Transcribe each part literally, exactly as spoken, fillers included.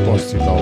Boah, ist die laut.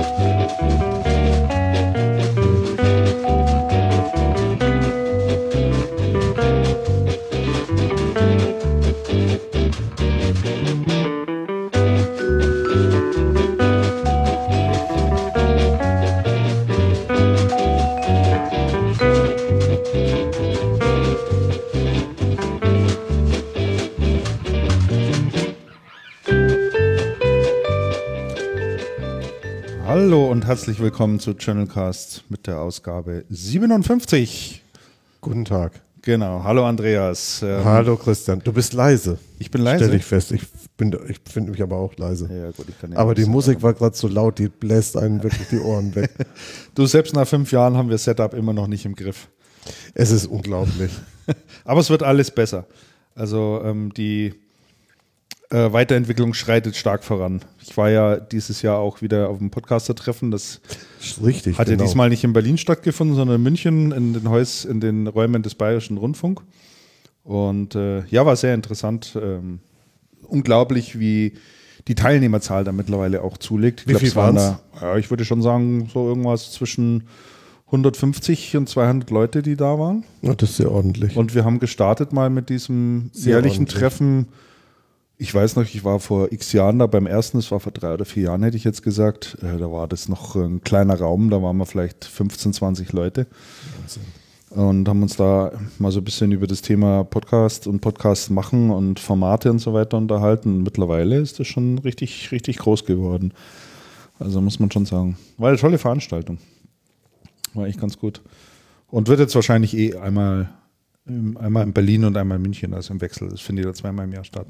Hallo und herzlich willkommen zu Channelcast mit der Ausgabe siebenundfünfzig. Guten Tag. Genau, hallo Andreas. Ähm, hallo Christian, du bist leise. Ich bin leise? Stell dich fest, ich, bin, ich finde mich aber auch leise. Ja, gut, ich kann ja aber die Musik war gerade so laut, die bläst einen wirklich die Ohren weg. Du, selbst nach fünf Jahren haben wir Setup immer noch nicht im Griff. Es ist unglaublich. Aber es wird alles besser. Also ähm, die äh, Weiterentwicklung schreitet stark voran. Ich war ja dieses Jahr auch wieder auf dem Podcaster-Treffen. Das Richtig, hat ja genau. diesmal nicht in Berlin stattgefunden, sondern in München in den, Häus in den Räumen des Bayerischen Rundfunk. Und äh, ja, war sehr interessant. Ähm, unglaublich, wie die Teilnehmerzahl da mittlerweile auch zulegt. Ich wie glaub, viel es waren waren's? da, ja, ich würde schon sagen, so irgendwas zwischen hundertfünfzig und zweihundert Leute, die da waren. Ja, das ist sehr ordentlich. Und wir haben gestartet mal mit diesem Sehr jährlichen ordentlich. Treffen. Ich weiß noch, ich war vor x Jahren da beim ersten, das war vor drei oder vier Jahren, hätte ich jetzt gesagt. Äh, da war das noch ein kleiner Raum, da waren wir vielleicht fünfzehn, zwanzig Leute. Wahnsinn. Und haben uns da mal so ein bisschen über das Thema Podcast und Podcast machen und Formate und so weiter unterhalten. Und mittlerweile ist das schon richtig, richtig groß geworden. Also muss man schon sagen. War eine tolle Veranstaltung. War echt ganz gut. Und wird jetzt wahrscheinlich eh einmal, einmal in Berlin und einmal in München, also im Wechsel. Das findet ja zweimal im Jahr statt.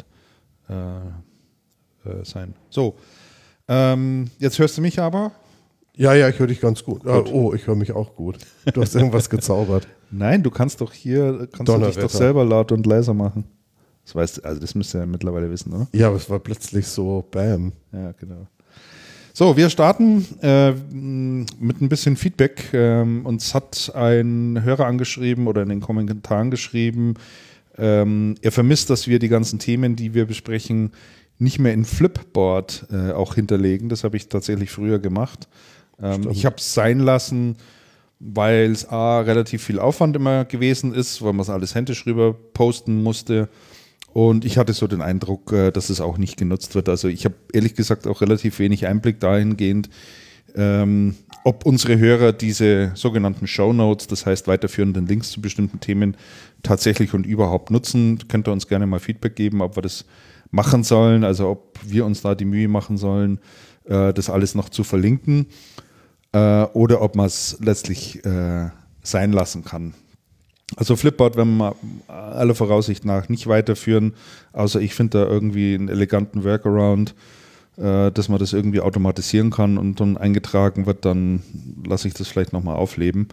Äh, äh, sein. So, ähm, jetzt hörst du mich aber? Ja, ja, ich höre dich ganz gut. Gut. Oh, ich höre mich auch gut. Du hast irgendwas gezaubert. Nein, du kannst doch hier, kannst du dich doch selber laut und leiser machen. Das weißt du, also das müsst ihr ja mittlerweile wissen, oder? Ja, aber es war plötzlich so Bam. Ja, genau. So, wir starten äh, mit ein bisschen Feedback. Ähm, uns hat ein Hörer angeschrieben oder in den Kommentaren geschrieben, ähm, er vermisst, dass wir die ganzen Themen, die wir besprechen, nicht mehr in Flipboard äh, auch hinterlegen. Das habe ich tatsächlich früher gemacht. Ähm, ich habe es sein lassen, weil es A, relativ viel Aufwand immer gewesen ist, weil man es alles händisch rüber posten musste. Und ich hatte so den Eindruck, äh, dass es auch nicht genutzt wird. Also ich habe ehrlich gesagt auch relativ wenig Einblick dahingehend, ähm, ob unsere Hörer diese sogenannten Shownotes, das heißt weiterführenden Links zu bestimmten Themen, tatsächlich und überhaupt nutzen. Könnt ihr uns gerne mal Feedback geben, ob wir das machen sollen, also ob wir uns da die Mühe machen sollen, äh, das alles noch zu verlinken äh, oder ob man es letztlich äh, sein lassen kann. Also Flipboard werden wir aller Voraussicht nach nicht weiterführen, außer ich finde da irgendwie einen eleganten Workaround, äh, dass man das irgendwie automatisieren kann und dann eingetragen wird, dann lasse ich das vielleicht nochmal aufleben.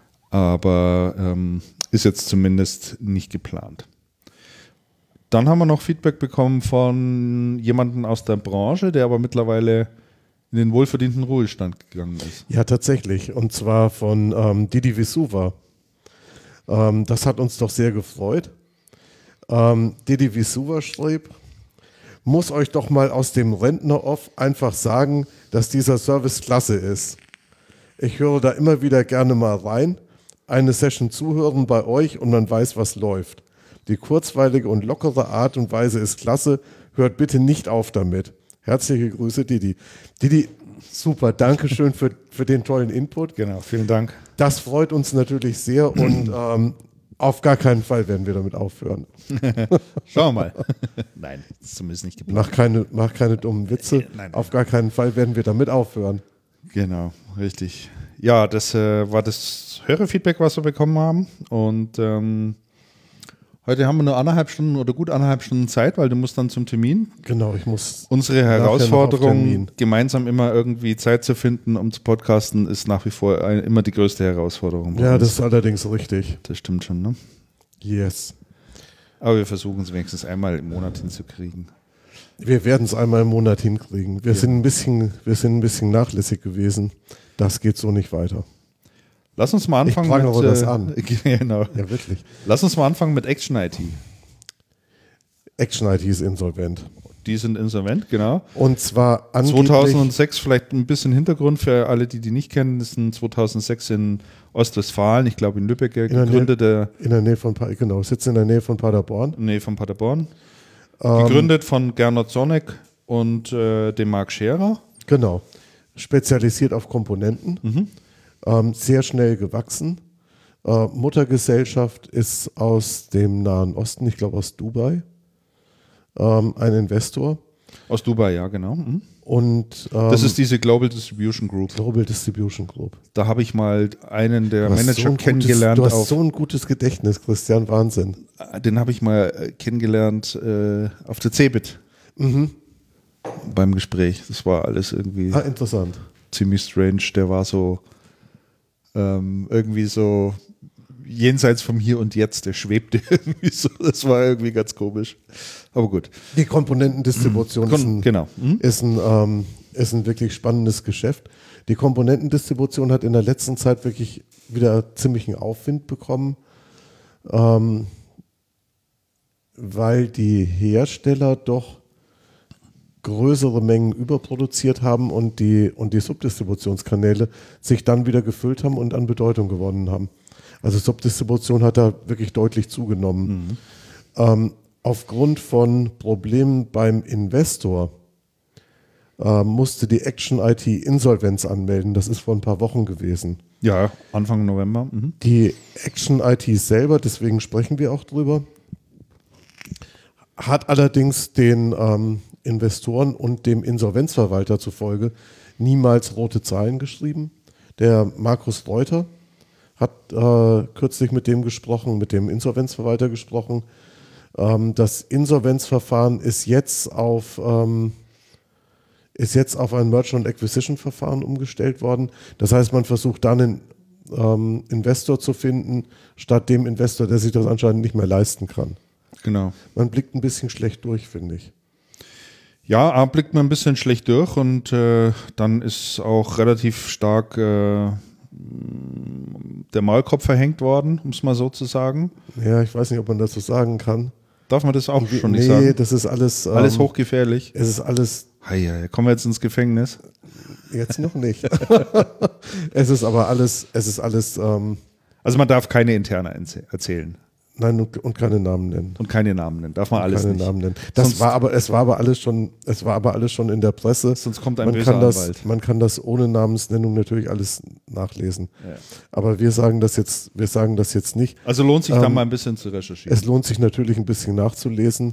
Aber ähm, ist jetzt zumindest nicht geplant. Dann haben wir noch Feedback bekommen von jemandem aus der Branche, der aber mittlerweile in den wohlverdienten Ruhestand gegangen ist. Ja, tatsächlich. Und zwar von ähm, Didi Visuva. Ähm, das hat uns doch sehr gefreut. Ähm, Didi Visuva schrieb, muss euch doch mal aus dem Rentner-Off einfach sagen, dass dieser Service klasse ist. Ich höre da immer wieder gerne mal rein, eine Session zuhören bei euch und man weiß, was läuft. Die kurzweilige und lockere Art und Weise ist klasse. Hört bitte nicht auf damit. Herzliche Grüße, Didi. Didi, super, danke schön für, für den tollen Input. Genau, vielen Dank. Das freut uns natürlich sehr und ähm, auf gar keinen Fall werden wir damit aufhören. Schauen wir mal. Nein, das ist zumindest nicht geplant. Mach keine, mach keine dummen Witze. Nein, nein. Auf gar keinen Fall werden wir damit aufhören. Genau, richtig. Ja, das äh, war das Hörerfeedback, was wir bekommen haben. Und ähm, heute haben wir nur anderthalb Stunden oder gut anderthalb Stunden Zeit, weil du musst dann zum Termin. Genau, ich muss. Unsere nachher noch auf Herausforderung, Termin. gemeinsam immer irgendwie Zeit zu finden, um zu podcasten, ist nach wie vor ein, immer die größte Herausforderung. bei Ja, uns. das ist allerdings richtig. das stimmt schon, ne? Yes. Aber wir versuchen es wenigstens einmal im Monat hinzukriegen. Wir werden es einmal im Monat hinkriegen. Wir, Ja. sind ein bisschen, wir sind ein bisschen nachlässig gewesen. Das geht so nicht weiter. Lass uns mal anfangen Ich prangere mit, das äh, an. Genau. Ja, wirklich. Lass uns mal anfangen mit Action I T. Action I T ist insolvent. Die sind insolvent, genau. Und zwar angeblich zweitausendsechs, vielleicht ein bisschen Hintergrund für alle, die die nicht kennen, das ist zweitausendsechs in Ostwestfalen, ich glaube in Lübeck gegründete. In der Nähe von, genau, sitzt in der Nähe von Paderborn. In der Nähe von Paderborn. Ähm, Gegründet von Gernot Sonneck und äh, dem Marc Scherer. Genau. Spezialisiert auf Komponenten. Mhm. Ähm, sehr schnell gewachsen. Äh, Muttergesellschaft ist aus dem Nahen Osten, ich glaube aus Dubai. Ähm, ein Investor. Aus Dubai, ja, genau. Mhm. Und, ähm, das ist diese Global Distribution Group. Global Distribution Group. Da habe ich mal einen der Manager so kennengelernt. Gutes, du hast auf, so ein gutes Gedächtnis, Christian, Wahnsinn. Den habe ich mal kennengelernt äh, auf der Cebit. Mhm. Beim Gespräch. Das war alles irgendwie ah, interessant. Ziemlich strange. Der war so ähm, irgendwie so jenseits vom Hier und Jetzt. Der schwebte irgendwie so. Das war irgendwie ganz komisch. Aber gut. Die Komponentendistribution Kon- ist, ein, genau. Mhm. ist, ein, ähm, ist ein wirklich spannendes Geschäft. Die Komponentendistribution hat in der letzten Zeit wirklich wieder ziemlichen Aufwind bekommen, ähm, weil die Hersteller doch größere Mengen überproduziert haben und die, und die Subdistributionskanäle sich dann wieder gefüllt haben und an Bedeutung gewonnen haben. Also Subdistribution hat da wirklich deutlich zugenommen. Mhm. Ähm, aufgrund von Problemen beim Investor äh, musste die Action I T Insolvenz anmelden. Das ist vor ein paar Wochen gewesen. Ja, Anfang November. Mhm. Die Action I T selber, deswegen sprechen wir auch drüber, hat allerdings den ähm, Investoren und dem Insolvenzverwalter zufolge niemals rote Zahlen geschrieben. Der Markus Reuter hat äh, kürzlich mit dem gesprochen, mit dem Insolvenzverwalter gesprochen. Ähm, das Insolvenzverfahren ist jetzt auf, ähm, ist jetzt auf ein Merger and Acquisition Verfahren umgestellt worden. Das heißt, man versucht dann einen ähm, Investor zu finden, statt dem Investor, der sich das anscheinend nicht mehr leisten kann. Genau. Man blickt ein bisschen schlecht durch, finde ich. Ja, A blickt man ein bisschen schlecht durch und äh, dann ist auch relativ stark äh, der Maulkorb verhängt worden, um es mal so zu sagen. Ja, ich weiß nicht, ob man das so sagen kann. Darf man das auch Wie, schon nicht nee, sagen? Nee, das ist alles... Ähm, alles hochgefährlich. Es ist alles... Heia, kommen wir jetzt ins Gefängnis? Jetzt noch nicht. Es ist aber alles... Es ist alles... Ähm, also man darf keine interne erzählen. Nein, und, und keine Namen nennen. Und keine Namen nennen. Darf man und alles keine nicht. Namen nennen. Das sonst, war aber, es war aber alles schon, es war aber alles schon in der Presse. Sonst kommt ein man böser kann das, Anwalt. Man kann das ohne Namensnennung natürlich alles nachlesen. Ja. Aber wir sagen das jetzt, wir sagen das jetzt nicht. Also lohnt sich ähm, da mal ein bisschen zu recherchieren. Es lohnt sich natürlich ein bisschen nachzulesen.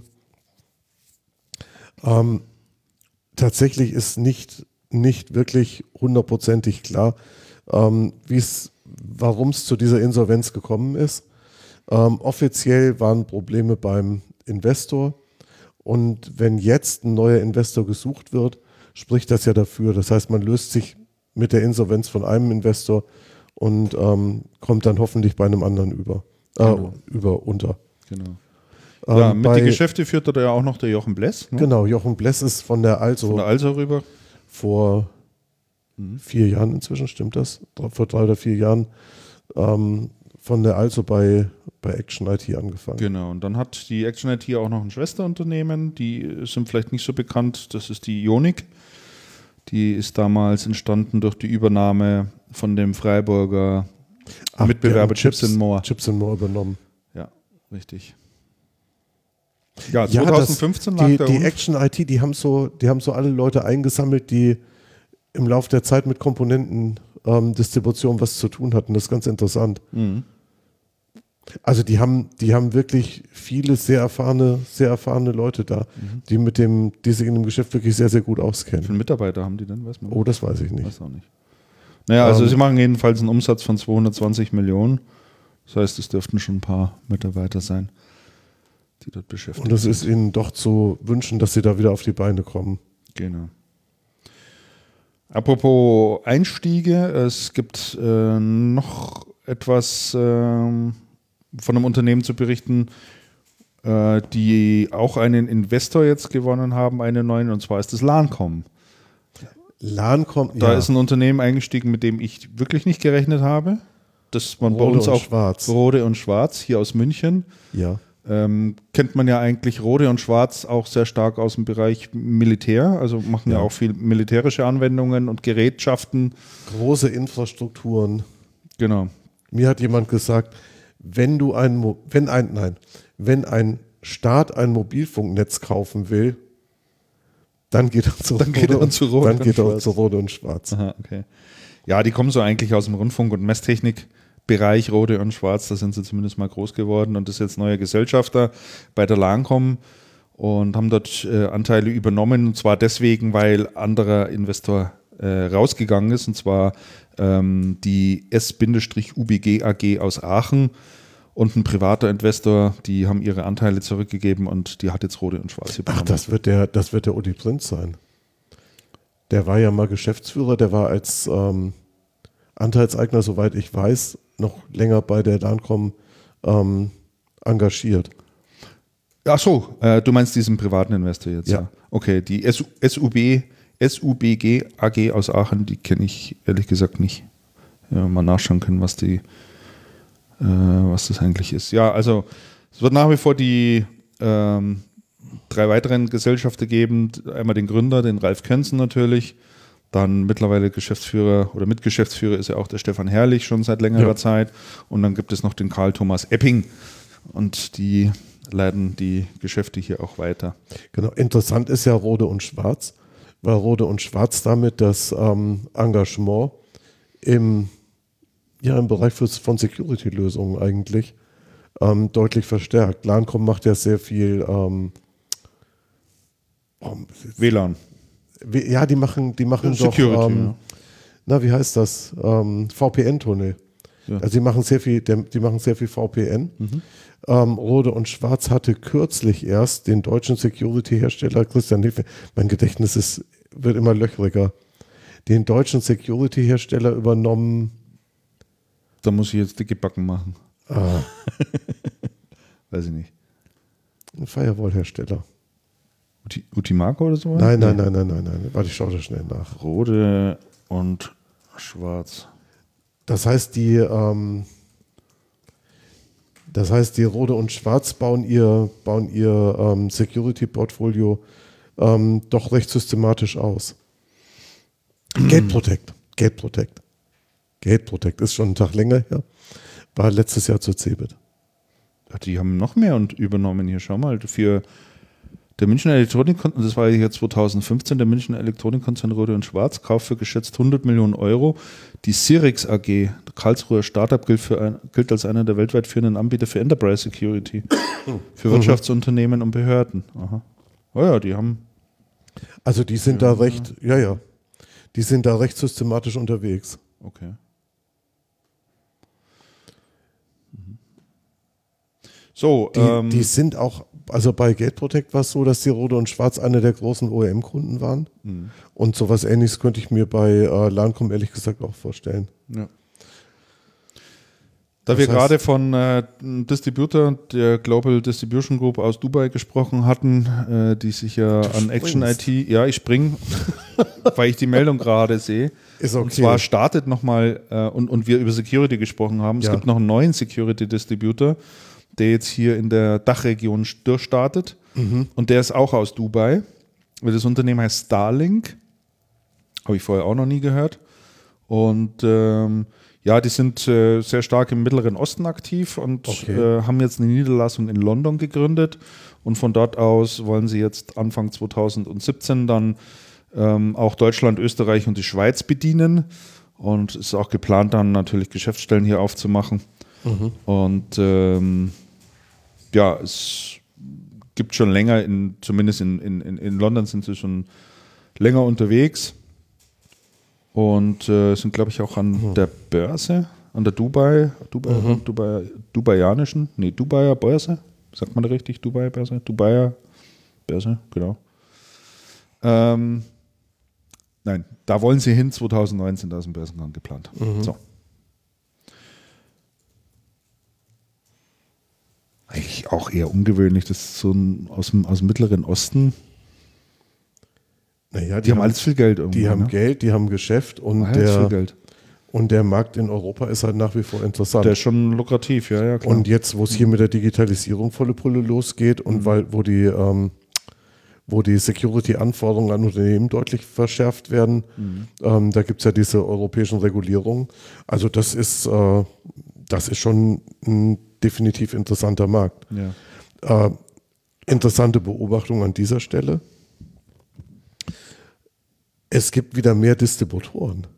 Ähm, tatsächlich ist nicht, nicht wirklich hundertprozentig klar, ähm, wie es, warum es zu dieser Insolvenz gekommen ist. Ähm, offiziell waren Probleme beim Investor und wenn jetzt ein neuer Investor gesucht wird, spricht das ja dafür. Das heißt, man löst sich mit der Insolvenz von einem Investor und ähm, kommt dann hoffentlich bei einem anderen über, äh, Genau. über unter. Genau. Ähm, Ja, mit bei, die Geschäfte führt da ja auch noch der Jochen Bless. Ne? Genau, Jochen Bless ist von der Also, Von der Also rüber. vor Mhm. vier Jahren inzwischen, stimmt das? Vor drei oder vier Jahren ähm, von der Also bei, bei Action I T angefangen. Genau, und dann hat die Action I T auch noch ein Schwesterunternehmen, die sind vielleicht nicht so bekannt, das ist die Ionic. Die ist damals entstanden durch die Übernahme von dem Freiburger Ach, Mitbewerber die haben Chips and More. Chips and More übernommen. Ja, richtig. Ja, Ja, zweitausendfünfzehn das, lag die, der die Hund. Action I T, die haben so, die haben so alle Leute eingesammelt, die im Laufe der Zeit mit Komponentendistribution ähm, was zu tun hatten. Das ist ganz interessant. Mhm. Also die haben, die haben wirklich viele sehr erfahrene, sehr erfahrene Leute da, Mhm. die mit dem, die sich in dem Geschäft wirklich sehr, sehr gut Wie auskennen. viele Mitarbeiter haben die denn? Weiß man? Oh, das weiß ich nicht. Weiß auch nicht. Naja, also Ähm, sie machen jedenfalls einen Umsatz von zweihundertzwanzig Millionen. Das heißt, es dürften schon ein paar Mitarbeiter sein, die dort beschäftigt Und es sind. ist ihnen doch zu wünschen, dass sie da wieder auf die Beine kommen. Genau. Apropos Einstiege, es gibt äh, noch etwas ähm, von einem Unternehmen zu berichten, äh, die auch einen Investor jetzt gewonnen haben, einen neuen, und zwar ist das Lancom. Lancom, Da ja, ist ein Unternehmen eingestiegen, mit dem ich wirklich nicht gerechnet habe. Das man bei Rode uns und auch Schwarz. Rode und Schwarz hier aus München. Ja. ähm, kennt man ja eigentlich Rode und Schwarz auch sehr stark aus dem Bereich Militär, also machen ja, ja auch viel militärische Anwendungen und Gerätschaften. Große Infrastrukturen. Genau. Mir hat jemand gesagt, wenn du ein, Mo- wenn ein, nein, wenn ein Staat ein Mobilfunknetz kaufen will, dann geht er zu Dann geht er und, zu Rode dann und geht er Schwarz. zu Rode und Schwarz. Aha, okay. Ja, die kommen so eigentlich aus dem Rundfunk- und Messtechnikbereich, Rode und Schwarz, da sind sie zumindest mal groß geworden und das ist jetzt neuer Gesellschafter bei der LANCOM und haben dort äh, Anteile übernommen, und zwar deswegen, weil anderer Investor äh, rausgegangen ist, und zwar ähm, die S-U B G A G aus Aachen und ein privater Investor, die haben ihre Anteile zurückgegeben und die hat jetzt Rode und Schwarz übernommen. Ach, das wird der, das wird der Uli Prinz sein. Der war ja mal Geschäftsführer, der war als ähm, Anteilseigner, soweit ich weiß, noch länger bei der LANCOM ähm, engagiert. Ach so, äh, du meinst diesen privaten Investor jetzt? Ja. Ja. Okay, die S U B G A G aus Aachen, die kenne ich ehrlich gesagt nicht. Ja, mal nachschauen können, was die, äh, was das eigentlich ist. Ja, also es wird nach wie vor die ähm, drei weiteren Gesellschafter geben. Einmal den Gründer, den Ralf Könzen natürlich. Dann mittlerweile Geschäftsführer oder Mitgeschäftsführer ist ja auch der Stefan Herrlich schon seit längerer Ja. Zeit. Und dann gibt es noch den Karl Thomas Epping. Und die leiten die Geschäfte hier auch weiter. Genau. Interessant ist ja Rode und Schwarz, weil Rode und Schwarz damit das ähm, Engagement im, ja, im Bereich für, von Security-Lösungen eigentlich ähm, deutlich verstärkt. LANCOM macht ja sehr viel ähm, W L A N. Wie- Ja, die machen, die machen doch, Security, ähm, ja. na, wie heißt das? Ähm, V P N-Tunnel. Ja. Also die machen sehr viel, der- die machen sehr viel V P N. Ähm, Rode und Schwarz hatte kürzlich erst den deutschen Security-Hersteller, Christian Hilfe, mein Gedächtnis ist, wird immer löchriger, den deutschen Security-Hersteller übernommen. Da muss ich jetzt dicke Backen machen. Ah, Weiß ich nicht. ein Firewall-Hersteller. Uti- Utimaco oder so? Nein, nein, nein, nein, nein, nein. Warte, ich schaue da schnell nach. Rode und Schwarz. Das heißt, die, ähm, das heißt, die Rode und Schwarz bauen ihr, bauen ihr ähm, Security-Portfolio ähm, doch recht systematisch aus. Gate Protect, Gate Protect. Gate Protect ist schon einen Tag länger her. War letztes Jahr zur Cebit. Ja, die haben noch mehr und übernommen hier. Schau mal, für der Münchner Elektronikkonzern, das war hier zweitausendfünfzehn, der Münchner Elektronikkonzern Rode und Schwarz, kauft für geschätzt hundert Millionen Euro die Sirix A G. Der Karlsruher Startup gilt, für ein, gilt als einer der weltweit führenden Anbieter für Enterprise Security, für Wirtschaftsunternehmen und Behörden. Aha. Oh ja, die haben. Also die sind da recht, ja, ja, die sind da recht systematisch unterwegs. Okay. Mhm. So, Die, ähm, die sind auch, also bei Gate Protect war es so, dass die Rode und Schwarz eine der großen O E M-Kunden waren. Mhm. Und sowas Ähnliches könnte ich mir bei äh, LANCOM ehrlich gesagt auch vorstellen. ja. Da Das wir heißt- gerade von äh, einem Distributor der Global Distribution Group aus Dubai gesprochen hatten, äh, die sich ja Du an Action I springst. T, ja, ich spring, weil ich die Meldung gerade sehe. Ist Und okay. zwar startet nochmal, äh, und, und wir über Security gesprochen haben, es Ja. gibt noch einen neuen Security Distributor, der jetzt hier in der Dachregion durchstartet. Mhm. Und der ist auch aus Dubai. Das Unternehmen heißt Starlink. Habe ich vorher auch noch nie gehört. Und ähm, ja, die sind äh, sehr stark im Mittleren Osten aktiv und Okay. äh, haben jetzt eine Niederlassung in London gegründet. Und von dort aus wollen sie jetzt Anfang zweitausendsiebzehn dann ähm, auch Deutschland, Österreich und die Schweiz bedienen. Und es ist auch geplant, dann natürlich Geschäftsstellen hier aufzumachen. Mhm. Und ähm, ja, es gibt schon länger, in, zumindest in, in, in London sind sie schon länger unterwegs. Und äh, sind, glaube ich, auch an Mhm. der Börse, an der Dubai, Dubai, Mhm. Dubai, Dubaianischen, nee, Dubaier Börse, sagt man da richtig, Dubai Börse, Dubaier Börse, genau. Ähm, nein, da wollen sie hin, zweitausendneunzehn, da ist ein Börsengang geplant. Mhm. So. Eigentlich auch eher ungewöhnlich, das ist so ein, aus, dem, aus dem Mittleren Osten, Naja, die, haben alles viel Geld irgendwie. die haben ne? Geld, die haben Geschäft und Ah, ja, ist viel der, Geld. Und der Markt in Europa ist halt nach wie vor interessant. Der ist schon lukrativ, ja, ja, klar. Und jetzt, wo es hier mit der Digitalisierung volle Pulle losgeht und mhm. weil, wo die, ähm, wo die Security-Anforderungen an Unternehmen deutlich verschärft werden, mhm. ähm, da gibt es ja diese europäischen Regulierungen. Also das ist, äh, das ist schon ein definitiv interessanter Markt. Ja. Äh, interessante Beobachtung an dieser Stelle. Es gibt wieder mehr Distributoren.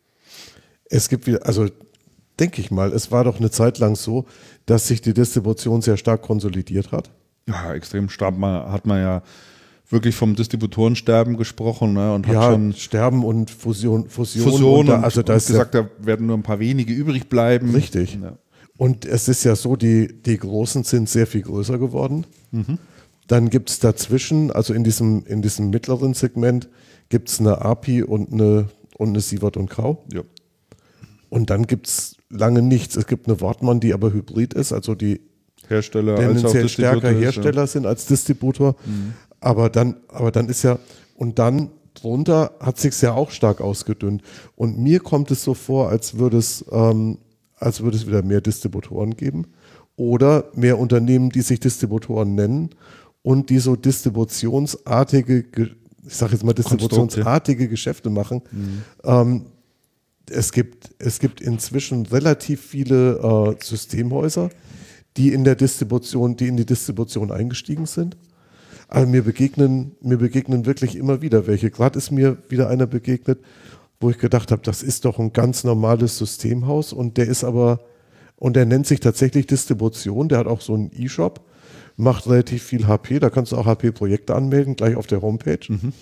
Es gibt wieder, also denke ich mal, es war doch eine Zeit lang so, dass sich die Distribution sehr stark konsolidiert hat. Ja, extrem stark. Man hat man ja wirklich vom Distributorensterben gesprochen, ne, und hat ja, schon Sterben und Fusion, Fusion, Fusion und, da, und, also da und ist gesagt, ja, da werden nur ein paar wenige übrig bleiben. Richtig. Ja. Und es ist ja so, die, die Großen sind sehr viel größer geworden. Mhm. Dann gibt es dazwischen, also in diesem, in diesem mittleren Segment, gibt es eine A P I und eine, und eine Sievert und Kau. Ja. Und dann gibt es lange nichts. Es gibt eine Wortmann, die aber hybrid ist, also die Hersteller als auch tendenziell Distributor stärker ist, Hersteller ja. sind als Distributor. Mhm. Aber dann, aber dann ist ja, und dann drunter hat sich ja auch stark ausgedünnt. Und mir kommt es so vor, als würde es, ähm, als würde es wieder mehr Distributoren geben oder mehr Unternehmen, die sich Distributoren nennen und die so distributionsartige, ich sage jetzt mal distributionsartige Geschäfte machen. Mhm. Ähm, es gibt, es gibt inzwischen relativ viele äh, Systemhäuser, die in der Distribution, die in die Distribution eingestiegen sind. Aber mir begegnen, mir begegnen wirklich immer wieder welche. Gerade ist mir wieder einer begegnet, wo ich gedacht habe, das ist doch ein ganz normales Systemhaus und der ist aber, und der nennt sich tatsächlich Distribution, der hat auch so einen E-Shop, macht relativ viel H P, da kannst du auch H P-Projekte anmelden, gleich auf der Homepage. Mhm.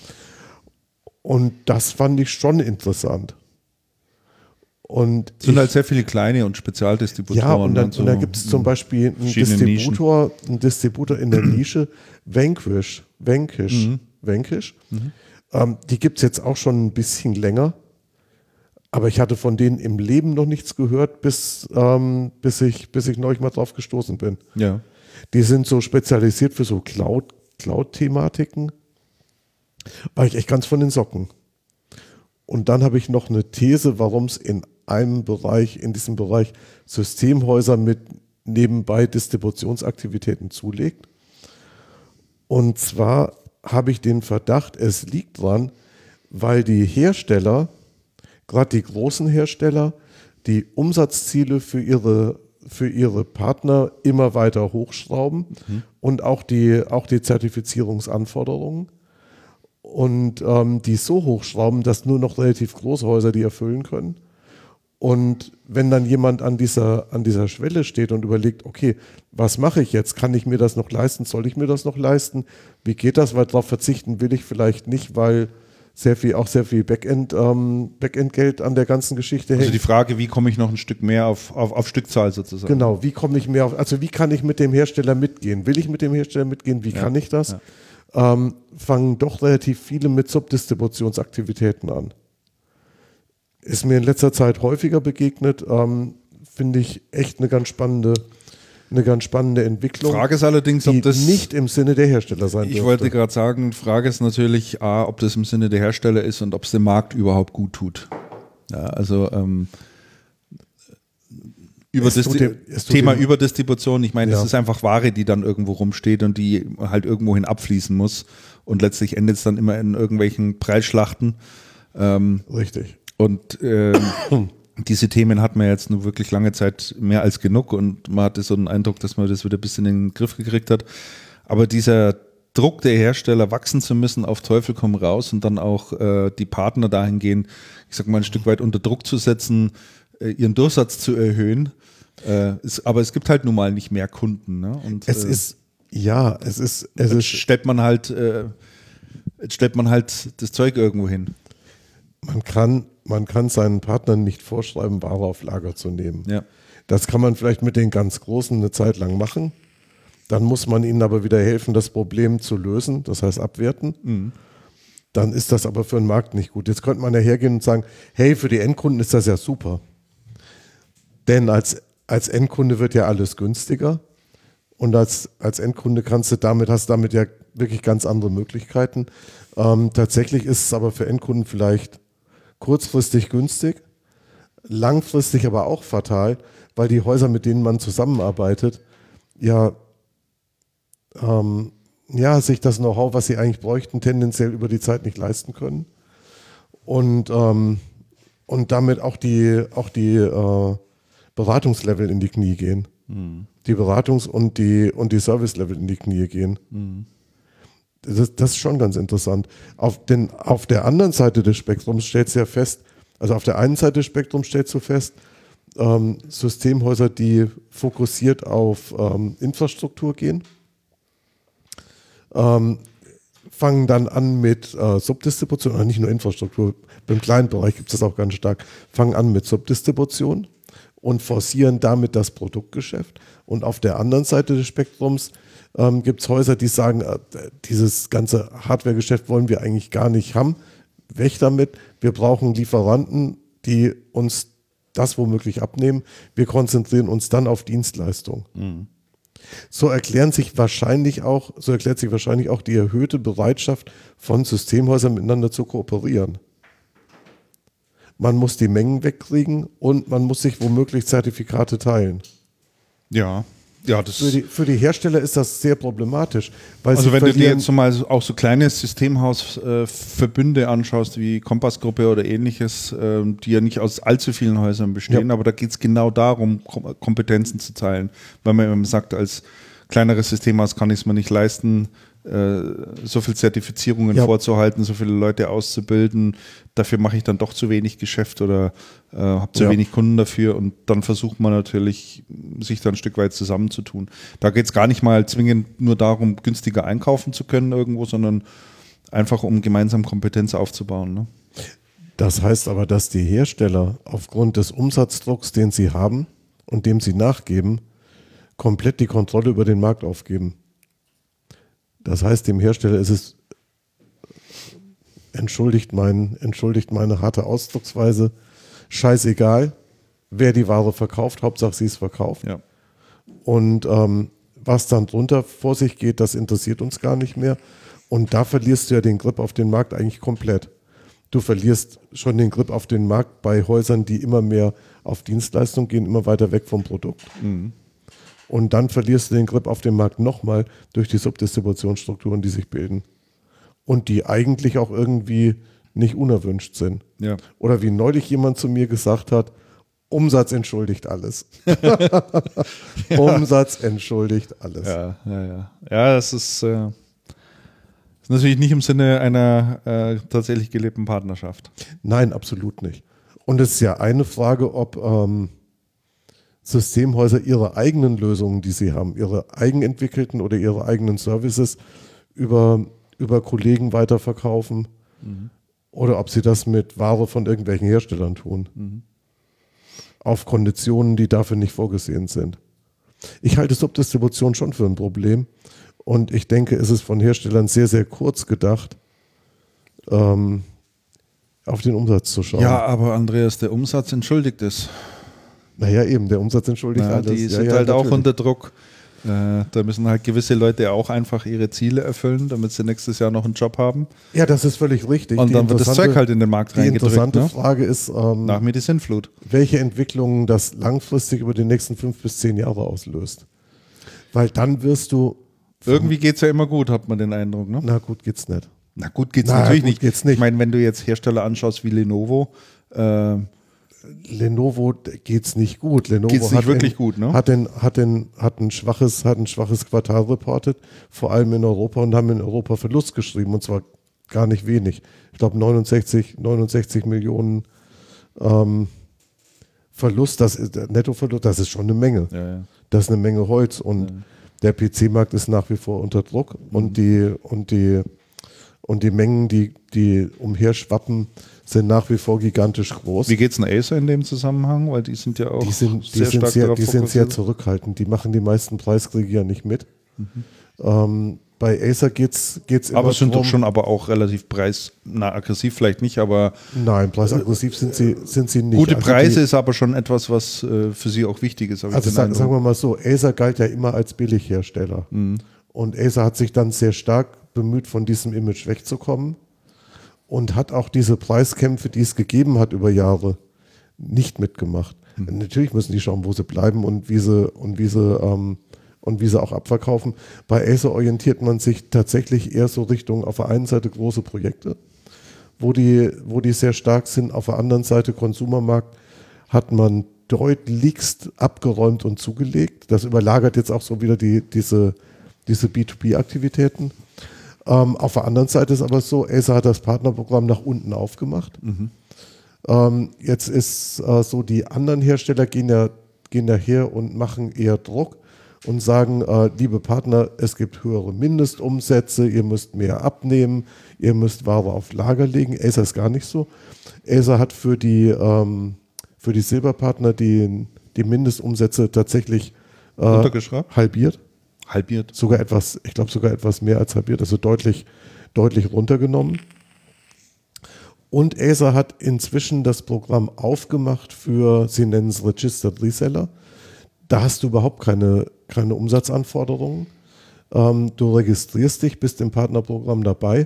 Und das fand ich schon interessant. Und es sind ich, halt sehr viele kleine und Spezialdistributoren. Ja, und dann, und so und dann gibt es zum Beispiel einen Distributor, einen Distributor in der Nische, Vanquish, Vanquish, Mhm. Vanquish. Mhm. Ähm, die gibt es jetzt auch schon ein bisschen länger, aber ich hatte von denen im Leben noch nichts gehört, bis, ähm, bis, ich, bis ich neulich mal drauf gestoßen bin. Ja. Die sind so spezialisiert für so Cloud, Cloud-Thematiken. War ich echt ganz von den Socken. Und dann habe ich noch eine These, warum es in einem Bereich, in diesem Bereich Systemhäuser mit nebenbei Distributionsaktivitäten zulegt. Und zwar habe ich den Verdacht, es liegt dran, weil die Hersteller, gerade die großen Hersteller, die Umsatzziele für ihre, für ihre Partner immer weiter hochschrauben mhm. und auch die, auch die Zertifizierungsanforderungen. Und ähm, die so hochschrauben, dass nur noch relativ große Häuser die erfüllen können. Und wenn dann jemand an dieser, an dieser Schwelle steht und überlegt, okay, was mache ich jetzt? Kann ich mir das noch leisten? Soll ich mir das noch leisten? Wie geht das? Weil darauf verzichten will ich vielleicht nicht, weil sehr viel, auch sehr viel Backend, ähm, Backend-Geld an der ganzen Geschichte hängt. Also die Frage, wie komme ich noch ein Stück mehr auf, auf, auf Stückzahl sozusagen? Genau, wie komme ich mehr auf, also wie kann ich mit dem Hersteller mitgehen? Will ich mit dem Hersteller mitgehen? Wie ja. kann ich das? Ja. Ähm, fangen doch relativ viele mit Subdistributionsaktivitäten an. Ist mir in letzter Zeit häufiger begegnet, ähm, finde ich echt eine ganz spannende, eine ganz spannende Entwicklung. Frage ist allerdings, die ob das nicht im Sinne der Hersteller sein Ich dürfte. wollte gerade sagen, Frage ist natürlich A, ob das im Sinne der Hersteller ist und ob es dem Markt überhaupt gut tut. Ja, also ähm, Über dem, Thema dem, Überdistribution, ich meine, ja. das ist einfach Ware, die dann irgendwo rumsteht und die halt irgendwohin abfließen muss und letztlich endet es dann immer in irgendwelchen Preisschlachten. Ähm, Richtig. Und ähm, diese Themen hat man jetzt nur wirklich lange Zeit mehr als genug und man hatte so den Eindruck, dass man das wieder ein bisschen in den Griff gekriegt hat. Aber dieser Druck der Hersteller, wachsen zu müssen, auf Teufel komm raus und dann auch äh, die Partner dahingehend, ich sag mal, ein Stück weit unter Druck zu setzen, äh, ihren Durchsatz zu erhöhen. Äh, ist, aber es gibt halt nun mal nicht mehr Kunden. Ne? Und, es äh, ist, ja, es ist, es ist. Stellt man halt, äh, stellt man halt das Zeug irgendwo hin. Man kann, man kann seinen Partnern nicht vorschreiben, Ware auf Lager zu nehmen. Ja. Das kann man vielleicht mit den ganz Großen eine Zeit lang machen. Dann muss man ihnen aber wieder helfen, das Problem zu lösen, das heißt abwerten. Mhm. Dann ist das aber für den Markt nicht gut. Jetzt könnte man ja hergehen und sagen, hey, für die Endkunden ist das ja super. Denn als, als Endkunde wird ja alles günstiger. Und als, als Endkunde kannst du damit, hast damit ja wirklich ganz andere Möglichkeiten. Ähm, tatsächlich ist es aber für Endkunden vielleicht kurzfristig günstig, langfristig aber auch fatal, weil die Häuser, mit denen man zusammenarbeitet, ja, ähm, ja sich das Know-how, was sie eigentlich bräuchten, tendenziell über die Zeit nicht leisten können. Und, ähm, und damit auch die, auch die äh, Beratungslevel in die Knie gehen. Mhm. Die Beratungs- und die, und die Service-Level in die Knie gehen. Mhm. Das, das ist schon ganz interessant. Auf, den, auf der anderen Seite des Spektrums stellst du ja fest, also auf der einen Seite des Spektrums stellst du fest, ähm, Systemhäuser, die fokussiert auf ähm, Infrastruktur gehen, ähm, fangen dann an mit äh, Subdistribution, oder nicht nur Infrastruktur, beim kleinen Bereich gibt es das auch ganz stark, fangen an mit Subdistribution und forcieren damit das Produktgeschäft. Und auf der anderen Seite des Spektrums ähm, gibt es Häuser, die sagen, äh, dieses ganze Hardware-Geschäft wollen wir eigentlich gar nicht haben. Weg damit, wir brauchen Lieferanten, die uns das womöglich abnehmen. Wir konzentrieren uns dann auf Dienstleistungen. Mhm. So erklären sich wahrscheinlich auch, so erklärt sich wahrscheinlich auch die erhöhte Bereitschaft von Systemhäusern miteinander zu kooperieren. Man muss die Mengen wegkriegen und man muss sich womöglich Zertifikate teilen. Ja, ja, das für die, für die Hersteller ist das sehr problematisch. Weil also sie wenn du dir jetzt mal auch so kleine Systemhausverbünde äh, anschaust, wie Kompassgruppe oder ähnliches, äh, die ja nicht aus allzu vielen Häusern bestehen, ja. aber da geht es genau darum, Kom- Kompetenzen zu teilen. Weil man eben sagt, als kleineres Systemhaus kann ich es mir nicht leisten, äh, so viel Zertifizierungen ja. vorzuhalten, so viele Leute auszubilden. Dafür mache ich dann doch zu wenig Geschäft oder äh, habe zu ja. wenig Kunden dafür und dann versucht man natürlich, sich da ein Stück weit zusammenzutun. Da geht es gar nicht mal zwingend nur darum, günstiger einkaufen zu können irgendwo, sondern einfach um gemeinsam Kompetenz aufzubauen. Ne? Das heißt aber, dass die Hersteller aufgrund des Umsatzdrucks, den sie haben und dem sie nachgeben, komplett die Kontrolle über den Markt aufgeben. Das heißt, dem Hersteller ist es, entschuldigt, mein, entschuldigt meine harte Ausdrucksweise, scheißegal, wer die Ware verkauft, Hauptsache sie ist verkauft. Ja. Und ähm, was dann drunter vor sich geht, das interessiert uns gar nicht mehr. Und da verlierst du ja den Grip auf den Markt eigentlich komplett. Du verlierst schon den Grip auf den Markt bei Häusern, die immer mehr auf Dienstleistung gehen, immer weiter weg vom Produkt. Mhm. Und dann verlierst du den Grip auf den Markt nochmal durch die Subdistributionsstrukturen, die sich bilden. Und die eigentlich auch irgendwie nicht unerwünscht sind. Ja. Oder wie neulich jemand zu mir gesagt hat, Umsatz entschuldigt alles. ja. Umsatz entschuldigt alles. Ja, ja, ja. Ja, das ist, äh, ist natürlich nicht im Sinne einer äh, tatsächlich gelebten Partnerschaft. Nein, absolut nicht. Und es ist ja eine Frage, ob ähm, Systemhäuser ihre eigenen Lösungen, die sie haben, ihre eigenentwickelten oder ihre eigenen Services über, über Kollegen weiterverkaufen mhm. oder ob sie das mit Ware von irgendwelchen Herstellern tun. Mhm. Auf Konditionen, die dafür nicht vorgesehen sind. Ich halte Subdistribution schon für ein Problem und ich denke, es ist von Herstellern sehr, sehr kurz gedacht, ähm, auf den Umsatz zu schauen. Ja, aber Andreas, der Umsatz entschuldigt es. Naja, eben, der Umsatz entschuldigt ja, alles. Die ja, sind ja, halt natürlich. auch unter Druck. Äh, da müssen halt gewisse Leute auch einfach ihre Ziele erfüllen, damit sie nächstes Jahr noch einen Job haben. Ja, das ist völlig richtig. Und die dann wird das Zeug halt in den Markt die reingedrückt. Die interessante ne? Frage ist, ähm, nach mir die Sinnflut. Welche Entwicklungen das langfristig über die nächsten fünf bis zehn Jahre auslöst. Weil dann wirst du... Irgendwie geht es ja immer gut, hat man den Eindruck. Ne? Na gut, geht's nicht. Na gut, geht's Na, natürlich gut, nicht. Geht's nicht. Ich meine, wenn du jetzt Hersteller anschaust wie Lenovo, äh, Lenovo geht's nicht gut. Lenovo geht's nicht hat wirklich in, gut, ne? Hat, in, hat, in, hat, ein schwaches, hat ein schwaches Quartal reportet, vor allem in Europa, und haben in Europa Verlust geschrieben, und zwar gar nicht wenig. Ich glaube neunundsechzig, neunundsechzig Millionen ähm, Verlust, das ist, Nettoverlust, das ist schon eine Menge. Ja, ja. Das ist eine Menge Holz und ja. der P C-Markt ist nach wie vor unter Druck mhm. und die und die und die Mengen, die, die umherschwappen, sind nach wie vor gigantisch groß. Wie geht es denn Acer in dem Zusammenhang? Weil die sind ja auch die sind, die sehr sind stark sehr, darauf Die sind sehr fokussiert. zurückhaltend. Die machen die meisten Preiskriege ja nicht mit. Mhm. Ähm, bei Acer geht es immer Aber sind drum, doch schon aber auch relativ preis, na aggressiv vielleicht nicht, aber nein, preisaggressiv sind sie, sind sie nicht. Gute also Preise die, ist aber schon etwas, was äh, für sie auch wichtig ist. Also sag, sagen wir mal so, Acer galt ja immer als Billighersteller. Mhm. Und Acer hat sich dann sehr stark bemüht, von diesem Image wegzukommen und hat auch diese Preiskämpfe, die es gegeben hat über Jahre, nicht mitgemacht. Mhm. Natürlich müssen die schauen, wo sie bleiben und wie sie, und wie sie, ähm, und wie sie auch abverkaufen. Bei Acer orientiert man sich tatsächlich eher so Richtung auf der einen Seite große Projekte, wo die, wo die sehr stark sind. Auf der anderen Seite Konsumermarkt hat man deutlichst abgeräumt und zugelegt. Das überlagert jetzt auch so wieder die, diese, diese B zwei B-Aktivitäten. Ähm, auf der anderen Seite ist aber so, Acer hat das Partnerprogramm nach unten aufgemacht. Mhm. Ähm, jetzt ist äh, so, die anderen Hersteller gehen ja, gehen ja her und machen eher Druck und sagen, äh, liebe Partner, es gibt höhere Mindestumsätze, ihr müsst mehr abnehmen, ihr müsst Ware auf Lager legen. Acer ist gar nicht so. Acer hat für die, ähm, für die Silberpartner die, die Mindestumsätze tatsächlich äh, halbiert. Halbiert. Sogar etwas, ich glaube sogar etwas mehr als halbiert, also deutlich, deutlich runtergenommen. Und Acer hat inzwischen das Programm aufgemacht für, sie nennen es Registered Reseller. Da hast du überhaupt keine, keine Umsatzanforderungen. Ähm, du registrierst dich, bist im Partnerprogramm dabei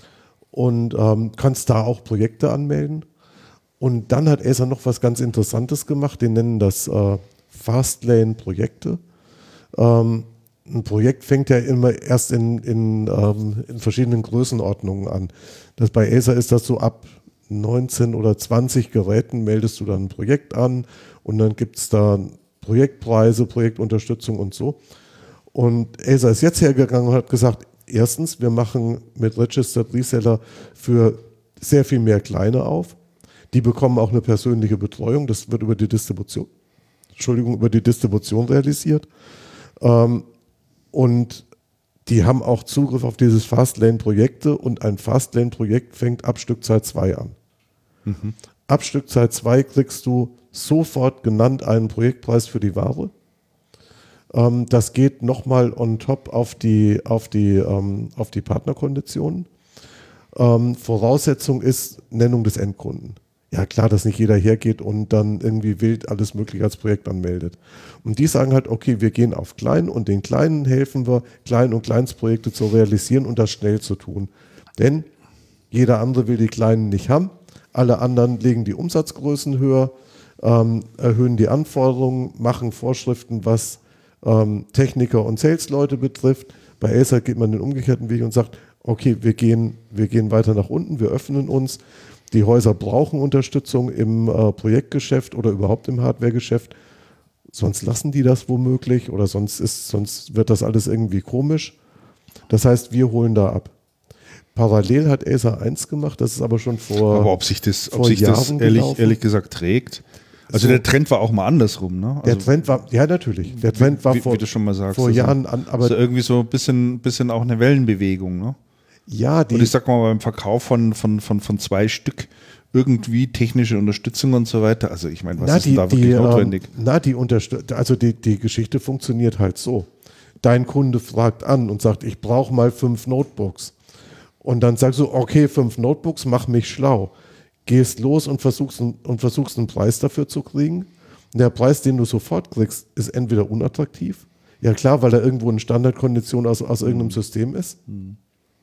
und ähm, kannst da auch Projekte anmelden. Und dann hat Acer noch was ganz Interessantes gemacht, die nennen das äh, Fastlane-Projekte. Ähm, ein Projekt fängt ja immer erst in, in, ähm, in verschiedenen Größenordnungen an. Das bei Acer ist das so, ab neunzehn oder zwanzig Geräten meldest du dann ein Projekt an und dann gibt es da Projektpreise, Projektunterstützung und so. Und Acer ist jetzt hergegangen und hat gesagt, erstens, wir machen mit Registered Reseller für sehr viel mehr Kleine auf. Die bekommen auch eine persönliche Betreuung. Das wird über die Distribution, Entschuldigung, über die Distribution realisiert. Ähm, und die haben auch Zugriff auf dieses Fastlane-Projekte und ein Fastlane-Projekt fängt ab Stückzahl zwei an. Mhm. Ab Stückzahl zwei kriegst du sofort genannt einen Projektpreis für die Ware. Ähm, das geht nochmal on top auf die, auf die, ähm, auf die Partnerkonditionen. Ähm, Voraussetzung ist Nennung des Endkunden. Ja klar, dass nicht jeder hergeht und dann irgendwie wild alles Mögliche als Projekt anmeldet. Und die sagen halt, okay, wir gehen auf klein und den Kleinen helfen wir, Klein- und Kleinstprojekte zu realisieren und das schnell zu tun. Denn jeder andere will die Kleinen nicht haben, alle anderen legen die Umsatzgrößen höher, ähm, erhöhen die Anforderungen, machen Vorschriften, was ähm, Techniker und Salesleute betrifft. Bei Acer geht man den umgekehrten Weg und sagt, okay, wir gehen, wir gehen weiter nach unten, wir öffnen uns. Die Häuser brauchen Unterstützung im äh, Projektgeschäft oder überhaupt im Hardwaregeschäft. Sonst lassen die das womöglich oder sonst, ist, sonst wird das alles irgendwie komisch. Das heißt, wir holen da ab. Parallel hat Acer eins gemacht, das ist aber schon vor Aber ob sich das, ob sich das ehrlich, ehrlich gesagt trägt? Also so, der Trend war auch mal andersrum, ne? Also der Trend war, ja natürlich, der Trend war wie, vor, wie du schon mal sagst, vor also, Jahren an. Aber also irgendwie so ein bisschen, bisschen auch eine Wellenbewegung, ne? Ja, die, und ich sag mal, beim Verkauf von, von, von, von zwei Stück irgendwie technische Unterstützung und so weiter. Also ich meine, was na, ist die, denn da wirklich die, notwendig? Ähm, na, die Unterstützung, also die, die Geschichte funktioniert halt so. Dein Kunde fragt an und sagt, ich brauche mal fünf Notebooks. Und dann sagst du, okay, fünf Notebooks, mach mich schlau. Gehst los und versuchst, und versuchst einen Preis dafür zu kriegen. Und der Preis, den du sofort kriegst, ist entweder unattraktiv. Ja klar, weil da irgendwo eine Standardkondition aus, aus irgendeinem System ist. Mhm.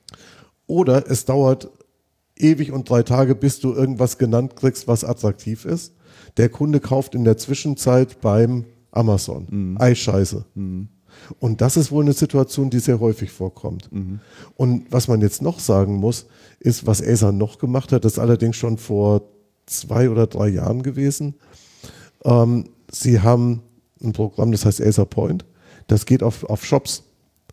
Oder es dauert ewig und drei Tage, bis du irgendwas genannt kriegst, was attraktiv ist. Der Kunde kauft in der Zwischenzeit beim Amazon. Mhm. Eischeiße. Mhm. Und das ist wohl eine Situation, die sehr häufig vorkommt. Mhm. Und was man jetzt noch sagen muss, ist, was Acer noch gemacht hat, das ist allerdings schon vor zwei oder drei Jahren gewesen. Ähm, sie haben ein Programm, das heißt Acer Point. Das geht auf, auf Shops.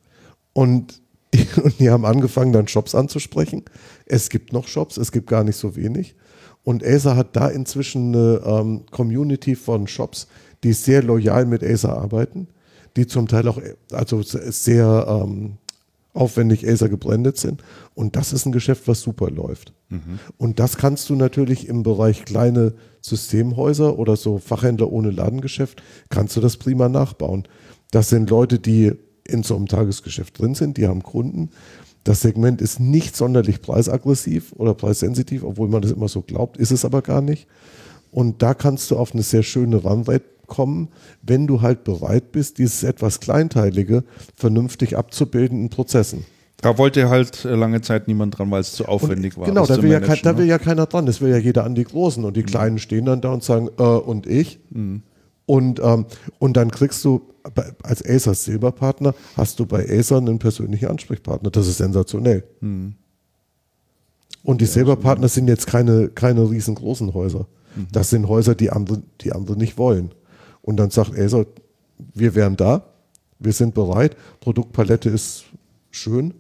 Und Und die haben angefangen, dann Shops anzusprechen. Es gibt noch Shops, es gibt gar nicht so wenig. Und Acer hat da inzwischen eine ähm, Community von Shops, die sehr loyal mit Acer arbeiten, die zum Teil auch also sehr ähm, aufwendig Acer gebrandet sind. Und das ist ein Geschäft, was super läuft. Mhm. Und das kannst du natürlich im Bereich kleine Systemhäuser oder so Fachhändler ohne Ladengeschäft, kannst du das prima nachbauen. Das sind Leute, die in so einem Tagesgeschäft drin sind, die haben Kunden. Das Segment ist nicht sonderlich preisaggressiv oder preissensitiv, obwohl man das immer so glaubt, ist es aber gar nicht. Und da kannst du auf eine sehr schöne Runrate kommen, wenn du halt bereit bist, dieses etwas Kleinteilige vernünftig abzubilden in Prozessen. Da wollte halt lange Zeit niemand dran, weil es zu aufwendig und, war. Genau, da will, managen, ja kein, da will ne? ja keiner dran. Das will ja jeder an die Großen. Und die Kleinen mhm. stehen dann da und sagen, äh, und ich? Mhm. Und, ähm, und dann kriegst du, als Acer Silberpartner, hast du bei Acer einen persönlichen Ansprechpartner. Das ist sensationell. Mhm. Und die ja, Silberpartner sind jetzt keine, keine riesengroßen Häuser. Mhm. Das sind Häuser, die andere, die andere nicht wollen. Und dann sagt Acer, wir wären da, wir sind bereit, Produktpalette ist schön.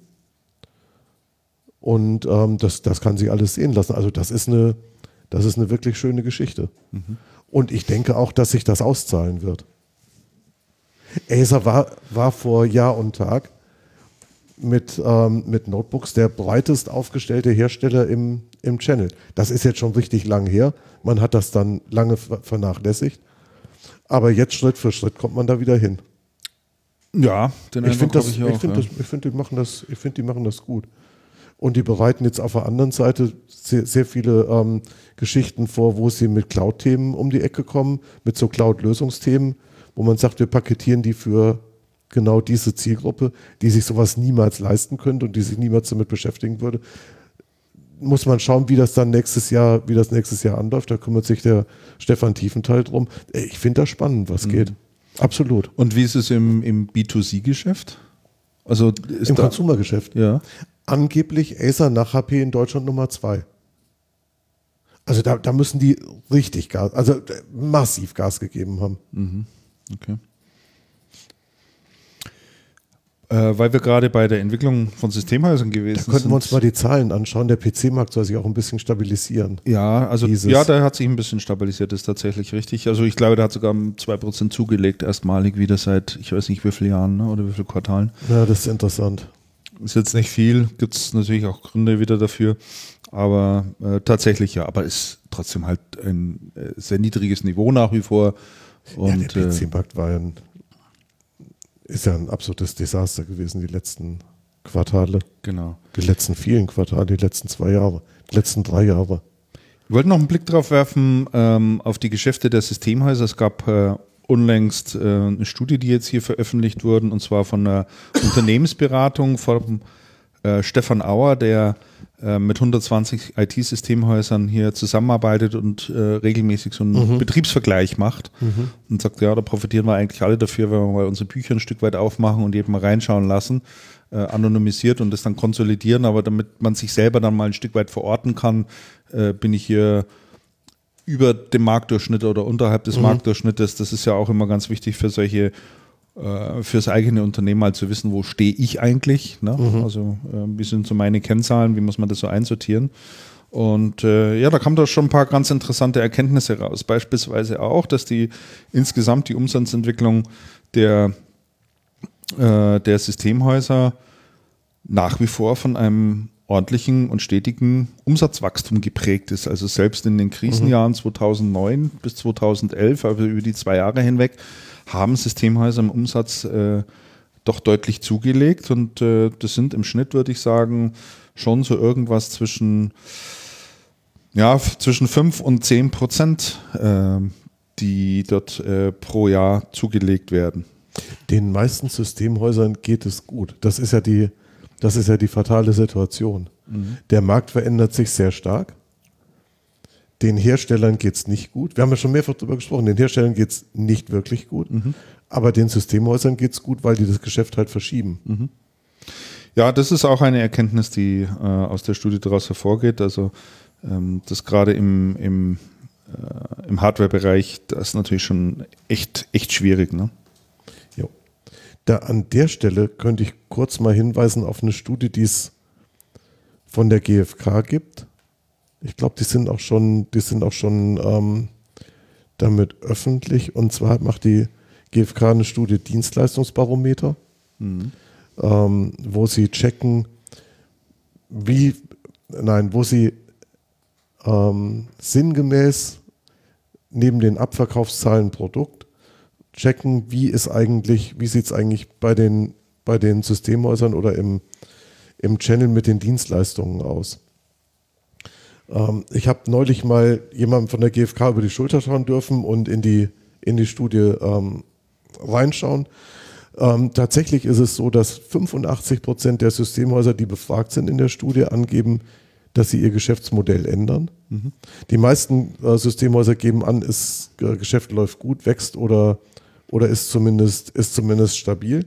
Und ähm, das, das kann sich alles sehen lassen. Also das ist eine, das ist eine wirklich schöne Geschichte. Mhm. Und ich denke auch, dass sich das auszahlen wird. Acer war, war vor Jahr und Tag mit, ähm, mit Notebooks der breitest aufgestellte Hersteller im, im Channel. Das ist jetzt schon richtig lang her. Man hat das dann lange vernachlässigt. Aber jetzt Schritt für Schritt kommt man da wieder hin. Ja, den ich finde, ich, ich find, ja. find, die machen das, ich find, die machen das gut. Und die bereiten jetzt auf der anderen Seite sehr, sehr viele ähm, Geschichten vor, wo sie mit Cloud-Themen um die Ecke kommen, mit so Cloud-Lösungsthemen, wo man sagt, wir paketieren die für genau diese Zielgruppe, die sich sowas niemals leisten könnte und die sich niemals damit beschäftigen würde. Muss man schauen, wie das dann nächstes Jahr, wie das nächstes Jahr anläuft. Da kümmert sich der Stefan Tiefenthal drum. Ich finde das spannend, was mhm. geht. Absolut. Und wie ist es im, im B zwei C-Geschäft? Also Im Consumer-Geschäft? Ja. Angeblich Acer nach H P in Deutschland Nummer zwei. Also da, da müssen die richtig Gas, also massiv Gas gegeben haben. Mhm. Okay. Äh, weil wir gerade bei der Entwicklung von Systemhäusern gewesen sind. Da könnten wir uns mal die Zahlen anschauen. Der P C-Markt soll sich auch ein bisschen stabilisieren. Ja, also Dieses. ja, der hat sich ein bisschen stabilisiert, ist tatsächlich richtig. Also ich glaube, der hat sogar um zwei Prozent zugelegt, erstmalig wieder seit, ich weiß nicht wie vielen Jahren, ne, oder wie vielen Quartalen. Ja, das ist interessant. Ist jetzt nicht viel, gibt es natürlich auch Gründe wieder dafür, aber äh, tatsächlich ja, aber ist trotzdem halt ein äh, sehr niedriges Niveau nach wie vor. Und, ja, der P C-Markt war ja ein, ist ja ein absolutes Desaster gewesen, die letzten Quartale. Genau. Die letzten vielen Quartale, die letzten zwei Jahre, die letzten drei Jahre. Ich wollte noch einen Blick drauf werfen, ähm, auf die Geschäfte der Systemhäuser. Es gab äh, unlängst äh, eine Studie, die jetzt hier veröffentlicht wurde, und zwar von einer Unternehmensberatung von äh, Stefan Auer, der äh, mit hundertzwanzig I T-Systemhäusern hier zusammenarbeitet und äh, regelmäßig so einen mhm. Betriebsvergleich macht mhm. und sagt, ja, da profitieren wir eigentlich alle dafür, wenn wir mal unsere Bücher ein Stück weit aufmachen und jedem mal reinschauen lassen, äh, anonymisiert und das dann konsolidieren, aber damit man sich selber dann mal ein Stück weit verorten kann, äh, bin ich hier über dem Marktdurchschnitt oder unterhalb des mhm. Marktdurchschnittes. Das ist ja auch immer ganz wichtig für solche, äh, fürs eigene Unternehmen mal zu wissen, wo stehe ich eigentlich, ne? Mhm. Also äh, wie sind so meine Kennzahlen, wie muss man das so einsortieren? Und äh, ja, da kamen da schon ein paar ganz interessante Erkenntnisse raus. Beispielsweise auch, dass die insgesamt die Umsatzentwicklung der, äh, der Systemhäuser nach wie vor von einem ordentlichen und stetigen Umsatzwachstum geprägt ist. Also selbst in den Krisenjahren mhm. zweitausendneun bis zweitausendelf, also über die zwei Jahre hinweg, haben Systemhäuser im Umsatz äh, doch deutlich zugelegt. Und äh, das sind im Schnitt, würde ich sagen, schon so irgendwas zwischen, ja, zwischen fünf und zehn Prozent, äh, die dort äh, pro Jahr zugelegt werden. Den meisten Systemhäusern geht es gut. Das ist ja die Das ist ja die fatale Situation. Mhm. Der Markt verändert sich sehr stark. Den Herstellern geht es nicht gut. Wir haben ja schon mehrfach darüber gesprochen. Den Herstellern geht es nicht wirklich gut. Mhm. Aber den Systemhäusern geht es gut, weil die das Geschäft halt verschieben. Mhm. Ja, das ist auch eine Erkenntnis, die äh, aus der Studie daraus hervorgeht. Also ähm, das gerade im, im, äh, im Hardware-Bereich, das ist natürlich schon echt, echt schwierig, ne? Da an der Stelle könnte ich kurz mal hinweisen auf eine Studie, die es von der G F K gibt. Ich glaube, die sind auch schon, die sind auch schon ähm, damit öffentlich. Und zwar macht die G F K eine Studie Dienstleistungsbarometer, mhm. ähm, wo sie checken, wie, nein, wo sie ähm, sinngemäß neben den Abverkaufszahlen Produkt checken, wie ist eigentlich, wie sieht es eigentlich bei den, bei den Systemhäusern oder im, im Channel mit den Dienstleistungen aus. Ähm, ich habe neulich mal jemandem von der G F K über die Schulter schauen dürfen und in die, in die Studie ähm, reinschauen. Ähm, tatsächlich ist es so, dass fünfundachtzig Prozent der Systemhäuser, die befragt sind in der Studie, angeben, dass sie ihr Geschäftsmodell ändern. Mhm. Die meisten äh, Systemhäuser geben an, das äh, Geschäft läuft gut, wächst oder, oder ist, zumindest, ist zumindest stabil.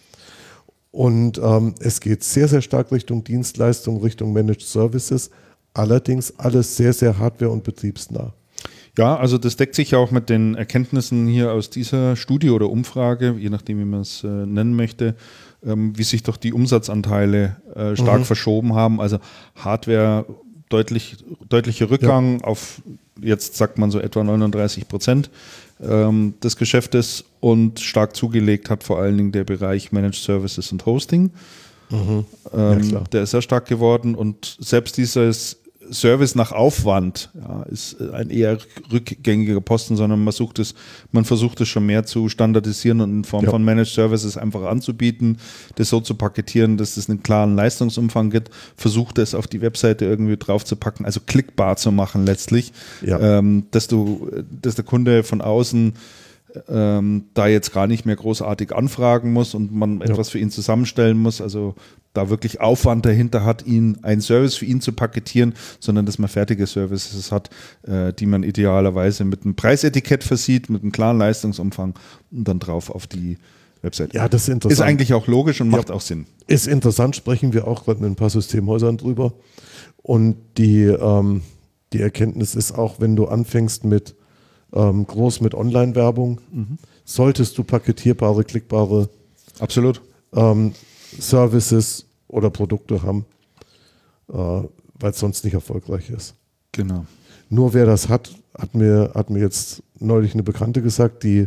Und ähm, es geht sehr, sehr stark Richtung Dienstleistung, Richtung Managed Services. Allerdings alles sehr, sehr hardware- und betriebsnah. Ja, also das deckt sich ja auch mit den Erkenntnissen hier aus dieser Studie oder Umfrage, je nachdem, wie man es äh, nennen möchte, ähm, wie sich doch die Umsatzanteile äh, stark mhm. verschoben haben. Also Hardware deutlich, deutlicher Rückgang ja. auf, jetzt sagt man so etwa neununddreißig Prozent ähm, des Geschäftes und stark zugelegt hat vor allen Dingen der Bereich Managed Services und Hosting. Mhm. Ähm, ja, der ist sehr stark geworden und selbst dieses Service nach Aufwand ja, ist ein eher rückgängiger Posten, sondern man sucht es, man versucht es schon mehr zu standardisieren und in Form ja. von Managed Services einfach anzubieten, das so zu paketieren, dass es einen klaren Leistungsumfang gibt, versucht es auf die Webseite irgendwie drauf zu packen, also klickbar zu machen letztlich, ja. ähm, dass du, dass der Kunde von außen ähm, da jetzt gar nicht mehr großartig anfragen muss und man ja. etwas für ihn zusammenstellen muss, also da wirklich Aufwand dahinter hat, ihn einen Service für ihn zu paketieren, sondern dass man fertige Services hat, äh, die man idealerweise mit einem Preisetikett versieht, mit einem klaren Leistungsumfang und dann drauf auf die Website. Ja, das ist interessant. Ist eigentlich auch logisch und macht ja, auch Sinn. Ist interessant, sprechen wir auch gerade mit ein paar Systemhäusern drüber. Und die, ähm, die Erkenntnis ist auch, wenn du anfängst mit ähm, groß mit Online-Werbung, mhm. solltest du paketierbare, klickbare Absolut. Ähm, Services oder Produkte haben, äh, weil es sonst nicht erfolgreich ist. Genau. Nur wer das hat, hat mir, hat mir jetzt neulich eine Bekannte gesagt, die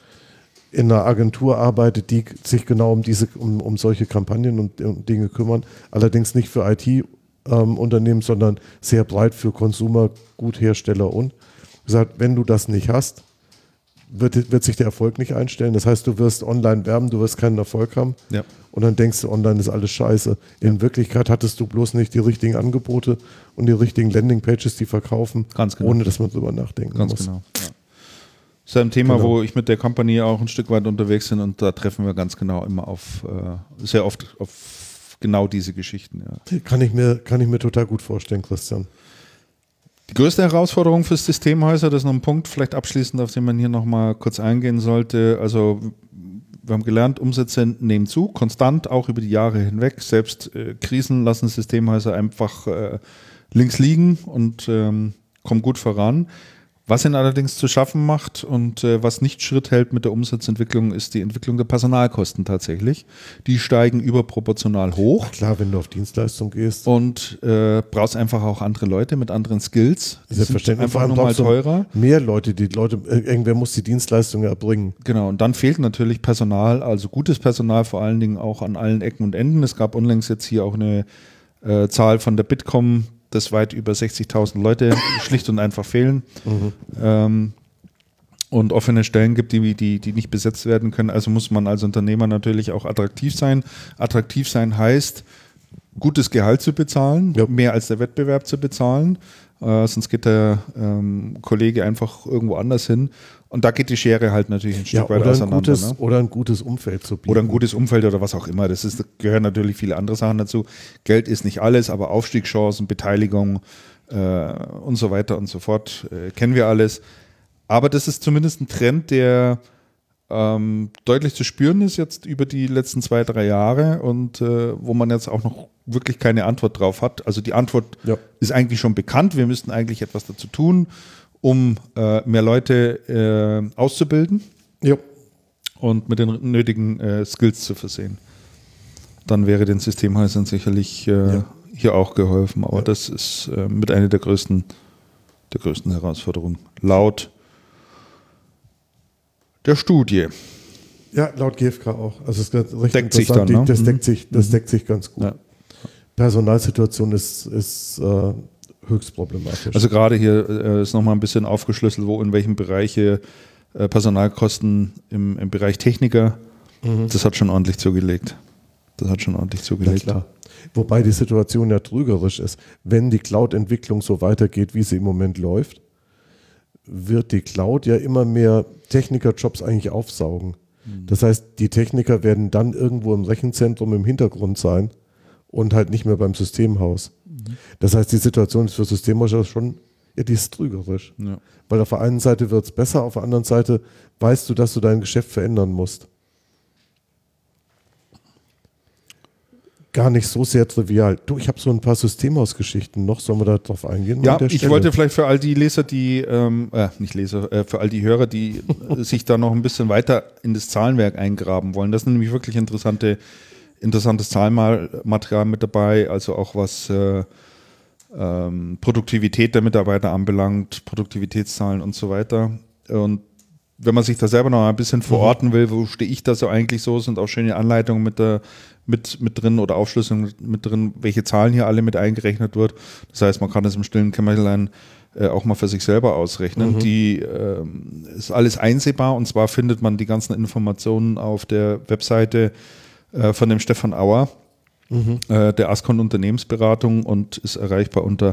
in einer Agentur arbeitet, die sich genau um diese, um, um solche Kampagnen und, und Dinge kümmern, allerdings nicht für I T-Unternehmen, ähm, sondern sehr breit für Consumer, Guthersteller und gesagt, wenn du das nicht hast, Wird, wird sich der Erfolg nicht einstellen. Das heißt, du wirst online werben, du wirst keinen Erfolg haben. Ja. Und dann denkst du, online ist alles scheiße. In ja. Wirklichkeit hattest du bloß nicht die richtigen Angebote und die richtigen Landingpages, die verkaufen, Ganz genau. ohne dass man drüber nachdenken Ganz muss. Genau. Ja. Das ist ein Thema, genau. wo ich mit der Company auch ein Stück weit unterwegs bin und da treffen wir ganz genau immer auf, äh, sehr oft auf genau diese Geschichten. Ja. Kann ich mir, kann ich mir total gut vorstellen, Christian. Die größte Herausforderung für Systemhäuser, das ist noch ein Punkt, vielleicht abschließend, auf den man hier nochmal kurz eingehen sollte. Also wir haben gelernt, Umsätze nehmen zu, konstant, auch über die Jahre hinweg. Selbst äh, Krisen lassen Systemhäuser einfach äh, links liegen und ähm, kommen gut voran. Was ihn allerdings zu schaffen macht und äh, was nicht Schritt hält mit der Umsatzentwicklung, ist die Entwicklung der Personalkosten tatsächlich. Die steigen überproportional hoch. Ach klar, wenn du auf Dienstleistung gehst. Und äh, brauchst einfach auch andere Leute mit anderen Skills. Die sind einfach nochmal teurer. Mehr Leute, die Leute, irgendwer muss die Dienstleistung erbringen. Genau, und dann fehlt natürlich Personal, also gutes Personal vor allen Dingen auch an allen Ecken und Enden. Es gab unlängst jetzt hier auch eine äh, Zahl von der Bitkom, dass weit über sechzigtausend Leute schlicht und einfach fehlen mhm. ähm, und offene Stellen gibt, die, die, die nicht besetzt werden können. Also muss man als Unternehmer natürlich auch attraktiv sein. Attraktiv sein heißt, gutes Gehalt zu bezahlen, ja. mehr als der Wettbewerb zu bezahlen. Äh, sonst geht der ähm, Kollege einfach irgendwo anders hin. Und da geht die Schere halt natürlich ein Stück ja, weit oder auseinander. Ein gutes, ne? Oder ein gutes Umfeld zu bieten. Oder ein gutes Umfeld oder was auch immer. Das ist, da gehören natürlich viele andere Sachen dazu. Geld ist nicht alles, aber Aufstiegschancen, Beteiligung äh, und so weiter und so fort äh, kennen wir alles. Aber das ist zumindest ein Trend, der ähm, deutlich zu spüren ist jetzt über die letzten zwei, drei Jahre und äh, wo man jetzt auch noch wirklich keine Antwort drauf hat. Also die Antwort ja. ist eigentlich schon bekannt. Wir müssten eigentlich etwas dazu tun, um äh, mehr Leute äh, auszubilden ja. und mit den nötigen äh, Skills zu versehen. Dann wäre den Systemhäusern sicherlich äh, ja. hier auch geholfen. Aber ja. das ist äh, mit einer der größten, der größten Herausforderungen. Laut der Studie. Ja, laut G f K auch. Also es ist recht deckt sich dann, ne? Das, mhm. deckt sich, das mhm. deckt sich ganz gut. Ja. Personalsituation ist, ist äh, höchst problematisch. Also gerade hier äh, ist nochmal ein bisschen aufgeschlüsselt, wo in welchen Bereiche äh, Personalkosten im, im Bereich Techniker, mhm. das hat schon ordentlich zugelegt. Das hat schon ordentlich zugelegt. Ja, klar. Wobei die Situation ja trügerisch ist. Wenn die Cloud-Entwicklung so weitergeht, wie sie im Moment läuft, wird die Cloud ja immer mehr Technikerjobs eigentlich aufsaugen. Das heißt, die Techniker werden dann irgendwo im Rechenzentrum im Hintergrund sein und halt nicht mehr beim Systemhaus. Mhm. Das heißt, die Situation ist für Systemhaus schon, ja, die ist trügerisch. Ja. Weil auf der einen Seite wird es besser, auf der anderen Seite weißt du, dass du dein Geschäft verändern musst. Gar nicht so sehr trivial. Du, ich habe so ein paar Systemhausgeschichten noch. Sollen wir da drauf eingehen? Ja, ich Stelle? wollte vielleicht für all die Leser, die, ähm, äh, nicht Leser, äh, für all die Hörer, die sich da noch ein bisschen weiter in das Zahlenwerk eingraben wollen. Das ist nämlich wirklich interessante, interessantes Zahlenmaterial mit dabei, also auch was äh, ähm, Produktivität der Mitarbeiter anbelangt, Produktivitätszahlen und so weiter. Und wenn man sich da selber noch ein bisschen verorten will, wo stehe ich da so eigentlich so, sind auch schöne Anleitungen mit, der, mit, mit drin oder Aufschlüsselungen mit drin, welche Zahlen hier alle mit eingerechnet wird. Das heißt, man kann das im stillen Kämmerlein äh, auch mal für sich selber ausrechnen. Mhm. Die äh, ist alles einsehbar und zwar findet man die ganzen Informationen auf der Webseite äh, von dem Stefan Auer, mhm. äh, der Ascon Unternehmensberatung und ist erreichbar unter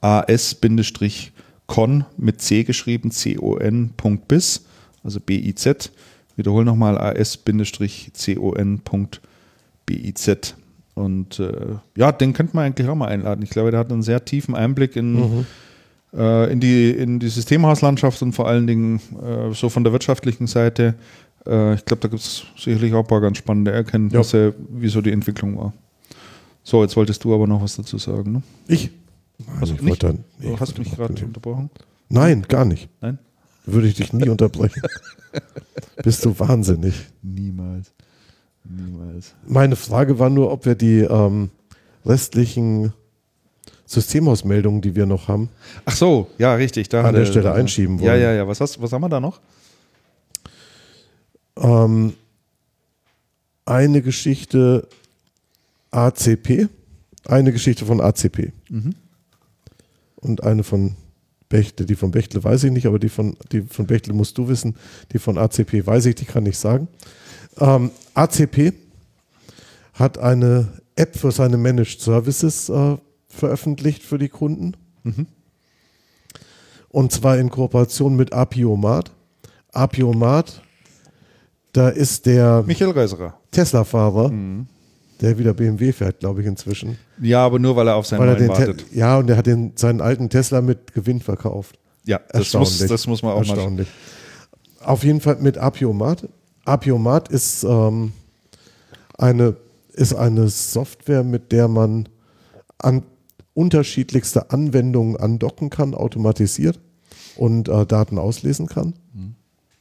as-con mit C geschrieben, C O N Punkt biz. Also B I Z, wiederhole nochmal as-con Punkt biz. Und äh, ja, den könnte man eigentlich auch mal einladen. Ich glaube, der hat einen sehr tiefen Einblick in, mhm. äh, in, die, in die Systemhauslandschaft und vor allen Dingen äh, so von der wirtschaftlichen Seite. Äh, ich glaube, da gibt es sicherlich auch ein paar ganz spannende Erkenntnisse, ja. wie so die Entwicklung war. So, jetzt wolltest du aber noch was dazu sagen, ne? Ich? Also ich wollte dann, ich hast du mich gerade unterbrochen? Nein, gar nicht. Nein? Würde ich dich nie unterbrechen. Bist du wahnsinnig. Niemals. Niemals. Meine Frage war nur, ob wir die ähm, restlichen Systemhausmeldungen, die wir noch haben, ach so, ja, richtig. Da an der Stelle da, einschieben wollen. Ja, ja, ja. Was, hast, was haben wir da noch? Ähm, eine Geschichte A C P, eine Geschichte von A C P mhm. und eine von Bechtle. Die von Bechtle weiß ich nicht, aber die von, die von Bechtle musst du wissen. Die von A C P weiß ich, die kann ich sagen. Ähm, A C P hat eine App für seine Managed Services äh, veröffentlicht für die Kunden. Mhm. Und zwar in Kooperation mit Apiomat. Apiomat, da ist der Michael Reiserer, Tesla-Fahrer, mhm. der wieder B M W fährt, glaube ich, inzwischen. Ja, aber nur, weil er auf seinen neuen wartet. Te- ja, und er hat den, seinen alten Tesla mit Gewinn verkauft. Ja, das muss, das muss man auch Erstaunlich. Mal. Auf jeden Fall mit Apiomat. Apiomat ist, ähm, eine, ist eine Software, mit der man an unterschiedlichste Anwendungen andocken kann, automatisiert und äh, Daten auslesen kann. Mhm.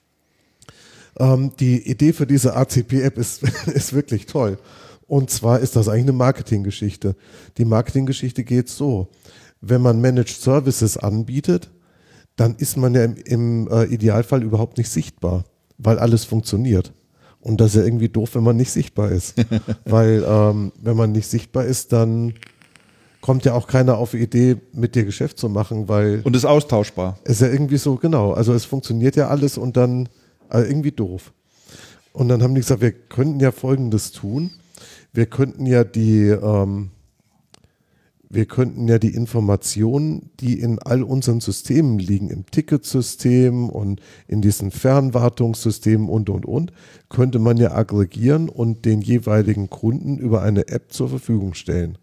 Ähm, die Idee für diese A C P-App ist, ist wirklich toll. Und zwar ist das eigentlich eine Marketinggeschichte. Die Marketinggeschichte geht so: Wenn man Managed Services anbietet, dann ist man ja im, im äh, Idealfall überhaupt nicht sichtbar, weil alles funktioniert. Und das ist ja irgendwie doof, wenn man nicht sichtbar ist. Weil ähm, wenn man nicht sichtbar ist, dann kommt ja auch keiner auf die Idee, mit dir Geschäft zu machen, weil... Und ist austauschbar. Ist ja irgendwie so, genau. Also es funktioniert ja alles und dann also irgendwie doof. Und dann haben die gesagt, wir könnten ja Folgendes tun. Wir könnten ja die... Ähm, Wir könnten ja die Informationen, die in all unseren Systemen liegen, im Ticketsystem und in diesen Fernwartungssystemen und, und, und, könnte man ja aggregieren und den jeweiligen Kunden über eine App zur Verfügung stellen.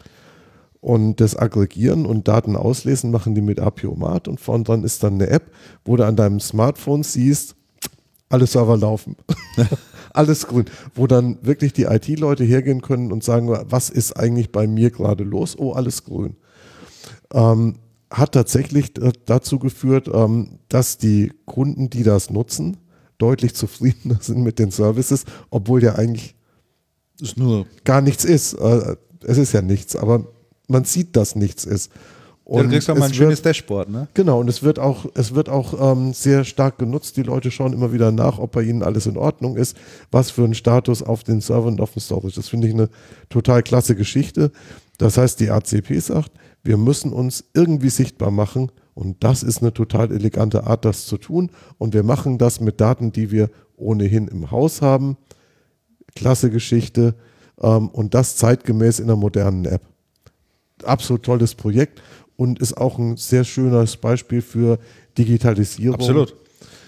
Und das Aggregieren und Daten auslesen machen die mit Apiomat und vorn dran ist dann eine App, wo du an deinem Smartphone siehst, alle Server laufen. Alles grün, wo dann wirklich die I T-Leute hergehen können und sagen, was ist eigentlich bei mir gerade los? Oh, alles grün. Ähm, hat tatsächlich dazu geführt, ähm, dass die Kunden, die das nutzen, deutlich zufriedener sind mit den Services, obwohl ja eigentlich ist nur gar nichts ist. Äh, es ist ja nichts, aber man sieht, dass nichts ist. Und ja, du kriegst auch mal ein schönes wird, Dashboard, ne? Genau, und es wird auch, es wird auch ähm, sehr stark genutzt. Die Leute schauen immer wieder nach, ob bei ihnen alles in Ordnung ist, was für ein Status auf den Servern und auf dem Storage. Das finde ich eine total klasse Geschichte. Das heißt, die A C P sagt, wir müssen uns irgendwie sichtbar machen und das ist eine total elegante Art, das zu tun. Und wir machen das mit Daten, die wir ohnehin im Haus haben. Klasse Geschichte ähm, und das zeitgemäß in einer modernen App. Absolut tolles Projekt. Und ist auch ein sehr schönes Beispiel für Digitalisierung. Absolut.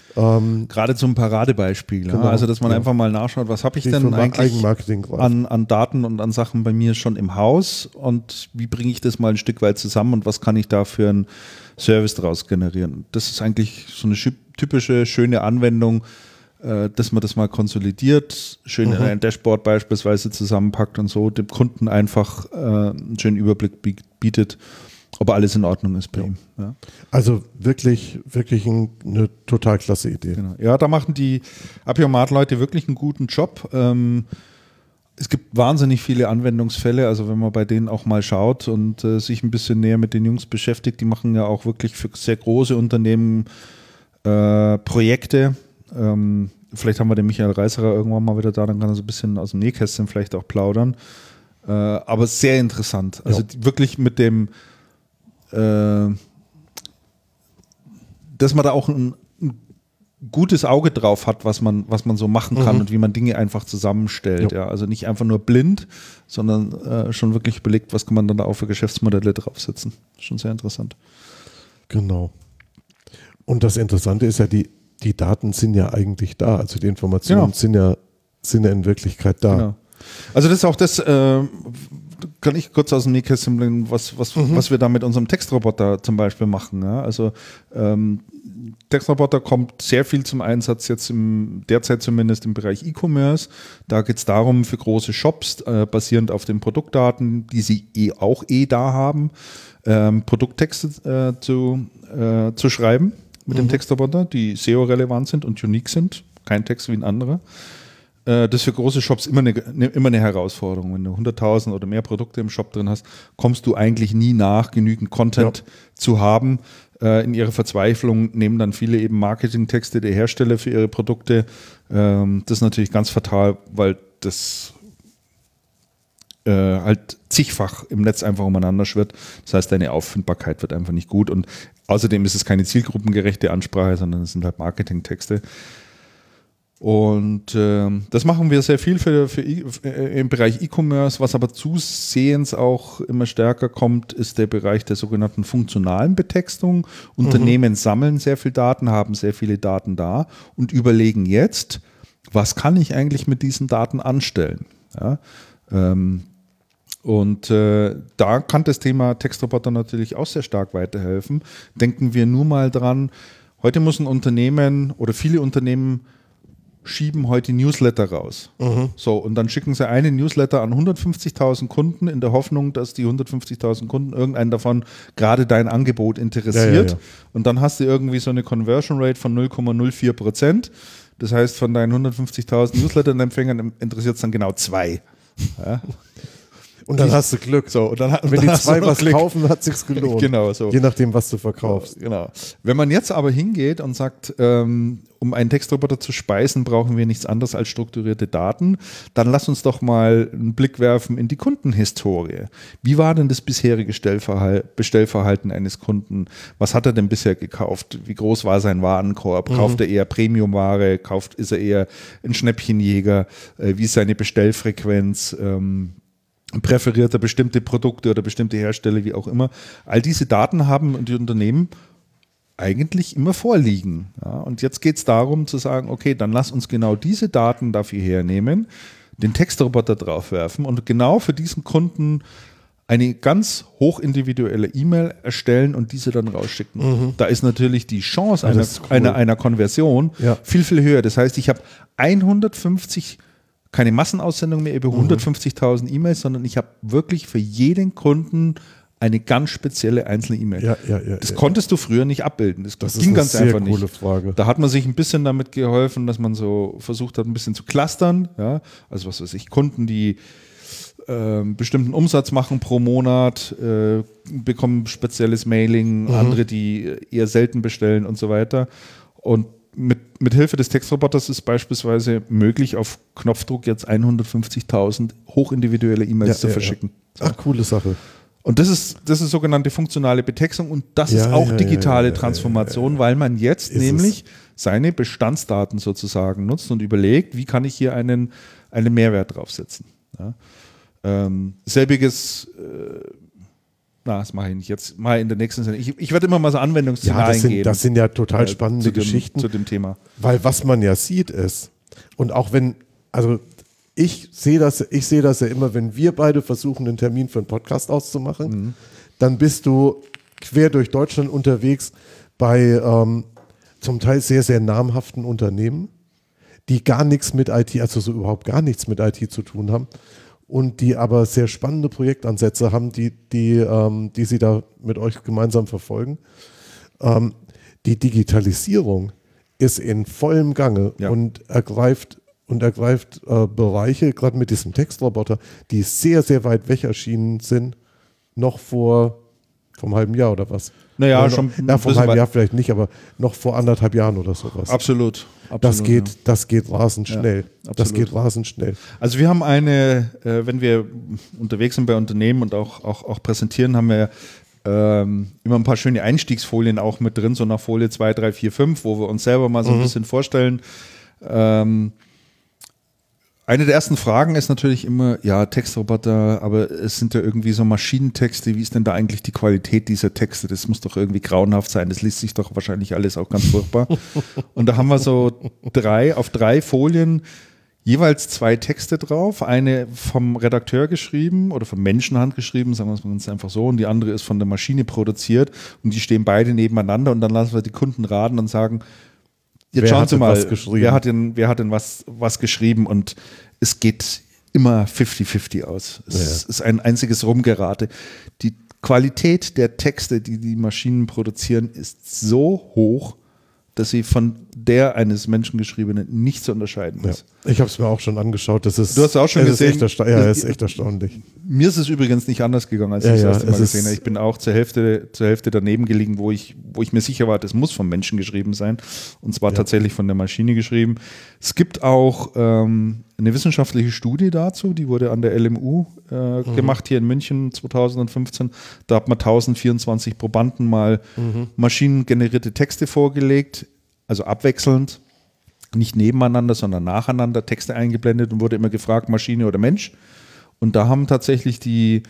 Ähm, Gerade zum Paradebeispiel. Genau, ja? Also, dass man ja. einfach mal nachschaut, was habe ich Die denn für eigentlich Eigenmarketing greifen. an, an Daten und an Sachen bei mir schon im Haus und wie bringe ich das mal ein Stück weit zusammen und was kann ich da für einen Service daraus generieren. Das ist eigentlich so eine typische, schöne Anwendung, äh, dass man das mal konsolidiert, schön Mhm. in ein Dashboard beispielsweise zusammenpackt und so dem Kunden einfach äh, einen schönen Überblick bietet, ob alles in Ordnung ist bei Ja. ihm. Ja. Also wirklich, wirklich ein, eine total klasse Idee. Genau. Ja, da machen die Apiomat-Leute wirklich einen guten Job. Ähm, es gibt wahnsinnig viele Anwendungsfälle, also wenn man bei denen auch mal schaut und äh, sich ein bisschen näher mit den Jungs beschäftigt, die machen ja auch wirklich für sehr große Unternehmen äh, Projekte. Ähm, vielleicht haben wir den Michael Reißerer irgendwann mal wieder da, dann kann er so ein bisschen aus dem Nähkästchen vielleicht auch plaudern. Äh, aber sehr interessant. Also Ja. die, wirklich mit dem äh, dass man da auch ein, ein gutes Auge drauf hat, was man, was man so machen kann Mhm. und wie man Dinge einfach zusammenstellt. Ja. Ja. Also nicht einfach nur blind, sondern äh, schon wirklich überlegt, was kann man dann da auch für Geschäftsmodelle draufsetzen. Schon sehr interessant. Genau. Und das Interessante ist ja, die, die Daten sind ja eigentlich da. Also die Informationen Genau. sind, ja, sind ja in Wirklichkeit da. Genau. Also das ist auch das, äh, kann ich kurz aus dem Nähkästchen bringen, was, was, Mhm. was wir da mit unserem Textroboter zum Beispiel machen. Ja? Also ähm, Textroboter kommt sehr viel zum Einsatz jetzt im, derzeit zumindest im Bereich E-Commerce. Da geht es darum, für große Shops, äh, basierend auf den Produktdaten, die sie eh auch eh da haben, ähm, Produkttexte äh, zu, äh, zu schreiben mit Mhm. dem Textroboter, die S E O-relevant sind und unique sind. Kein Text wie ein anderer. Das ist für große Shops immer eine, immer eine Herausforderung. Wenn du hunderttausend oder mehr Produkte im Shop drin hast, kommst du eigentlich nie nach, genügend Content Ja. zu haben. In ihrer Verzweiflung nehmen dann viele eben Marketingtexte der Hersteller für ihre Produkte. Das ist natürlich ganz fatal, weil das halt zigfach im Netz einfach umeinander schwirrt. Das heißt, deine Auffindbarkeit wird einfach nicht gut. Und außerdem ist es keine zielgruppengerechte Ansprache, sondern es sind halt Marketingtexte. Und äh, das machen wir sehr viel für, für äh, im Bereich E-Commerce. Was aber zusehends auch immer stärker kommt, ist der Bereich der sogenannten funktionalen Betextung. Unternehmen mhm. sammeln sehr viel Daten, haben sehr viele Daten da und überlegen jetzt, was kann ich eigentlich mit diesen Daten anstellen? Ja, ähm, und äh, da kann das Thema Textroboter natürlich auch sehr stark weiterhelfen. Denken wir nur mal dran, heute muss ein Unternehmen oder viele Unternehmen schieben heute Newsletter raus. Mhm. So, und dann schicken sie einen Newsletter an hundertfünfzigtausend Kunden in der Hoffnung, dass die hundertfünfzigtausend Kunden irgendeinen davon gerade dein Angebot interessiert. Ja, ja, ja. Und dann hast du irgendwie so eine Conversion Rate von null Komma null vier Prozent. Das heißt, von deinen hundertfünfzigtausend Newsletter-Empfängern interessiert es dann genau zwei. Ja. Und dann hast du Glück. So, und dann, und Wenn dann die zwei was Glück. kaufen, hat sich's gelohnt. Genau so. Je nachdem, was du verkaufst. Genau. Wenn man jetzt aber hingeht und sagt, ähm, um einen Textroboter zu speisen, brauchen wir nichts anderes als strukturierte Daten, dann lass uns doch mal einen Blick werfen in die Kundenhistorie. Wie war denn das bisherige Bestellverhalten eines Kunden? Was hat er denn bisher gekauft? Wie groß war sein Warenkorb? Kauft mhm. er eher Premiumware? Kauft, ist er eher ein Schnäppchenjäger? Äh, wie ist seine Bestellfrequenz? Ähm, präferiert er bestimmte Produkte oder bestimmte Hersteller, wie auch immer. All diese Daten haben die Unternehmen eigentlich immer vorliegen. Ja, und jetzt geht es darum zu sagen, okay, dann lass uns genau diese Daten dafür hernehmen, den Textroboter draufwerfen und genau für diesen Kunden eine ganz hochindividuelle E-Mail erstellen und diese dann rausschicken. Mhm. Da ist natürlich die Chance ja, einer, cool. einer, einer Konversion ja. viel, viel höher. Das heißt, ich habe hundertfünfzig keine Massenaussendung mehr über hundertfünfzigtausend E-Mails, sondern ich habe wirklich für jeden Kunden eine ganz spezielle einzelne E-Mail. Ja, ja, ja, das ja, konntest ja. du früher nicht abbilden. Das, das ging ist ganz eine sehr einfach coole nicht. Frage. Da hat man sich ein bisschen damit geholfen, dass man so versucht hat, ein bisschen zu clustern. Ja? Also was weiß ich, Kunden, die äh, bestimmten Umsatz machen pro Monat, äh, bekommen spezielles Mailing, mhm. andere, die eher selten bestellen und so weiter. Und Mit, mit Hilfe des Textroboters ist beispielsweise möglich, auf Knopfdruck jetzt hundertfünfzigtausend hochindividuelle E-Mails ja, zu ja, verschicken. Ja. Ach, coole Sache. Und das ist, das ist sogenannte funktionale Betextung und das ja, ist auch ja, digitale ja, ja, Transformation, ja, ja. weil man jetzt ist nämlich es. seine Bestandsdaten sozusagen nutzt und überlegt, wie kann ich hier einen, einen Mehrwert draufsetzen. Ja. Ähm, selbiges äh, Na, das mache ich nicht. Jetzt mal in der nächsten Sendung. Ich, ich werde immer mal so Ja, Anwendungsszenarien das sind, geben. das sind ja total äh, spannende zu dem, Geschichten. Zu dem Thema. Weil was man ja sieht ist, und auch wenn, also ich sehe das, ich sehe das ja immer, wenn wir beide versuchen, einen Termin für einen Podcast auszumachen, mhm. dann bist du quer durch Deutschland unterwegs bei ähm, zum Teil sehr, sehr namhaften Unternehmen, die gar nichts mit I T, also so überhaupt gar nichts mit I T zu tun haben und die aber sehr spannende Projektansätze haben, die, die, ähm, die sie da mit euch gemeinsam verfolgen. Ähm, die Digitalisierung ist in vollem Gange Ja. und ergreift, und ergreift äh, Bereiche, gerade mit diesem Textroboter, die sehr, sehr weit weg erschienen sind, noch vor vom halben Jahr oder was? Naja, oder schon noch, na, vom halben Jahr vielleicht nicht, aber noch vor anderthalb Jahren oder sowas. Absolut. absolut das, geht, ja. das geht rasend schnell. Ja, das geht rasend schnell. Also wir haben eine, äh, wenn wir unterwegs sind bei Unternehmen und auch, auch, auch präsentieren, haben wir ähm, immer ein paar schöne Einstiegsfolien auch mit drin, so nach Folie zwei, drei, vier, fünf, wo wir uns selber mal so ein mhm. bisschen vorstellen. Ähm, Eine der ersten Fragen ist natürlich immer, ja, Textroboter, aber es sind ja irgendwie so Maschinentexte, wie ist denn da eigentlich die Qualität dieser Texte? Das muss doch irgendwie grauenhaft sein, das liest sich doch wahrscheinlich alles auch ganz furchtbar. Und da haben wir so drei, auf drei Folien jeweils zwei Texte drauf, eine vom Redakteur geschrieben oder von Menschenhand geschrieben, sagen wir es mal ganz einfach so, und die andere ist von der Maschine produziert und die stehen beide nebeneinander und dann lassen wir die Kunden raten und sagen, jetzt wer schauen hat Sie denn mal, was geschrieben? wer hat denn, wer hat denn was, was geschrieben und es geht immer fifty fifty aus. Es Ja. ist ein einziges Rumgerate. Die Qualität der Texte, die die Maschinen produzieren, ist so hoch, dass sie von der eines Menschengeschriebenen nicht zu unterscheiden Ja. ist. Ich habe es mir auch schon angeschaut. Das ist, Du hast es auch schon es gesehen? Ist echt ersta- ja, es ist echt erstaunlich. Mir ist es übrigens nicht anders gegangen, als Ja, ich es ja, das erste Mal es ist- gesehen habe. Ich bin auch zur Hälfte, zur Hälfte daneben gelegen, wo ich, wo ich mir sicher war, das muss vom Menschen geschrieben sein. Und zwar Ja. tatsächlich von der Maschine geschrieben. Es gibt auch ähm, eine wissenschaftliche Studie dazu, die wurde an der L M U äh, Mhm. gemacht hier in München zweitausendfünfzehn. Da hat man tausendvierundzwanzig Probanden mal Mhm. maschinengenerierte Texte vorgelegt, also abwechselnd. Nicht nebeneinander, sondern nacheinander Texte eingeblendet und wurde immer gefragt, Maschine oder Mensch. Und da haben tatsächlich die,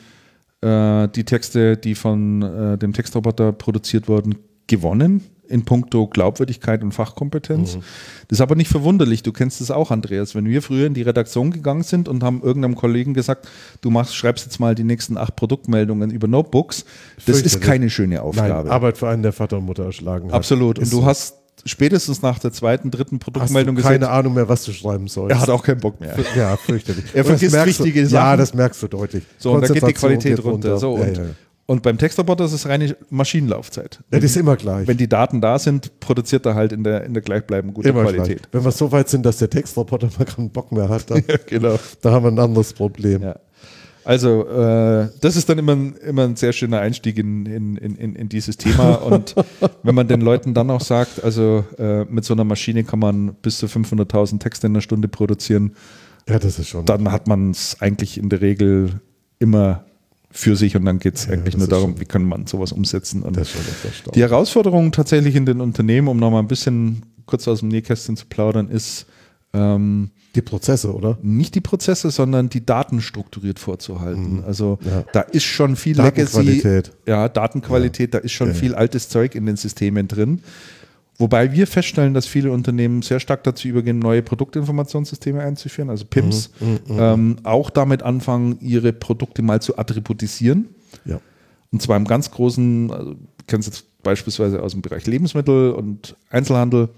äh, die Texte, die von äh, dem Textroboter produziert wurden, gewonnen in puncto Glaubwürdigkeit und Fachkompetenz. Mhm. Das ist aber nicht verwunderlich, du kennst es auch, Andreas. Wenn wir früher in die Redaktion gegangen sind und haben irgendeinem Kollegen gesagt, du machst, schreibst jetzt mal die nächsten acht Produktmeldungen über Notebooks, das ist Fürchterlich. keine schöne Aufgabe. Nein, Arbeit für einen, der Vater und Mutter erschlagen hat. Absolut. Und Ist du so. hast spätestens nach der zweiten, dritten Hast du Produktmeldung keine gesagt, Ahnung mehr, was du schreiben sollst. er hat auch keinen Bock mehr. Ja, fürchterlich. Er Und das vergisst merkst wichtige du, Sachen. Ja, das merkst du deutlich. So, und da geht die Konzentration Qualität geht runter. So, Ja, und, ja, ja. und beim Textroboter ist es reine Maschinenlaufzeit. Ja, das ist immer gleich. Wenn die Daten da sind, produziert er halt in der, in der gleichbleibenden guten immer Qualität. gleich. Wenn wir so weit sind, dass der Textroboter mal keinen Bock mehr hat, dann, Genau. da haben wir ein anderes Problem. Ja. Also, äh, das ist dann immer ein, immer ein sehr schöner Einstieg in, in, in, in dieses Thema. Und wenn man den Leuten dann auch sagt, also äh, mit so einer Maschine kann man bis zu fünfhunderttausend Texte in einer Stunde produzieren, Ja, das ist schon. dann hat man es eigentlich in der Regel immer für sich und dann geht es Ja, eigentlich das nur ist darum, schon- wie kann man sowas umsetzen. Und das ist schon echt erstaunlich. die Herausforderung tatsächlich in den Unternehmen, um nochmal ein bisschen kurz aus dem Nähkästchen zu plaudern, ist ähm, Die Prozesse, oder? nicht die Prozesse, sondern die Daten strukturiert vorzuhalten. Also Ja. da ist schon viel Legacy, Datenqualität. ja, Datenqualität, da ist schon Ja, ja. viel altes Zeug in den Systemen drin. Wobei wir feststellen, dass viele Unternehmen sehr stark dazu übergehen, neue Produktinformationssysteme einzuführen, also P I Ms, ähm, auch damit anfangen, ihre Produkte mal zu attributisieren. Ja. Und zwar im ganz großen, also, du kennst jetzt beispielsweise aus dem Bereich Lebensmittel und Einzelhandel,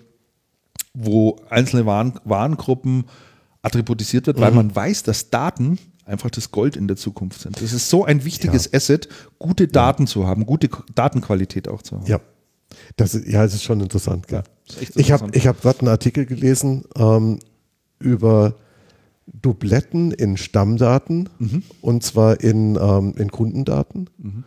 wo einzelne Waren, Warengruppen attributisiert wird, weil man weiß, dass Daten einfach das Gold in der Zukunft sind. Das ist so ein wichtiges Ja. Asset, gute Daten zu haben, gute K- Datenqualität auch zu haben. Ja. Das ist, ja, es ist schon interessant. Gell? ist echt Ich habe interessant. ich hab gerade einen Artikel gelesen ähm, über Dubletten in Stammdaten Mhm. und zwar in, ähm, in Kundendaten.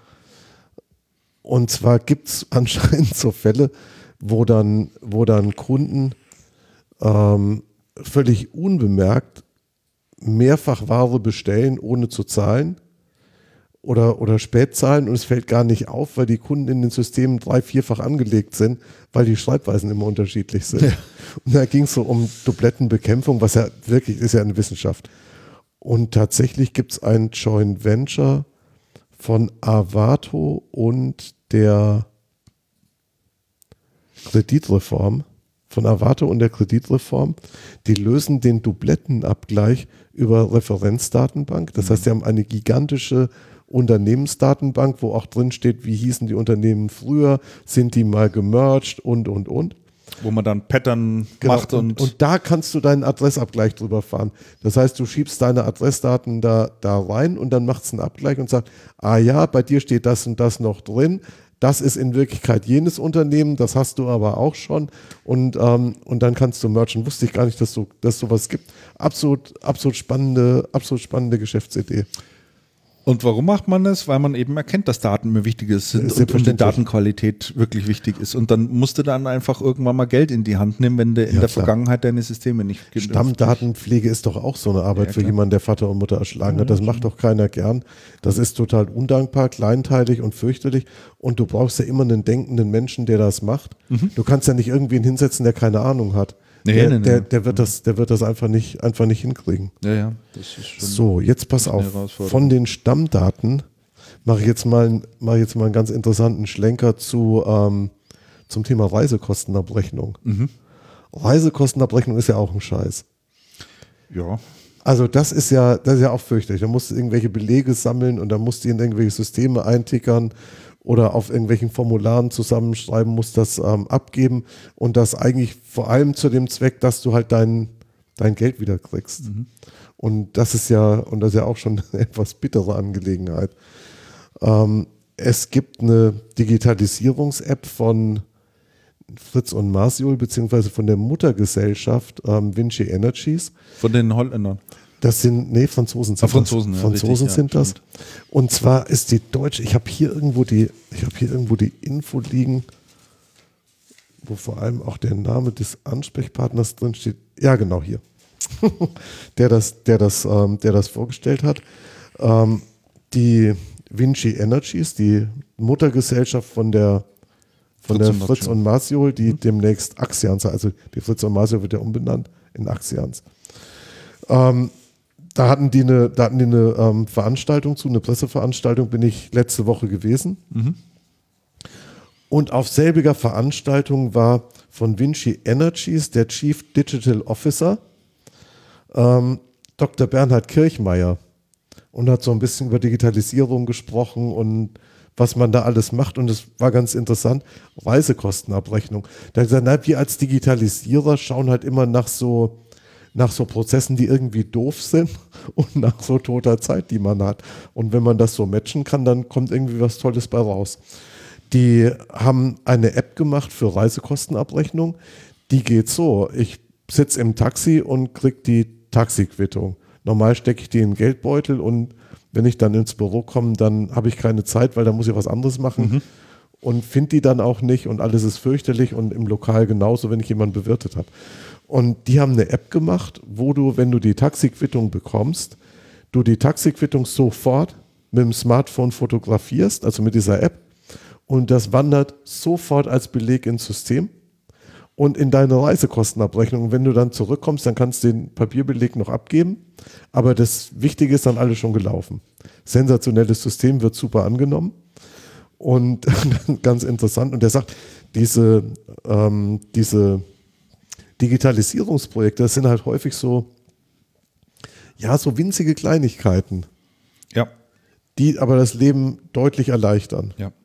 Und zwar gibt es anscheinend so Fälle, wo dann, wo dann Kunden ähm, völlig unbemerkt mehrfach Ware bestellen, ohne zu zahlen oder, oder spät zahlen und es fällt gar nicht auf, weil die Kunden in den Systemen drei-, vierfach angelegt sind, weil die Schreibweisen immer unterschiedlich sind. Und da ging es so um Dublettenbekämpfung, was ja wirklich ist ja eine Wissenschaft. Und tatsächlich gibt es ein Joint Venture von Arvato und der Kreditreform, von Arvato und der Kreditreform, die lösen den Dublettenabgleich über Referenzdatenbank. Das heißt, sie haben eine gigantische Unternehmensdatenbank, wo auch drin steht, wie hießen die Unternehmen früher, sind die mal gemerged und, und, und. Wo man dann Pattern Genau, macht und, und, und da kannst du deinen Adressabgleich drüber fahren. Das heißt, du schiebst deine Adressdaten da, da rein und dann macht es einen Abgleich und sagt, ah ja, bei dir steht das und das noch drin. Das ist in Wirklichkeit jenes Unternehmen, das hast du aber auch schon und, ähm, und dann kannst du merchen. Wusste ich gar nicht, dass so, dass sowas gibt. Absolut, absolut spannende, absolut spannende Geschäftsidee. Und warum macht man das? Weil man eben erkennt, dass Daten immer wichtig sind und, und die Datenqualität wirklich wichtig ist. Und dann musst du dann einfach irgendwann mal Geld in die Hand nehmen, wenn du in Ja, der klar. Vergangenheit deine Systeme nicht genutzt. Stammdatenpflege ist doch auch so eine Arbeit Ja, für klar. jemanden, der Vater und Mutter erschlagen hat. Das macht doch keiner gern. Das ist total undankbar, kleinteilig und fürchterlich. Und du brauchst ja immer einen denkenden Menschen, der das macht. Du kannst ja nicht irgendwen hinsetzen, der keine Ahnung hat. Nee, der, nee, nee. der, der, wird das, der wird das einfach nicht, einfach nicht hinkriegen. Ja, ja, das ist schon. So, jetzt pass eine auf. Herausforderung. Von den Stammdaten mache ich jetzt mal, mache ich jetzt mal einen ganz interessanten Schlenker zu, ähm, zum Thema Reisekostenabrechnung. Mhm. Reisekostenabrechnung ist ja auch ein Scheiß. Ja. Also das ist ja, das ist ja auch fürchterlich. Da musst du irgendwelche Belege sammeln und dann musst du in irgendwelche Systeme eintickern oder auf irgendwelchen Formularen zusammenschreiben, musst das ähm, abgeben und das eigentlich vor allem zu dem Zweck, dass du halt dein, dein Geld wieder kriegst. Mhm. Und das ist ja, und das ist ja auch schon eine etwas bittere Angelegenheit. Ähm, es gibt eine Digitalisierungs-App von Fritz und Marsiol, beziehungsweise von der Muttergesellschaft ähm, Vinci Energies. Von den Holländern. Das sind, nee, Franzosen sind Ah, Franzosen, das. ja, Franzosen richtig, ja, sind das. stimmt. Und zwar ist die deutsche, ich habe hier irgendwo die, ich habe hier irgendwo die Info liegen, wo vor allem auch der Name des Ansprechpartners drin steht. Ja, genau hier. der das, der das, ähm, der das vorgestellt hat. Ähm, die Vinci Energies, die Muttergesellschaft von der von Fritz der und Fritz Martial. und Marsiol, die mhm. demnächst Axians, also die Fritz und Marsiol wird ja umbenannt in Axians. Ähm, da hatten die eine, da hatten die eine ähm, Veranstaltung zu, eine Presseveranstaltung, bin ich letzte Woche gewesen. Mhm. Und auf selbiger Veranstaltung war von Vinci Energies der Chief Digital Officer, ähm, Doktor Bernhard Kirchmeier, und hat so ein bisschen über Digitalisierung gesprochen und was man da alles macht. Und es war ganz interessant, Reisekostenabrechnung. Da hat er gesagt, na, wir als Digitalisierer schauen halt immer nach so, nach so Prozessen, die irgendwie doof sind und nach so toter Zeit, die man hat. Und wenn man das so matchen kann, dann kommt irgendwie was Tolles bei raus. Die haben eine App gemacht für Reisekostenabrechnung. Die geht so, ich sitze im Taxi und kriege die Taxiquittung. Normal stecke ich die in den Geldbeutel und wenn ich dann ins Büro komme, dann habe ich keine Zeit, weil dann muss ich was anderes machen mhm. und finde die dann auch nicht und alles ist fürchterlich und im Lokal genauso, wenn ich jemanden bewirtet habe. Und die haben eine App gemacht, wo du, wenn du die Taxiquittung bekommst, du die Taxiquittung sofort mit dem Smartphone fotografierst, also mit dieser App, und das wandert sofort als Beleg ins System und in deine Reisekostenabrechnung. Und wenn du dann zurückkommst, dann kannst du den Papierbeleg noch abgeben. Aber das Wichtige ist dann alles schon gelaufen. Sensationelles System, wird super angenommen. Und ganz interessant. Und der sagt, diese, ähm, diese Digitalisierungsprojekte, das sind halt häufig so, ja, so winzige Kleinigkeiten. Ja. Die aber das Leben deutlich erleichtern. Ja.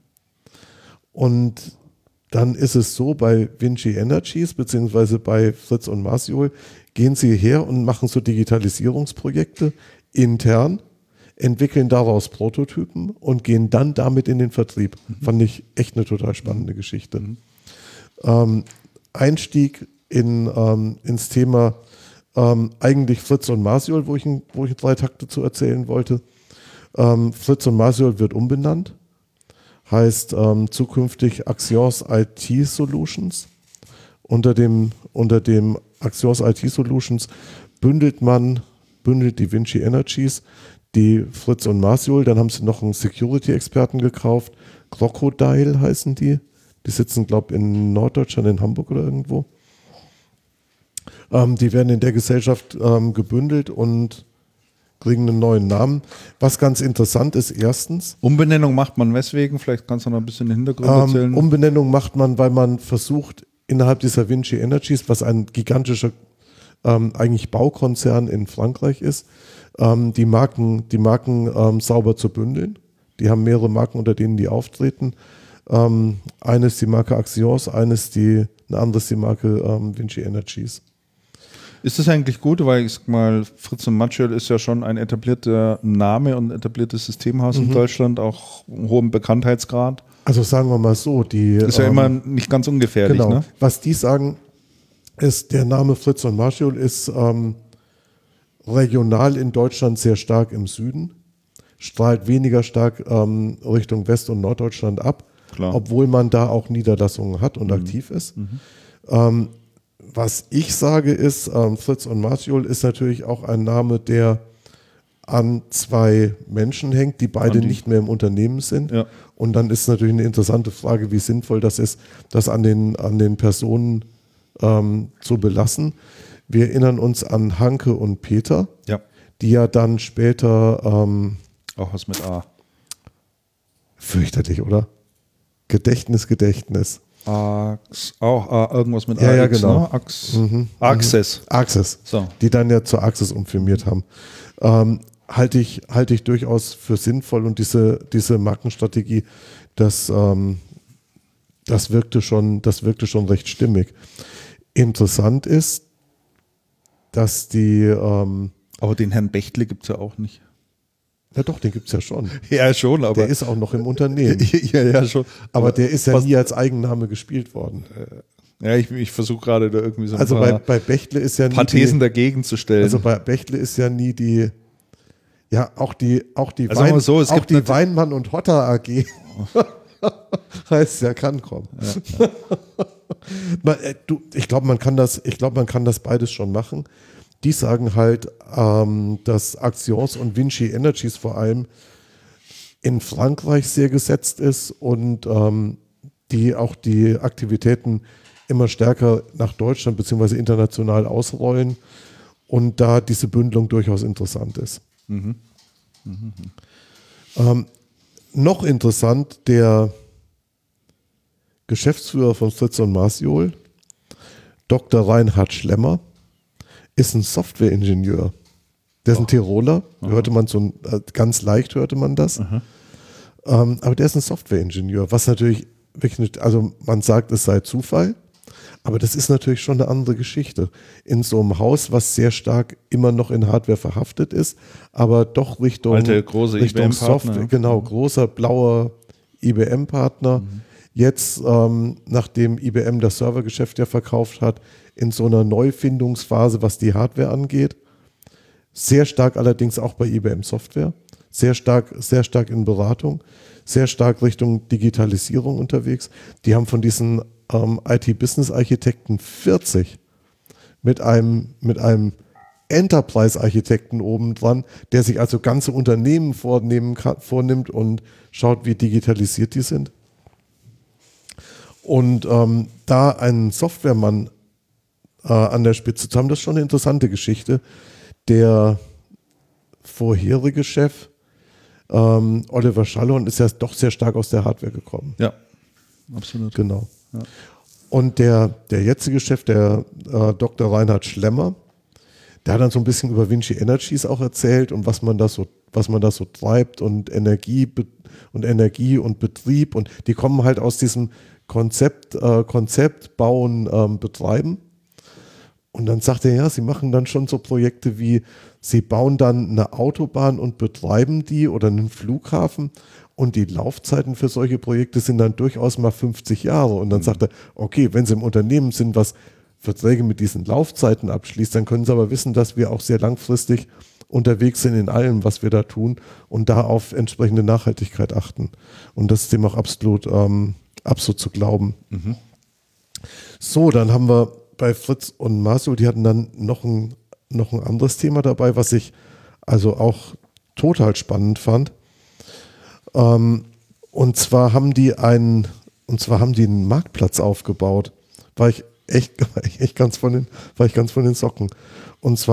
Und dann ist es so, bei Vinci Energies beziehungsweise bei Fritz und Marsiol gehen sie her und machen so Digitalisierungsprojekte intern, entwickeln daraus Prototypen und gehen dann damit in den Vertrieb. Mhm. Fand ich echt eine total spannende Geschichte. Mhm. Ähm, Einstieg in, ähm, ins Thema ähm, eigentlich Fritz und Marsiol, wo ich, ein, wo ich drei Takte zu erzählen wollte. Ähm, Fritz und Marsiol wird umbenannt. Heißt ähm, zukünftig Axios I T Solutions. Unter dem, unter dem Axios I T Solutions bündelt man, bündelt die Vinci Energies, die Fritz und Marsiol, dann haben sie noch einen Security-Experten gekauft, Crocodile heißen die. Die sitzen, glaube ich, in Norddeutschland, in Hamburg oder irgendwo. Ähm, die werden in der Gesellschaft ähm, gebündelt und kriegen einen neuen Namen. Was ganz interessant ist, erstens. Umbenennung macht man weswegen? Vielleicht kannst du noch ein bisschen den Hintergrund Ähm, erzählen. Umbenennung macht man, weil man versucht, innerhalb dieser Vinci Energies, was ein gigantischer ähm, eigentlich Baukonzern in Frankreich ist, ähm, die Marken, die Marken ähm, sauber zu bündeln. Die haben mehrere Marken, unter denen die auftreten. Ähm, eine ist die Marke Axios, eine ist die, eine andere ist die Marke ähm, Vinci Energies. Ist das eigentlich gut, weil ich sag mal, Fritz und Matschel ist ja schon ein etablierter Name und ein etabliertes Systemhaus Mhm. in Deutschland, auch einen hohen Bekanntheitsgrad. Also sagen wir mal so, die Ist ja ähm, immer nicht ganz ungefährlich, genau. ne? Was die sagen, ist, der Name Fritz und Matschel ist ähm, regional in Deutschland sehr stark im Süden, strahlt weniger stark ähm, Richtung West- und Norddeutschland ab, Klar. obwohl man da auch Niederlassungen hat und Mhm. aktiv ist. Mhm. Ähm, was ich sage ist, ähm, Fritz und Matschel ist natürlich auch ein Name, der an zwei Menschen hängt, die beide An die- nicht mehr im Unternehmen sind. Ja. Und dann ist natürlich eine interessante Frage, wie sinnvoll das ist, das an den, an den Personen ähm, zu belassen. Wir erinnern uns an Hanke und Peter, Ja, die ja dann später, ähm, auch was mit A. fürchterlich, oder? Gedächtnis, Gedächtnis. Ax, auch A, irgendwas mit Ja, A. ja, X, genau. Ne? Ax, Mhm, Access. Access, So. die dann ja zur Access umfirmiert haben. Ähm, halte ich, halte ich durchaus für sinnvoll und diese, diese Markenstrategie, das, ähm, das, wirkte schon, das wirkte schon recht stimmig. Interessant ist, dass die, ähm, Aber den Herrn Bechtle gibt es ja auch nicht. ja doch, den gibt es ja schon. Ja, schon, aber. Der ist auch noch im Unternehmen. ja, ja, schon. Aber der ist ja was- nie als Eigenname gespielt worden. Ja, ich, ich versuche gerade da irgendwie so ein Also bei, paar, bei Bechtle ist ja nie paar Thesen die, dagegen zu stellen. also bei Bechtle ist ja nie die, ja auch die, auch die, Also sagen wir so, es auch gibt die nat- Weinmann und Hotter A G heißt ja Cancom. Man, äh, du, ich glaube, man kann das, ich glaube, man kann das beides schon machen. Die sagen halt, ähm, dass Axios und Vinci Energies vor allem in Frankreich sehr gesetzt ist und ähm, die auch die Aktivitäten immer stärker nach Deutschland bzw. international ausrollen und da diese Bündelung durchaus interessant ist. Mhm. Ähm, noch interessant, der Geschäftsführer von Fritz und Matschel, Doktor Reinhard Schlemmer, ist ein Softwareingenieur. Der ist ein Tiroler, hörte man so äh, ganz leicht hörte man das. Ähm, aber der ist ein Softwareingenieur, was natürlich wirklich nicht, also man sagt, es sei Zufall, aber das ist natürlich schon eine andere Geschichte. In so einem Haus, was sehr stark immer noch in Hardware verhaftet ist, aber doch Richtung, Alte, große Richtung I B M-Partner, Software, ja. genau, großer blauer I B M-Partner. Jetzt, ähm, nachdem I B M das Servergeschäft ja verkauft hat, in so einer Neufindungsphase, was die Hardware angeht. Sehr stark allerdings auch bei I B M Software. Sehr stark, sehr stark in Beratung. Sehr stark Richtung Digitalisierung unterwegs. Die haben von diesen ähm, I T-Business-Architekten vierzig mit einem, mit einem Enterprise-Architekten obendran, der sich also ganze Unternehmen vornehmen kann, vornimmt und schaut, wie digitalisiert die sind. Und ähm, da einen Softwaremann äh, an der Spitze zu haben, das ist schon eine interessante Geschichte. Der vorherige Chef, ähm, Oliver Schallhorn, ist ja doch sehr stark aus der Hardware gekommen. Ja, absolut. Genau. Ja. Und der, der jetzige Chef, der äh, Doktor Reinhard Schlemmer, der hat dann so ein bisschen über Vinci Energies auch erzählt und was man da so, was man da so treibt und Energie und Energie und Betrieb, und die kommen halt aus diesem Konzept, äh, Konzept bauen, ähm, betreiben. Und dann sagt er, ja, sie machen dann schon so Projekte wie, sie bauen dann eine Autobahn und betreiben die oder einen Flughafen, und die Laufzeiten für solche Projekte sind dann durchaus mal fünfzig Jahre. Und dann mhm. sagt er, okay, wenn sie im Unternehmen sind, was Verträge mit diesen Laufzeiten abschließt, dann können sie aber wissen, dass wir auch sehr langfristig unterwegs sind in allem, was wir da tun, und da auf entsprechende Nachhaltigkeit achten. Und das ist dem auch absolut, ähm, absolut zu glauben. Mhm. So, dann haben wir bei Fritz und Matschel, die hatten dann noch ein, noch ein anderes Thema dabei, was ich also auch total spannend fand. Ähm, und zwar haben die einen, und zwar haben die einen Marktplatz aufgebaut. War ich echt, war ich echt ganz von den, war ich ganz von den Socken. Und zwar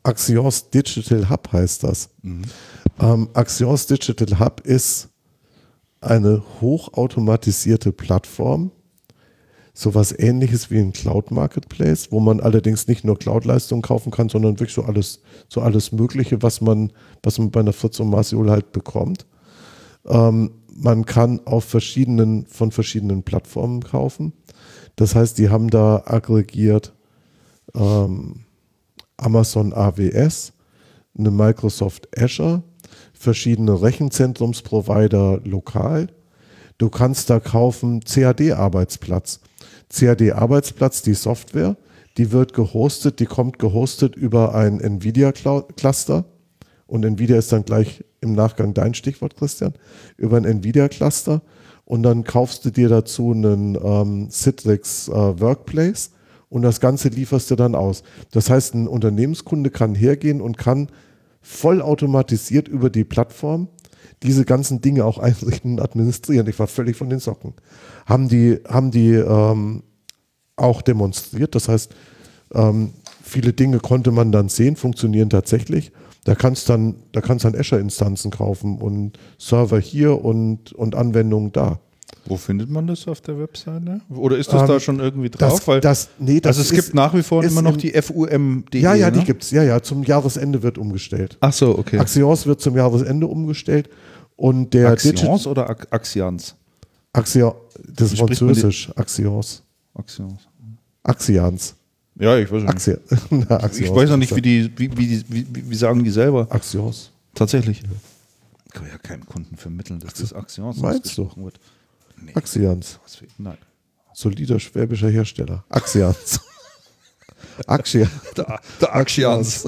Axios Digital Hub heißt das. Mhm. Ähm, Axios Digital Hub ist eine hochautomatisierte Plattform, sowas ähnliches wie ein Cloud Marketplace, wo man allerdings nicht nur Cloud-Leistungen kaufen kann, sondern wirklich so alles, so alles Mögliche, was man, was man bei einer Fritz und Masiol halt bekommt. Ähm, man kann auf verschiedenen, von verschiedenen Plattformen kaufen. Das heißt, die haben da aggregiert ähm, Amazon A W S, eine Microsoft Azure, verschiedene Rechenzentrumsprovider lokal. Du kannst da kaufen C A D-Arbeitsplatz. C A D-Arbeitsplatz, die Software, die wird gehostet, die kommt gehostet über ein NVIDIA-Cluster. Und NVIDIA ist dann gleich im Nachgang dein Stichwort, Christian, über ein NVIDIA-Cluster. Und dann kaufst du dir dazu einen ähm, Citrix äh, Workplace und das Ganze lieferst du dann aus. Das heißt, ein Unternehmenskunde kann hergehen und kann vollautomatisiert über die Plattform diese ganzen Dinge auch einrichten und administrieren. Ich war völlig von den Socken. Haben die, haben die ähm, auch demonstriert. Das heißt, ähm, viele Dinge konnte man dann sehen, funktionieren tatsächlich. Da kannst dann, da kannst dann Azure-Instanzen kaufen und Server hier und, und Anwendungen da. Wo findet man das auf der Webseite? Oder ist das ähm, da schon irgendwie drauf? Das, Weil, das, nee, das also es ist, gibt nach wie vor immer noch die F U M Punkt D E. Ja, ja, ne? die gibt es. Ja, ja, zum Jahresende wird umgestellt. Ach so, okay. Axios wird zum Jahresende umgestellt. Und der Axios Digi- oder Ac- Axians? Axios, das ist französisch. Axios. Axios. Axians. Ja, ich weiß nicht. Axi- Na, Axios ich weiß noch nicht, wie die, wie, wie, wie, wie sagen die selber? Axios. Tatsächlich. Ja. Ich kann ja keinem Kunden vermitteln, dass das Axios ausgesprochen wird. Nee. Axians. Nein. Solider schwäbischer Hersteller. Axians. Axians. Der, der Axians.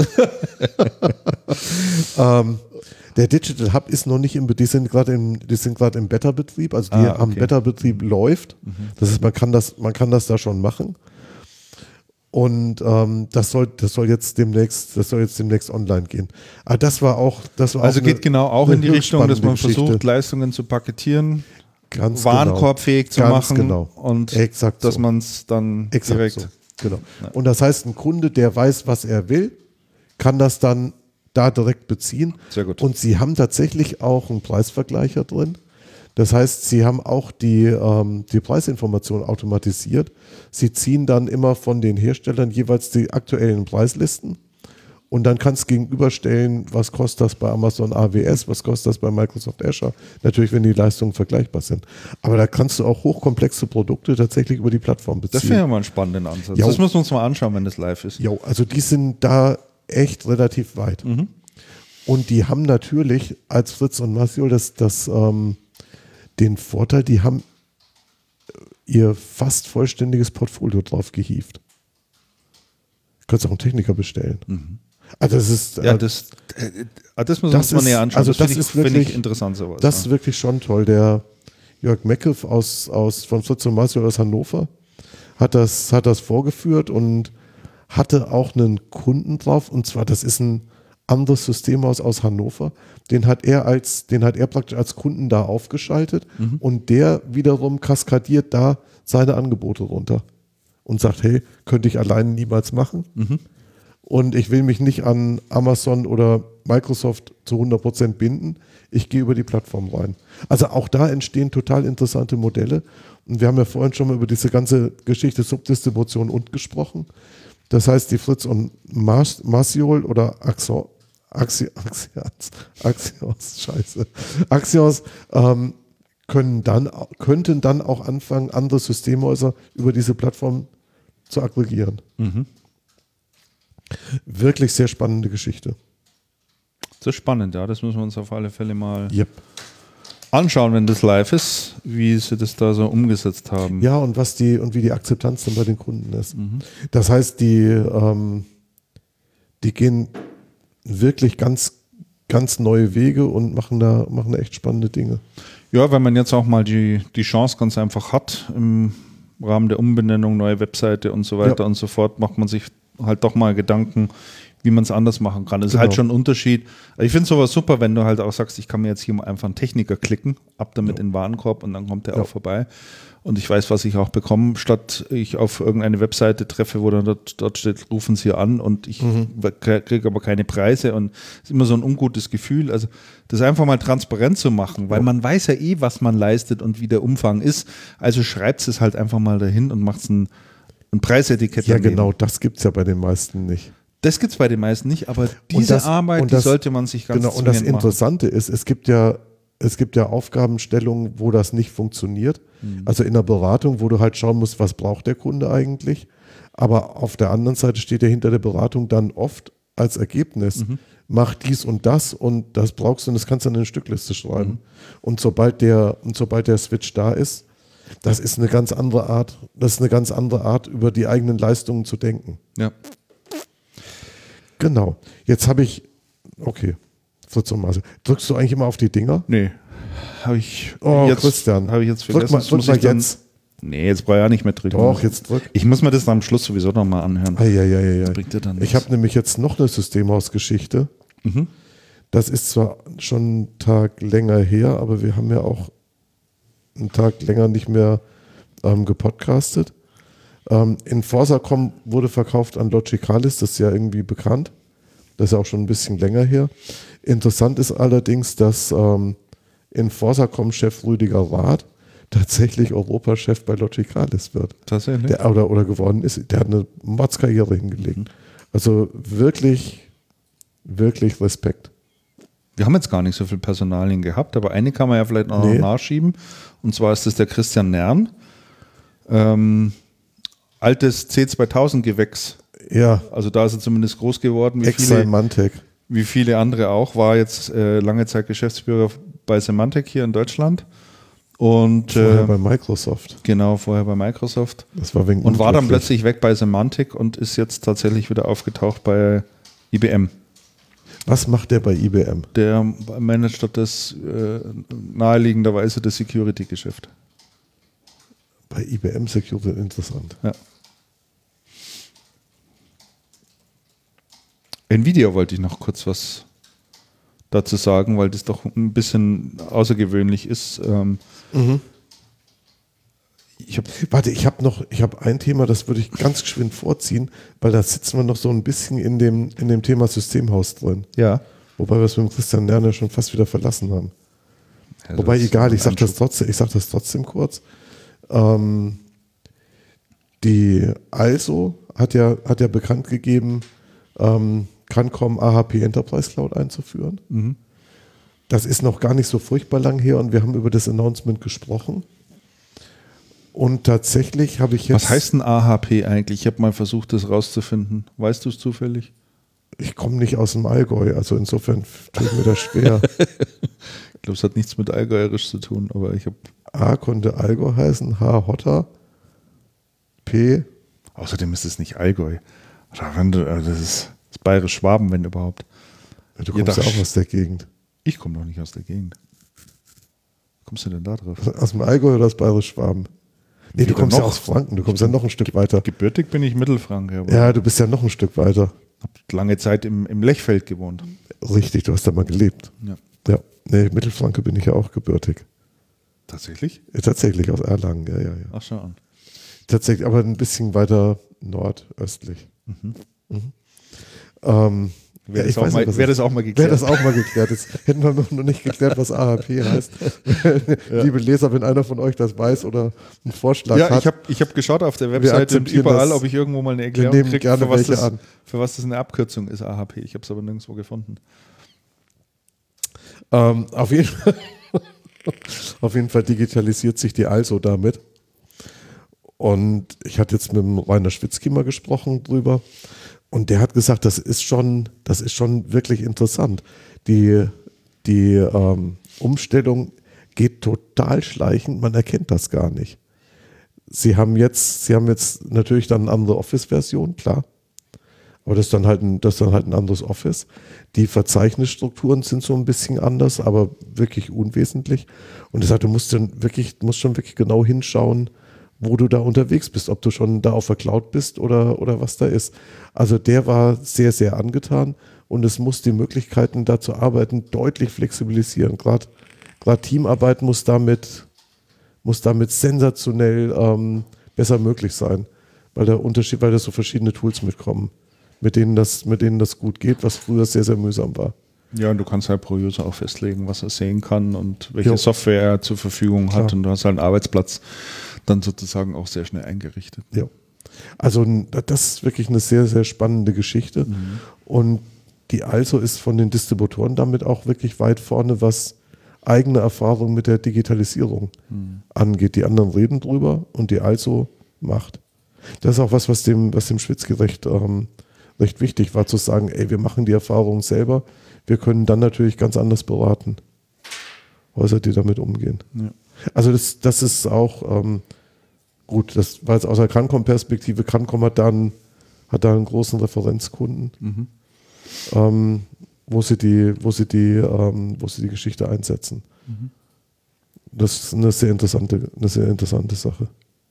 ähm, der Digital Hub ist noch nicht im, die sind gerade im, die sind gerade im Beta-Betrieb, also die ah, okay. haben Beta-Betrieb läuft. Mhm. Das heißt, man kann das, man kann das da schon machen. Und ähm, das soll, das soll jetzt demnächst, das soll jetzt demnächst online gehen. Aber das war auch, das war also auch geht eine, genau auch in die Richtung, dass man Geschichte. versucht, Leistungen zu paketieren, ganz warenkorbfähig genau. zu Ganz machen genau. und Exakt dass so. man es dann Exakt direkt. So. Genau. Ja. Und das heißt, ein Kunde, der weiß, was er will, kann das dann da direkt beziehen. Sehr gut. Und sie haben tatsächlich auch einen Preisvergleicher drin. Das heißt, sie haben auch die, ähm, die Preisinformation automatisiert. Sie ziehen dann immer von den Herstellern jeweils die aktuellen Preislisten und dann kannst du gegenüberstellen, was kostet das bei Amazon A W S, was kostet das bei Microsoft Azure. Natürlich, wenn die Leistungen vergleichbar sind. Aber da kannst du auch hochkomplexe Produkte tatsächlich über die Plattform beziehen. Das wäre ja mal einen spannenden Ansatz. Jo. Das müssen wir uns mal anschauen, wenn das live ist. Ja, also die sind da echt relativ weit. Mhm. Und die haben natürlich als Fritz und Masiol das, das ähm, den Vorteil, die haben ihr fast vollständiges Portfolio drauf gehievt. Du kannst auch einen Techniker bestellen. Mhm. Also das ist ja, das, äh, das müssen wir uns mal näher anschauen. Also das, das finde ist ich, wirklich find ich interessant sowas. Das ja. ist wirklich schon toll. Der Jörg Meckev aus, aus von Fritz und Masiol aus Hannover hat das, hat das vorgeführt und hatte auch einen Kunden drauf. Und zwar, das ist ein anderes Systemhaus aus Hannover, den hat er als, den hat er praktisch als Kunden da aufgeschaltet mhm. und der wiederum kaskadiert da seine Angebote runter und sagt, hey, könnte ich alleine niemals machen mhm. und ich will mich nicht an Amazon oder Microsoft zu hundert Prozent binden, ich gehe über die Plattform rein. Also auch da entstehen total interessante Modelle und wir haben ja vorhin schon mal über diese ganze Geschichte Subdistribution und gesprochen. Das heißt, die Fritz und Mas- Masiol oder Axon Axi, Axios, Axios, scheiße. Axios ähm, können dann, könnten dann auch anfangen, andere Systemhäuser über diese Plattform zu aggregieren. Mhm. Wirklich sehr spannende Geschichte. Das ist spannend, ja. Das müssen wir uns auf alle Fälle mal yep. anschauen, wenn das live ist, wie sie das da so umgesetzt haben. Ja, und was die und wie die Akzeptanz dann bei den Kunden ist. Mhm. Das heißt, die, ähm, die gehen wirklich ganz, ganz neue Wege und machen da, machen da echt spannende Dinge. Ja, wenn man jetzt auch mal die, die Chance ganz einfach hat, im Rahmen der Umbenennung, neue Webseite und so weiter ja. und so fort, macht man sich halt doch mal Gedanken, wie man es anders machen kann. Das Genau. ist halt schon ein Unterschied. Also ich finde sowas super, wenn du halt auch sagst, ich kann mir jetzt hier mal einfach einen Techniker klicken, ab damit Ja. in den Warenkorb und dann kommt der Ja. auch vorbei. Und ich weiß, was ich auch bekomme, statt ich auf irgendeine Webseite treffe, wo dann dort, dort steht, rufen Sie an und ich Mhm. kriege aber keine Preise und es ist immer so ein ungutes Gefühl. Also das einfach mal transparent zu machen, weil Ja. man weiß ja eh, was man leistet und wie der Umfang ist. Also schreibt es halt einfach mal dahin und macht ein, ein Preisetikett Ja, daneben. genau, das gibt es ja bei den meisten nicht. Das gibt es bei den meisten nicht, aber diese das- Arbeit, und die das- sollte man sich ganz Genau, und das zwingend machen. Interessante ist, es gibt ja, es gibt ja Aufgabenstellungen, wo das nicht funktioniert. Mhm. Also in der Beratung, wo du halt schauen musst, was braucht der Kunde eigentlich. Aber auf der anderen Seite steht ja hinter der Beratung dann oft als Ergebnis, Mhm. mach dies und das und das brauchst du und das kannst du in eine Stückliste schreiben. Mhm. Und sobald der, und sobald der Switch da ist, das ist eine ganz andere Art, das ist eine ganz andere Art, über die eigenen Leistungen zu denken. Ja. Genau. Jetzt habe ich, okay, Fritz und Marcel. Drückst du eigentlich immer auf die Dinger? Nee, habe ich Oh, jetzt, Christian. habe ich jetzt Drück vergessen. mal, Das drück muss mal ich dann- jetzt. Nee, jetzt brauche ich auch nicht mehr drücken. Doch, jetzt drück. Ich muss mir das dann am Schluss sowieso nochmal anhören. Eieieiei. Das bringt dir dann Ich was. habe nämlich jetzt noch eine Systemhausgeschichte. Mhm. Das ist zwar schon einen Tag länger her, aber wir haben ja auch einen Tag länger nicht mehr ähm, gepodcastet. Ähm, in Forsacom wurde verkauft an Logicalis, das ist ja irgendwie bekannt. Das ist ja auch schon ein bisschen länger her. Interessant ist allerdings, dass ähm, in Forsacom-Chef Rüdiger Rath tatsächlich Europachef bei Logicalis wird. Tatsächlich. Der, oder, oder geworden ist. Der hat eine Mordskarriere hingelegt. Also wirklich, wirklich Respekt. Wir haben jetzt gar nicht so viel Personalien gehabt, aber eine kann man ja vielleicht noch Nee. nachschieben. Und zwar ist das der Christian Nern. Ähm, altes C zweitausend Gewächs. Ja, Also da ist er zumindest groß geworden, wie viele, Ex-Symantec. wie viele andere auch. War jetzt äh, lange Zeit Geschäftsführer bei Symantec hier in Deutschland. Und Vorher äh, bei Microsoft. genau, vorher bei Microsoft. Das war wegen Und war dann unglücklich. plötzlich weg bei Symantec und ist jetzt tatsächlich wieder aufgetaucht bei I B M. Was macht der bei I B M? Der managt dort das äh, naheliegenderweise das Security-Geschäft. Bei I B M Security, interessant. Ja. Nvidia wollte ich noch kurz was dazu sagen, weil das doch ein bisschen außergewöhnlich ist. Ähm, ich habe Warte, ich habe noch, ich habe ein Thema, das würde ich ganz geschwind vorziehen, weil da sitzen wir noch so ein bisschen in dem, in dem Thema Systemhaus drin. ja. Wobei wir es mit dem Christian Lerner schon fast wieder verlassen haben. Also Wobei, das ist egal, ein ich sage das Anschub. trotzdem, ich sag das trotzdem kurz. Ähm, die Also hat ja, hat ja bekannt gegeben, ähm, Cancom A H P Enterprise Cloud einzuführen. Mhm. Das ist noch gar nicht so furchtbar lang her und wir haben über das Announcement gesprochen. Und tatsächlich habe ich jetzt. Was heißt ein A H P eigentlich? Ich habe mal versucht, das rauszufinden. Weißt du es zufällig? Ich komme nicht aus dem Allgäu, also insofern tut mir das schwer. Ich glaube, es hat nichts mit Allgäuerisch zu tun, aber ich habe. A konnte Allgäu heißen, H Hotter, P. Außerdem ist es nicht Allgäu. Oder wenn du, also das ist, das ist bayerisch-Schwaben, wenn überhaupt. Ja, du Ihr kommst ja dacht- auch aus der Gegend. Ich komme doch nicht aus der Gegend. Wie kommst du denn da drauf? Aus dem Allgäu oder aus Bayerisch-Schwaben? Nee, du Weder kommst ja noch. aus Franken, du kommst ja noch ein Stück weiter. Gebürtig bin ich Mittelfranke, aber Ja, du bist ja noch ein Stück weiter. habe lange Zeit im, im Lechfeld gewohnt. Richtig, du hast da mal gelebt. Ja. Ja, nee, Mittelfranke bin ich ja auch gebürtig. Tatsächlich? Ja, tatsächlich aus Erlangen, ja, ja, ja. Ach, schau an. Tatsächlich, aber ein bisschen weiter nordöstlich. Mhm. Ähm, Wäre ja, das, ich auch weiß mal- nicht, was wär ich- das auch mal Wäre geklärt? das auch mal geklärt. Jetzt hätten wir noch nicht geklärt, was A H P heißt. Liebe Leser, wenn einer von euch das weiß oder einen Vorschlag Ja, hat. ich habe ich hab geschaut auf der Webseite und akzeptieren überall, das. ob ich irgendwo mal eine Erklärung nehmen kriege, gerne für, was welche das- an. für was das eine Abkürzung ist, A H P. Ich habe es aber nirgendwo gefunden. Ähm, auf, jeden Fall, auf jeden Fall digitalisiert sich die Also damit. Und ich hatte jetzt mit dem Rainer Schwitzky mal gesprochen drüber. Und der hat gesagt, das ist schon, das ist schon wirklich interessant. Die, die ähm, Umstellung geht total schleichend, man erkennt das gar nicht. Sie haben jetzt, sie haben jetzt natürlich dann eine andere Office-Version, klar. Aber das ist dann halt ein, das ist dann halt ein anderes Office. Die Verzeichnisstrukturen sind so ein bisschen anders, aber wirklich unwesentlich. Und er sagt, du musst dann wirklich, musst schon wirklich genau hinschauen, wo du da unterwegs bist, ob du schon da auf der Cloud bist oder, oder was da ist. Also der war sehr, sehr angetan und es muss die Möglichkeiten, da zu arbeiten, deutlich flexibilisieren. Gerade gerade Teamarbeit muss damit, muss damit sensationell ähm, besser möglich sein, weil der Unterschied, weil da so verschiedene Tools mitkommen, mit denen das, mit denen das gut geht, was früher sehr, sehr mühsam war. Ja, und du kannst halt pro User auch festlegen, was er sehen kann und welche Jo. Software er zur Verfügung hat. Klar. Und du hast halt einen Arbeitsplatz dann sozusagen auch sehr schnell eingerichtet. Ja. Also n- das ist wirklich eine sehr, sehr spannende Geschichte. Mhm. Und die Also ist von den Distributoren damit auch wirklich weit vorne, was eigene Erfahrung mit der Digitalisierung Mhm. angeht. Die anderen reden drüber und die Also macht. Das ist auch was, was dem, was dem Schwitzky recht, ähm, recht wichtig war, zu sagen, ey, wir machen die Erfahrung selber. Wir können dann natürlich ganz anders beraten. Häuser, die damit umgehen. Ja. Also das, das ist auch ähm, gut, das war jetzt aus der Cancom-Perspektive. Cancom hat da einen, hat da einen großen Referenzkunden, Mhm. ähm, wo sie die, wo sie die, ähm, wo sie die Geschichte einsetzen. Mhm. Das ist eine sehr interessante, eine sehr interessante Sache.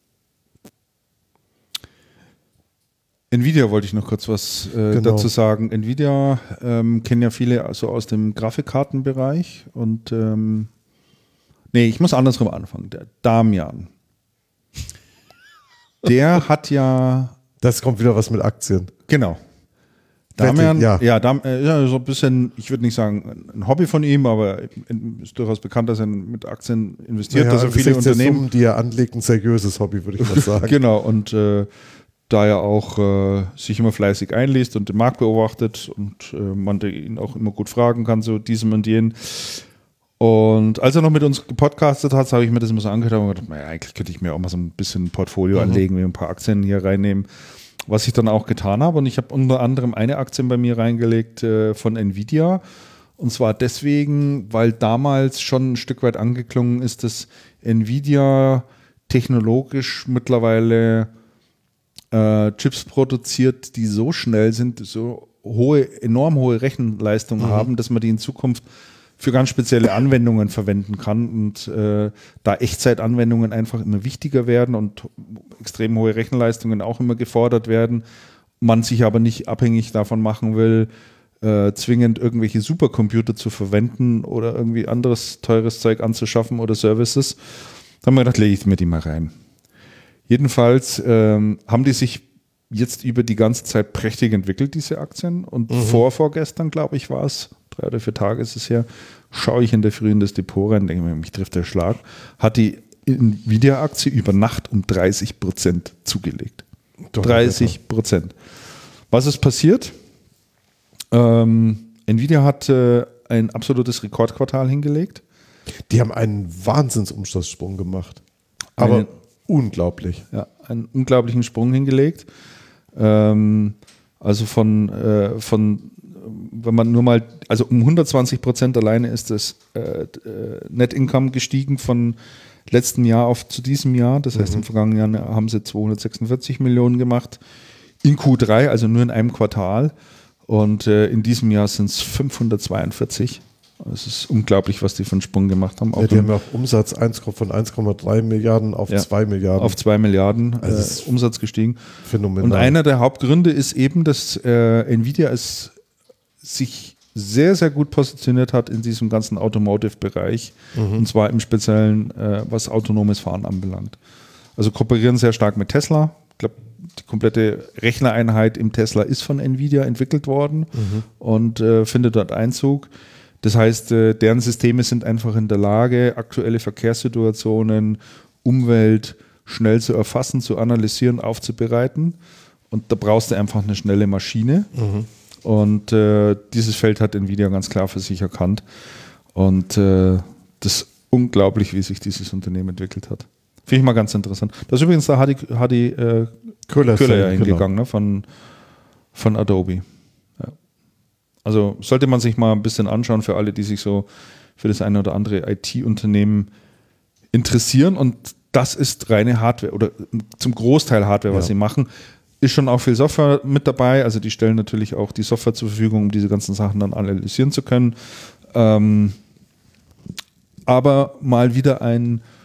Nvidia wollte ich noch kurz was äh, Genau. dazu sagen. Nvidia ähm, kennen ja viele also aus dem Grafikkartenbereich und ähm, nee, ich muss andersrum anfangen. Der Damian, der hat ja Das kommt wieder was mit Aktien. genau. Damian, ja. ja, Dam, äh, ja, so ein bisschen, ich würde nicht sagen ein Hobby von ihm, aber ist durchaus bekannt, dass er mit Aktien investiert, Naja, dass er viele angesichts der Unternehmen. Summen, die er anlegt, ein seriöses Hobby, würde ich mal sagen. Genau, und äh, da er auch äh, sich immer fleißig einliest und den Markt beobachtet und äh, man ihn auch immer gut fragen kann, so diesem und jenen. Und als er noch mit uns gepodcastet hat, habe ich mir das immer so angehört und gedacht, naja, eigentlich könnte ich mir auch mal so ein bisschen ein Portfolio Mhm. anlegen, mir ein paar Aktien hier reinnehmen, was ich dann auch getan habe. Und ich habe unter anderem eine Aktie bei mir reingelegt äh, von Nvidia. Und zwar deswegen, weil damals schon ein Stück weit angeklungen ist, dass Nvidia technologisch mittlerweile äh, Chips produziert, die so schnell sind, so hohe, enorm hohe Rechenleistungen Mhm. haben, dass man die in Zukunft für ganz spezielle Anwendungen verwenden kann und äh, da Echtzeitanwendungen einfach immer wichtiger werden und extrem hohe Rechenleistungen auch immer gefordert werden, man sich aber nicht abhängig davon machen will, äh, zwingend irgendwelche Supercomputer zu verwenden oder irgendwie anderes teures Zeug anzuschaffen oder Services. Da haben wir gedacht, lege ich mir die mal rein. Jedenfalls ähm, haben die sich jetzt über die ganze Zeit prächtig entwickelt, diese Aktien. Und Mhm. vor, vorgestern, glaube ich, war es, drei oder vier Tage ist es her, schaue ich in der Früh in das Depot rein, denke mir, mich trifft der Schlag, hat die Nvidia-Aktie über Nacht um dreißig Prozent zugelegt. dreißig Prozent. Was ist passiert? Ähm, Nvidia hat äh, ein absolutes Rekordquartal hingelegt. Die haben einen Wahnsinnsumsatzsprung gemacht. Aber Einen- unglaublich. Ja, einen unglaublichen Sprung hingelegt. Ähm, also von, äh, von, wenn man nur mal, also um hundertzwanzig Prozent alleine ist das äh, äh, Net Income gestiegen von letzten Jahr auf zu diesem Jahr. Das heißt, Mhm. im vergangenen Jahr haben sie zweihundertsechsundvierzig Millionen gemacht. In Q drei, also nur in einem Quartal. Und äh, in diesem Jahr sind es fünfhundertzweiundvierzig. Es ist unglaublich, was die für einen Sprung gemacht haben. Auch Ja, die im- haben ja auch Umsatz eins von eins Komma drei Milliarden auf Ja. zwei Milliarden. auf zwei Milliarden Also es ist äh, Umsatz gestiegen. Phänomenal. Und einer der Hauptgründe ist eben, dass äh, Nvidia es sich sehr, sehr gut positioniert hat in diesem ganzen Automotive-Bereich. Mhm. Und zwar im Speziellen, äh, was autonomes Fahren anbelangt. Also kooperieren sehr stark mit Tesla. Ich glaube, die komplette Rechnereinheit im Tesla ist von Nvidia entwickelt worden Mhm. und äh, findet dort Einzug. Das heißt, äh, deren Systeme sind einfach in der Lage, aktuelle Verkehrssituationen, Umwelt schnell zu erfassen, zu analysieren, aufzubereiten. Und da brauchst du einfach eine schnelle Maschine. Mhm. Und äh, dieses Feld hat Nvidia ganz klar für sich erkannt. Und äh, das ist unglaublich, wie sich dieses Unternehmen entwickelt hat. Finde ich mal ganz interessant. Da ist übrigens der Hadi, Hadi äh, Köhler, Köhler ja genau. hingegangen, ne, von, von Adobe. Ja. Also sollte man sich mal ein bisschen anschauen für alle, die sich so für das eine oder andere I T-Unternehmen interessieren. Und das ist reine Hardware oder zum Großteil Hardware, was Ja. sie machen. Ist schon auch viel Software mit dabei. Also die stellen natürlich auch die Software zur Verfügung, um diese ganzen Sachen dann analysieren zu können. Ähm, aber mal wieder ein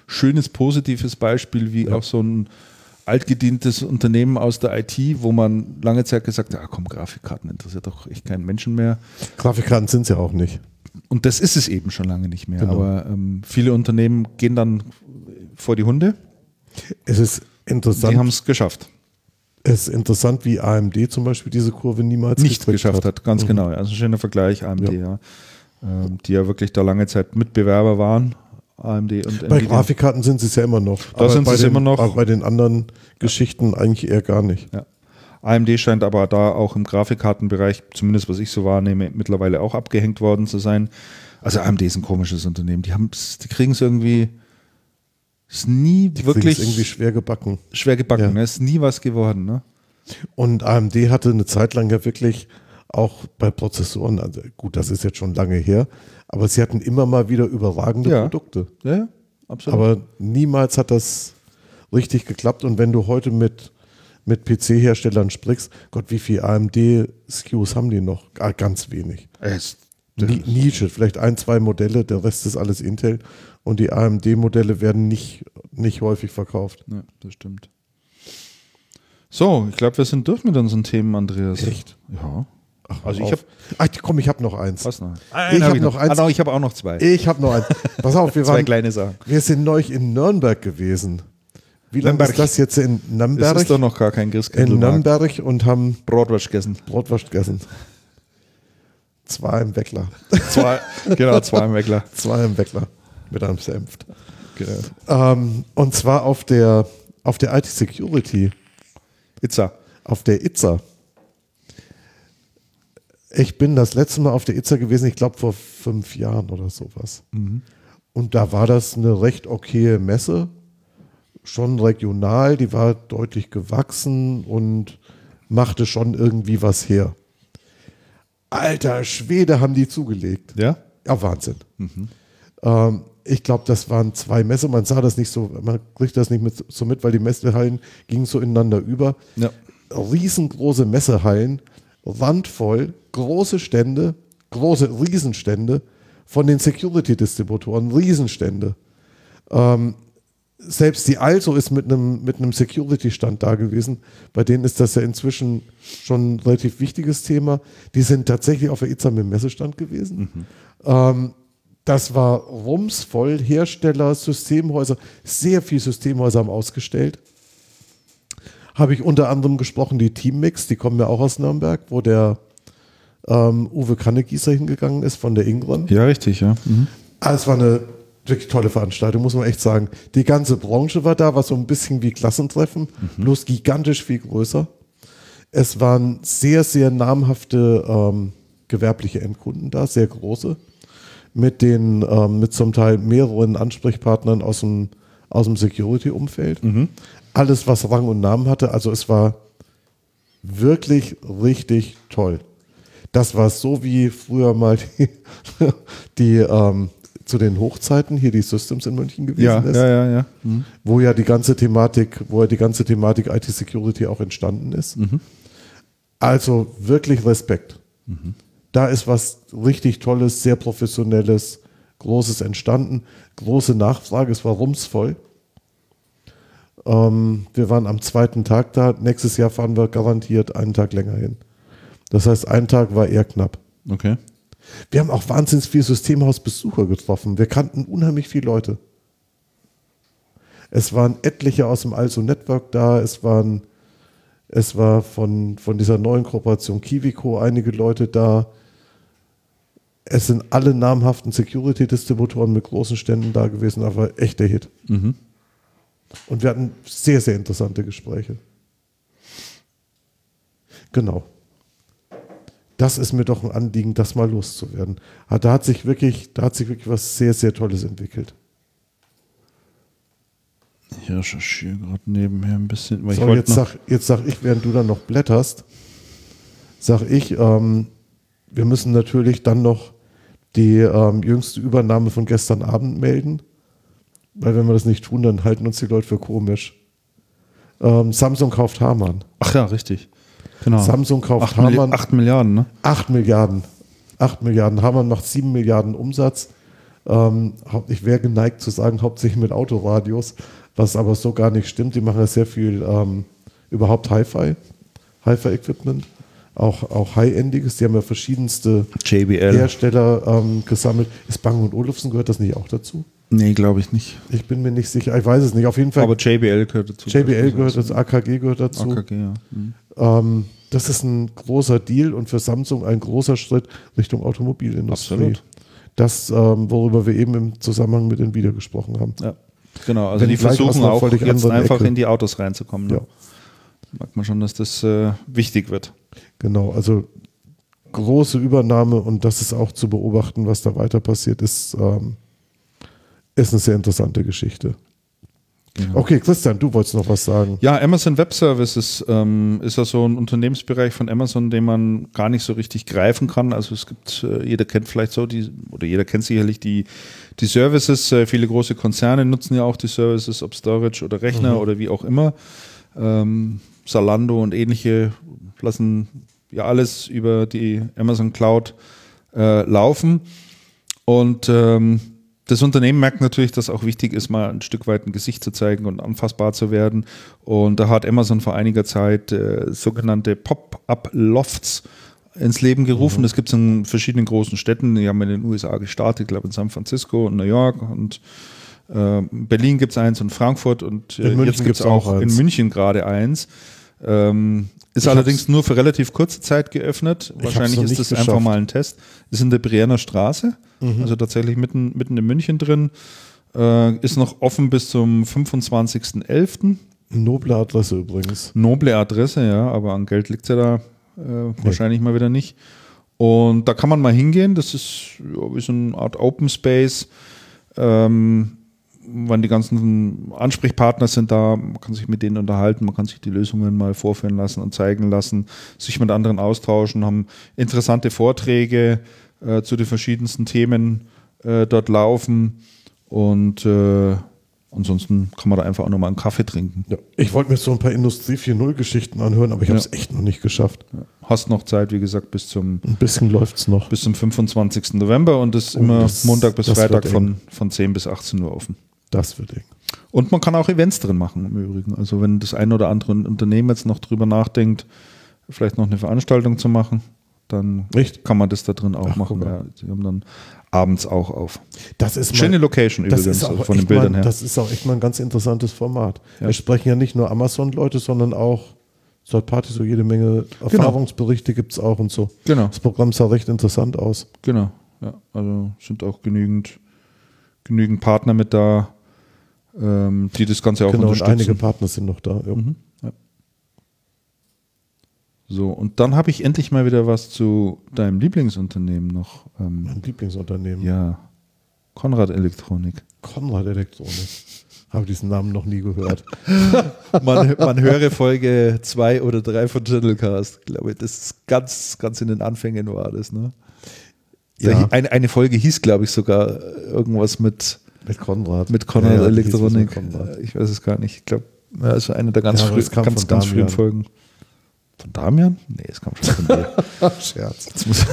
schönes, positives Beispiel, wie Ja. auch so ein altgedientes Unternehmen aus der I T, wo man lange Zeit gesagt hat, ah komm, Grafikkarten interessiert doch echt keinen Menschen mehr. Grafikkarten sind es ja auch nicht. Und das ist es eben schon lange nicht mehr. Genau. Aber ähm, viele Unternehmen gehen dann vor die Hunde. Es ist Die interessant, haben es geschafft. es ist interessant, wie A M D zum Beispiel diese Kurve niemals Nicht gekriegt geschafft hat, ganz Mhm. genau. Also ein schöner Vergleich, A M D, ja. Ähm, die ja wirklich da lange Zeit Mitbewerber waren, A M D und Bei Nvidia. Grafikkarten sind sie es ja immer noch. Da sind bei sie es den, immer noch. Aber bei den anderen Geschichten eigentlich eher gar nicht. Ja. A M D scheint aber da auch im Grafikkartenbereich, zumindest was ich so wahrnehme, mittlerweile auch abgehängt worden zu sein. Also A M D ist ein komisches Unternehmen. Die, die kriegen es irgendwie, ist nie Die wirklich kriegen's irgendwie schwer gebacken. schwer gebacken. Ja. Ne? Ist nie was geworden. Ne? Und A M D hatte eine Zeit lang ja wirklich auch bei Prozessoren, also gut, das ist jetzt schon lange her, aber sie hatten immer mal wieder überragende Ja. Produkte. Ja, ja, absolut. Aber niemals hat das richtig geklappt. Und wenn du heute mit, mit P C-Herstellern sprichst, Gott, wie viele A M D-S K Us haben die noch? Ah, ganz wenig. es, Ni- Nische, vielleicht ein, zwei Modelle, der Rest ist alles Intel. Und die A M D-Modelle werden nicht, nicht häufig verkauft. ja, das stimmt. So, ich glaube, wir sind durch mit unseren Themen, Andreas. Echt? Ja. Ach, Also ich auf. habe Ach, komm, ich habe noch eins. was noch? Ich hab hab noch eins. Ah, no, ich habe auch noch zwei. Ich habe noch eins. Pass auf, wir Zwei waren, kleine Sachen. wir sind neulich in Nürnberg gewesen. Wie lange Nürnberg. ist das jetzt in Das Nürnberg? ist doch noch gar kein In Christkindlmarkt. Nürnberg und haben Bratwurst gegessen. Brotwurst gegessen. Zwei im Weckler. Zwei, genau, zwei im Weckler. Zwei im Weckler mit einem Senft. Genau. Ähm, und zwar auf der, auf der I T Security, Itza. auf der I T S A. Ich bin das letzte Mal auf der I T S A gewesen, ich glaube vor fünf Jahren oder sowas. Und da war das eine recht okaye Messe, schon regional, die war deutlich gewachsen und machte schon irgendwie was her. Alter Schwede, haben die zugelegt. Ja? Ja, Wahnsinn. Ähm, ich glaube, das waren zwei Messe. Man sah das nicht so, man kriegt das nicht mit, so mit, weil die Messehallen gingen so ineinander über. Ja. Riesengroße Messehallen, randvoll, große Stände, große Riesenstände von den Security-Distributoren, Riesenstände. Ähm, selbst die Also ist mit einem mit einem Security-Stand da gewesen. Bei denen ist das ja inzwischen schon ein relativ wichtiges Thema. Die sind tatsächlich auf der I T S A mit dem Messestand gewesen. Ähm, das war rumsvoll. Hersteller, Systemhäuser, sehr viele Systemhäuser haben ausgestellt. Habe ich unter anderem gesprochen, die Teammix, die kommen ja auch aus Nürnberg, wo der ähm, Uwe Kannegießer hingegangen ist von der Ingron. Ja, richtig, ja. Mhm. Ah, es war eine wirklich tolle Veranstaltung, muss man echt sagen. Die ganze Branche war da, war so ein bisschen wie Klassentreffen, bloß gigantisch viel größer. Es waren sehr, sehr namhafte ähm, gewerbliche Endkunden da, sehr große, mit den, ähm, mit zum Teil mehreren Ansprechpartnern aus dem, aus dem Security-Umfeld. Alles, was Rang und Namen hatte, also es war wirklich richtig toll. Das war so wie früher mal die, die ähm, zu den Hochzeiten hier die Systems in München gewesen Ja, ist, ja, ja, ja. Mhm. wo ja die ganze Thematik, wo ja die ganze Thematik I T Security auch entstanden ist. Also wirklich Respekt. Da ist was richtig Tolles, sehr Professionelles, Großes entstanden, große Nachfrage, es war rumsvoll. Ähm, wir waren am zweiten Tag da, nächstes Jahr fahren wir garantiert einen Tag länger hin. Das heißt, ein Tag war eher knapp. Okay. Wir haben auch wahnsinnig viele Systemhausbesucher getroffen. Wir kannten unheimlich viele Leute. Es waren etliche aus dem Also Network da, es waren, es war von, von dieser neuen Kooperation Kiwico einige Leute da. Es sind alle namhaften Security-Distributoren mit großen Ständen da gewesen, aber echt der Hit. Mhm. Und wir hatten sehr, sehr interessante Gespräche. Genau. Das ist mir doch ein Anliegen, das mal loszuwerden. Ah, Da hat sich wirklich, da hat sich wirklich was sehr, sehr Tolles entwickelt. Ich recherchiere gerade nebenher ein bisschen. Weil So, ich wollte jetzt noch, sag, jetzt sag ich, während du dann noch blätterst, sag ich, ähm, wir müssen natürlich dann noch die ähm, jüngste Übernahme von gestern Abend melden, weil wenn wir das nicht tun, dann halten uns die Leute für komisch. Ähm, Samsung kauft Harman. ach ja, richtig. Genau. Samsung kauft acht, Milli- Harman. acht Milliarden, ne? acht Milliarden. acht Milliarden. Harman macht sieben Milliarden Umsatz. Ähm, hau- ich wäre geneigt zu sagen, hauptsächlich mit Autoradios, was aber so gar nicht stimmt. Die machen ja sehr viel ähm, überhaupt Hi-Fi, Hi-Fi-Equipment, auch, auch High-Endiges. Die haben ja verschiedenste J B L. Hersteller ähm, gesammelt. Ist Bang und Olufsen, gehört das nicht auch dazu? Nee, glaube ich nicht. Ich bin mir nicht sicher. Ich weiß es nicht. Auf jeden Fall. Aber J B L gehört dazu. J B L gehört dazu, A K G gehört dazu. A K G, ja. Mhm. Ähm, das ist ein großer Deal und für Samsung ein großer Schritt Richtung Automobilindustrie. Absolut. Das, ähm, worüber wir eben im Zusammenhang mit Nvidia gesprochen haben. Ja, genau. Also Wenn die gleich aus versuchen einer auch völlig jetzt anderen einfach Ecke. in die Autos reinzukommen. Ne? Ja. Merkt man schon, dass das äh, wichtig wird. Genau, also große Übernahme und das ist auch zu beobachten, was da weiter passiert, ist, ähm, ist eine sehr interessante Geschichte. Genau. Okay, Christian, du wolltest noch was sagen. Ja, Amazon Web Services ähm, ist ja so ein Unternehmensbereich von Amazon, den man gar nicht so richtig greifen kann. Also es gibt, äh, jeder kennt vielleicht so die, oder jeder kennt sicherlich die, die Services. Äh, viele große Konzerne nutzen ja auch die Services, ob Storage oder Rechner Mhm. oder wie auch immer. Ähm, Zalando und ähnliche lassen ja alles über die Amazon Cloud äh, laufen. Und ähm, das Unternehmen merkt natürlich, dass auch wichtig ist, mal ein Stück weit ein Gesicht zu zeigen und anfassbar zu werden. Und da hat Amazon vor einiger Zeit äh, sogenannte Pop-up-Lofts ins Leben gerufen. Mhm. Das gibt es in verschiedenen großen Städten. Die haben in den U S A gestartet, ich glaube in San Francisco und New York. Und äh, in Berlin gibt es eins und Frankfurt. Und äh, In München jetzt gibt es gibt's auch auch in eins. München gerade eins. Ähm, ist Ich allerdings hab's- nur für relativ kurze Zeit geöffnet. hab's Wahrscheinlich noch ist nicht das einfach geschafft. mal ein Test. Ist in der Brienner Straße, Mhm. also tatsächlich mitten, mitten in München drin. Äh, ist noch offen bis zum fünfundzwanzigsten elften Noble Adresse übrigens. Noble Adresse, ja, aber an Geld liegt es ja da äh, wahrscheinlich mal wieder nicht. Und da kann man mal hingehen. Das ist ja, wie so eine Art Open Space. Ähm, wann die ganzen Ansprechpartner sind da, man kann sich mit denen unterhalten, man kann sich die Lösungen mal vorführen lassen und zeigen lassen, sich mit anderen austauschen, haben interessante Vorträge äh, zu den verschiedensten Themen äh, dort laufen und äh, ansonsten kann man da einfach auch nochmal einen Kaffee trinken. Ja. Ich wollte mir so ein paar Industrie vier Punkt null Geschichten anhören, aber ich habe es Ja. echt noch nicht geschafft. Hast noch Zeit, wie gesagt, bis zum Ein bisschen läuft es noch. bis zum fünfundzwanzigsten November und ist Oh, immer das- Montag bis das Freitag wird von, von zehn bis achtzehn Uhr offen. Das wird eng. Und man kann auch Events drin machen im Übrigen. Also wenn das ein oder andere Unternehmen jetzt noch drüber nachdenkt, vielleicht noch eine Veranstaltung zu machen, dann Echt? kann man das da drin auch Ach, machen. guck mal. Ja, sie haben dann abends auch auf. Das ist Schöne mal, Location das übrigens, ist auch also von den echt Bildern mal, her. Das ist auch echt mal ein ganz interessantes Format. Ja. Wir sprechen ja nicht nur Amazon-Leute, sondern auch Third Party, so jede Menge Erfahrungsberichte gibt es auch und so. Genau, Das Programm sah recht interessant aus. genau. Ja, also sind auch genügend, genügend Partner mit da, ähm, die das Ganze auch Genau, und unterstützen. einige Partner sind noch da. Ja. Mhm, ja. So, und dann habe ich endlich mal wieder was zu deinem Lieblingsunternehmen noch. Ähm, Mein Lieblingsunternehmen. ja, Konrad Elektronik. Konrad Elektronik. Habe diesen Namen noch nie gehört. Man, man höre Folge zwei oder drei von Channelcast, glaube ich. Das ist ganz, ganz in den Anfängen war das, ne? Ja. Eine, eine Folge hieß, glaube ich, sogar irgendwas mit, Mit Konrad. mit Konrad Ja, ja, die hieß was mit Elektronik. Konrad. Ich weiß es gar nicht. Ich glaube, ja, es war eine der ganz, Ja, aber früh, es kam ganz, von ganz frühen Damian. Folgen. Von Damian? Nee, es kam schon von dir. Scherz. Jetzt muss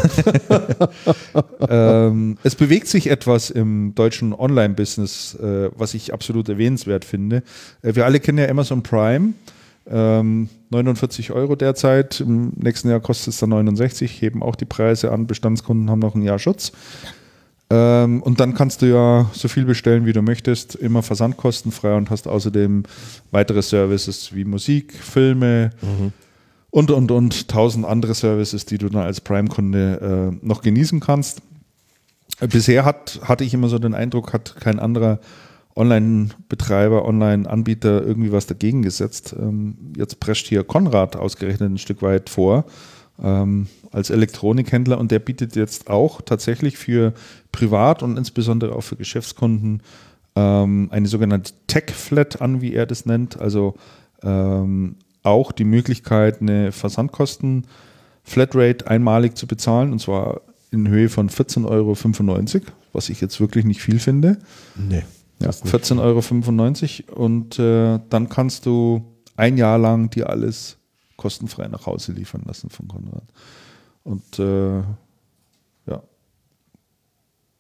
ähm, es bewegt sich etwas im deutschen Online-Business, äh, was ich absolut erwähnenswert finde. Äh, wir alle kennen ja Amazon Prime. Ähm, neunundvierzig Euro derzeit. Im nächsten Jahr kostet es dann neunundsechzig. Heben auch die Preise an. Bestandskunden haben noch ein Jahr Schutz. Ähm, und dann kannst du ja so viel bestellen, wie du möchtest. Immer versandkostenfrei und hast außerdem weitere Services wie Musik, Filme, Mhm. und, und, und tausend andere Services, die du dann als Prime-Kunde äh, noch genießen kannst. Äh, bisher hat, hatte ich immer so den Eindruck, hat kein anderer Online-Betreiber, Online-Anbieter irgendwie was dagegen gesetzt. Ähm, jetzt prescht hier Konrad ausgerechnet ein Stück weit vor ähm, als Elektronikhändler und der bietet jetzt auch tatsächlich für Privat- und insbesondere auch für Geschäftskunden ähm, eine sogenannte Tech-Flat an, wie er das nennt, also ähm, auch die Möglichkeit, eine Versandkosten-Flatrate einmalig zu bezahlen, und zwar in Höhe von vierzehn Euro fünfundneunzig, was ich jetzt wirklich nicht viel finde. Nee. Ja, das ist nicht vierzehn Euro fünfundneunzig und äh, dann kannst du ein Jahr lang dir alles kostenfrei nach Hause liefern lassen von Konrad. Und äh, ja.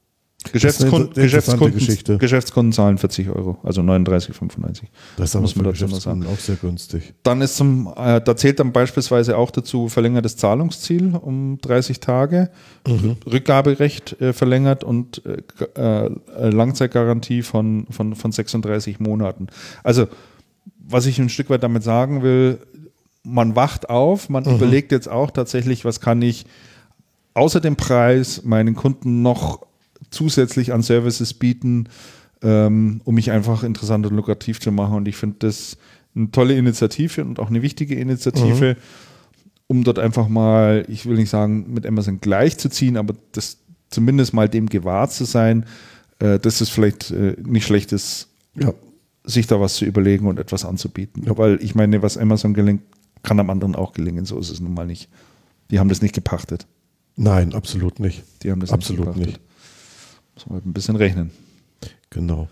Geschäftskunden, eine interessante Geschichte. Geschäftskunden, Geschäftskunden zahlen vierzig Euro, also neununddreißig Euro fünfundneunzig. Das ist muss man für dazu noch sagen. Geschäftskunden auch sehr günstig. Dann ist zum, äh, da zählt dann beispielsweise auch dazu verlängertes Zahlungsziel um dreißig Tage, Mhm. Rückgaberecht äh, verlängert und äh, äh, Langzeitgarantie von, von, von sechsunddreißig Monaten. Also, was ich ein Stück weit damit sagen will, man wacht auf, man Mhm. überlegt jetzt auch tatsächlich, was kann ich außer dem Preis meinen Kunden noch zusätzlich an Services bieten, ähm, um mich einfach interessant und lukrativ zu machen. Und ich finde das eine tolle Initiative und auch eine wichtige Initiative, mhm. um dort einfach mal, ich will nicht sagen, mit Amazon gleichzuziehen, aber das zumindest mal dem gewahrt zu sein, äh, dass es vielleicht äh, nicht schlecht ist, ja. sich da was zu überlegen und etwas anzubieten. Ja. Weil ich meine, was Amazon gelingt, kann am anderen auch gelingen. So ist es nun mal nicht. Die haben das nicht gepachtet. Nein, absolut nicht. Die haben das absolut nicht gepachtet. Muss man halt ein bisschen rechnen. Genau.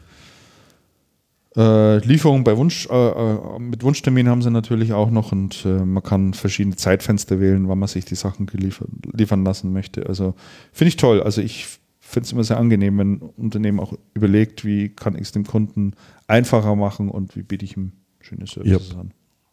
Äh, Lieferung bei Wunsch, äh, mit Wunschtermin haben sie natürlich auch noch und äh, man kann verschiedene Zeitfenster wählen, wann man sich die Sachen geliefert, liefern lassen möchte. Also finde ich toll. Also ich finde es immer sehr angenehm, wenn ein Unternehmen auch überlegt, wie kann ich es dem Kunden einfacher machen und wie biete ich ihm schöne Services yep. an.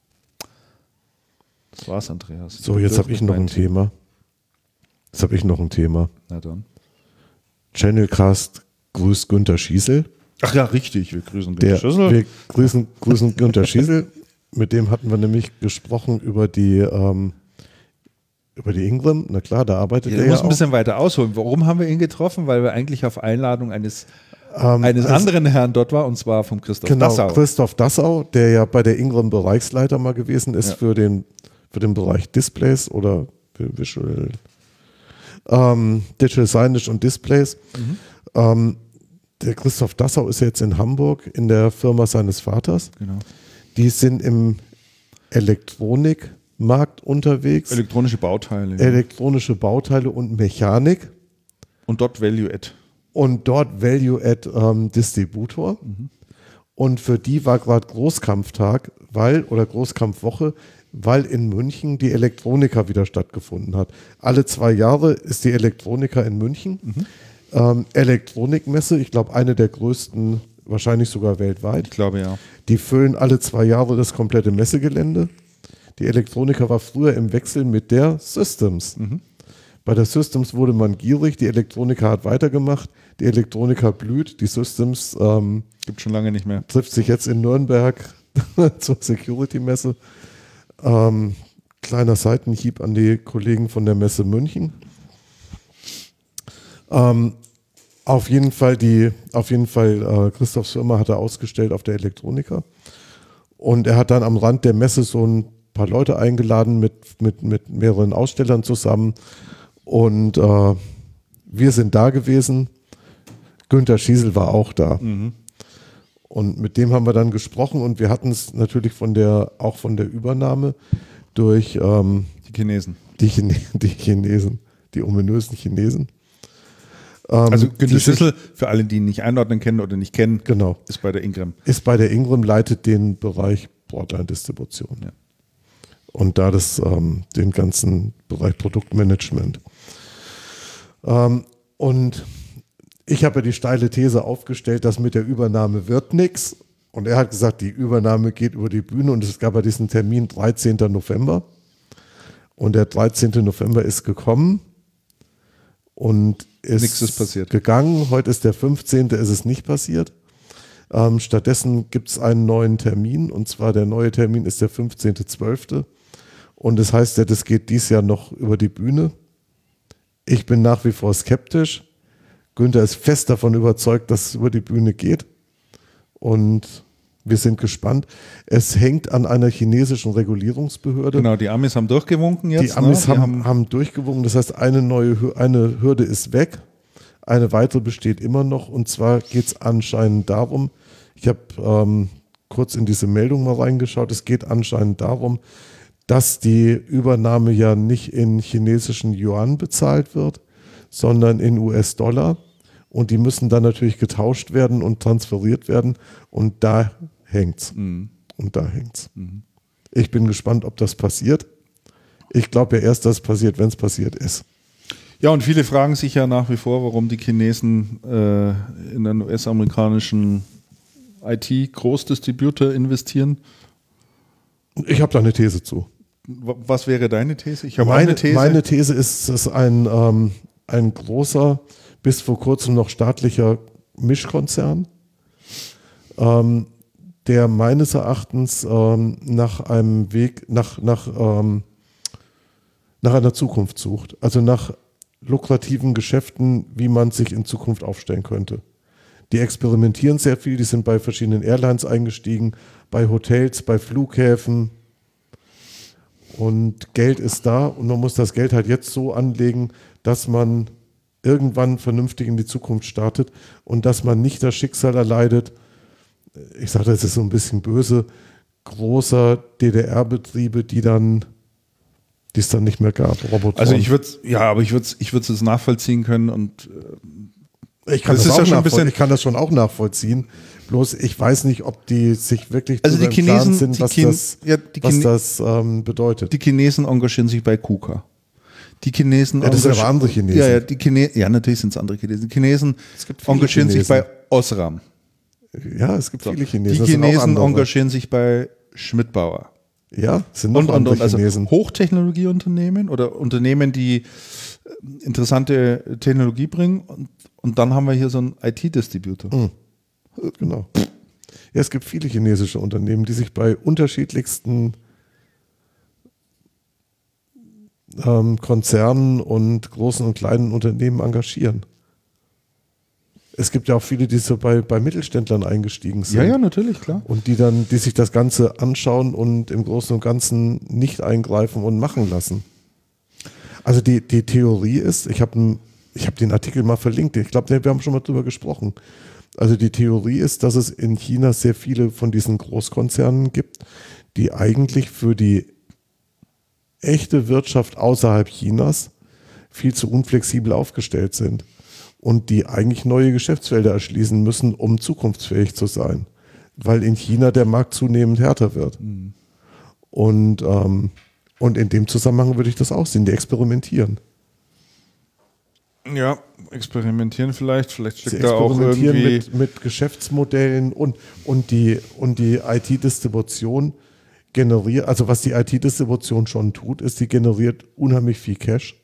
Das war's, Andreas. So, jetzt habe ich noch ein Thema. Jetzt habe ich noch ein Thema. Na dann. Channelcast grüßt Günther Schießel. Ach ja, richtig. Wir grüßen Günther Der, Schießel. Wir grüßen, grüßen Günther Schießel. Mit dem hatten wir nämlich gesprochen über die, ähm, über die Ingram. Na klar, da arbeitet ja, er ja muss auch. ein bisschen weiter ausholen. Warum haben wir ihn getroffen? Weil wir eigentlich auf Einladung eines, ähm, eines also, anderen Herrn dort war, und zwar vom Christoph genau, Dassau. Christoph Dassau, der ja bei der Ingram Bereichsleiter mal gewesen ist ja. für, den, für den Bereich Displays oder Visual ähm, Digital Signage und Displays. Mhm. Ähm, der Christoph Dassau ist jetzt in Hamburg in der Firma seines Vaters. Genau. Die sind im Elektronikmarkt unterwegs. Elektronische Bauteile. Elektronische Bauteile und Mechanik. Und dort Value Add. Und dort Value Add ähm, Distributor. Mhm. Und für die war gerade Großkampftag, weil, oder Großkampfwoche, weil in München die Elektronika wieder stattgefunden hat. Alle zwei Jahre ist die Elektronika in München. Mhm. Ähm, Elektronikmesse, ich glaube eine der größten, wahrscheinlich sogar weltweit. Ich glaube ja. Die füllen alle zwei Jahre das komplette Messegelände. Die Elektronika war früher im Wechsel mit der Systems. Mhm. Bei der Systems wurde man gierig, die Elektronika hat weitergemacht, die Elektronika blüht, die Systems ähm, gibt schon lange nicht mehr. Trifft sich jetzt in Nürnberg zur Security-Messe. Ähm, kleiner Seitenhieb an die Kollegen von der Messe München. Ähm, auf jeden Fall, die, auf jeden Fall äh, Christophs Firma hat er ausgestellt auf der Elektronika. Und er hat dann am Rand der Messe so ein paar Leute eingeladen mit, mit, mit mehreren Ausstellern zusammen. Und äh, wir sind da gewesen. Günther Schießel war auch da. Mhm. Und mit dem haben wir dann gesprochen und wir hatten es natürlich von der, auch von der Übernahme durch ähm, die Chinesen. Die, Chine die Chinesen, die ominösen Chinesen. Ähm, also Günther Schießel, für alle, die ihn nicht einordnen kennen oder nicht kennen, genau. ist bei der Ingram. Ist bei der Ingram, leitet den Bereich Broadline-Distribution. Ja. Und da das, ähm, den ganzen Bereich Produktmanagement. Ähm, und ich habe ja die steile These aufgestellt, dass mit der Übernahme wird nichts. Und er hat gesagt, die Übernahme geht über die Bühne und es gab ja diesen Termin dreizehnten November. Und der dreizehnten November ist gekommen und ist, nichts ist passiert. gegangen. Heute ist der fünfzehnte ist es nicht passiert. Ähm, stattdessen gibt es einen neuen Termin und zwar der neue Termin ist der fünfzehnten zwölften Und das heißt ja, das geht dieses Jahr noch über die Bühne. Ich bin nach wie vor skeptisch. Günther ist fest davon überzeugt, dass es über die Bühne geht. Und wir sind gespannt. Es hängt an einer chinesischen Regulierungsbehörde. Genau, die Amis haben durchgewunken jetzt. Die Amis ne? die haben, haben, haben durchgewunken. Das heißt, eine neue eine Hürde ist weg. Eine weitere besteht immer noch. Und zwar geht es anscheinend darum, ich habe ähm, kurz in diese Meldung mal reingeschaut, es geht anscheinend darum, dass die Übernahme ja nicht in chinesischen Yuan bezahlt wird, sondern in U S-Dollar. Und die müssen dann natürlich getauscht werden und transferiert werden. Und da hängt's. Mhm. Und da hängt's. Mhm. Ich bin gespannt, ob das passiert. Ich glaube ja erst, dass es passiert, wenn es passiert ist. Ja, und viele fragen sich ja nach wie vor, warum die Chinesen äh, in einen U S-amerikanischen I T-Großdistributor investieren. Ich habe da eine These zu. Was wäre deine These? Ich habe meine, eine These. Meine These ist, dass ein, ähm, ein großer, bis vor kurzem noch staatlicher Mischkonzern, ähm, der meines Erachtens ähm, nach einem Weg, nach, nach, ähm, nach einer Zukunft sucht. Also nach lukrativen Geschäften, wie man sich in Zukunft aufstellen könnte. Die experimentieren sehr viel, die sind bei verschiedenen Airlines eingestiegen, bei Hotels, bei Flughäfen. Und Geld ist da und man muss das Geld halt jetzt so anlegen, dass man irgendwann vernünftig in die Zukunft startet und dass man nicht das Schicksal erleidet, ich sage das ist so ein bisschen böse, großer D D R-Betriebe, die dann, die es dann nicht mehr gab. Roboter. Also ich würde ja, aber ich würde ich würde es nachvollziehen können und äh, ich kann das, das, ist ja schon ein bisschen, ich kann das schon auch nachvollziehen. Bloß ich weiß nicht, ob die sich wirklich also die Chinesen sind, was Chin- das, ja, die was Chine- das ähm, bedeutet. Die Chinesen engagieren sich bei KUKA. Die Chinesen ja, das sind engagieren- aber andere Chinesen. Ja, ja, die Chine- ja natürlich sind es andere Chinesen. Die Chinesen Es gibt viele engagieren sich Chinesen. bei Osram. Ja, es gibt So. viele Die Chinesen. das sind auch Chinesen andere. engagieren sich bei Schmidtbauer. Ja, es sind noch Und, und, andere und also Chinesen. Hochtechnologieunternehmen oder Unternehmen, die äh, interessante Technologie bringen. Und, und dann haben wir hier so einen I T-Distributor. Mhm. Genau. Ja, es gibt viele chinesische Unternehmen, die sich bei unterschiedlichsten ähm, Konzernen und großen und kleinen Unternehmen engagieren. Es gibt ja auch viele, die so bei, bei Mittelständlern eingestiegen sind. Ja, ja, natürlich, klar. Und die dann, die sich das Ganze anschauen und im Großen und Ganzen nicht eingreifen und machen lassen. Also die, die Theorie ist, ich habe ich hab den Artikel mal verlinkt, ich glaube, wir haben schon mal drüber gesprochen. Also die Theorie ist, dass es in China sehr viele von diesen Großkonzernen gibt, die eigentlich für die echte Wirtschaft außerhalb Chinas viel zu unflexibel aufgestellt sind und die eigentlich neue Geschäftsfelder erschließen müssen, um zukunftsfähig zu sein, weil in China der Markt zunehmend härter wird. Mhm. Und, ähm, und in dem Zusammenhang würde ich das auch sehen, die experimentieren. Ja, experimentieren vielleicht, vielleicht Sie steckt da auch experimentieren irgendwie mit, mit Geschäftsmodellen und, und die, und die I T-Distribution generiert, also was die I T-Distribution schon tut, ist, die generiert unheimlich viel Cash.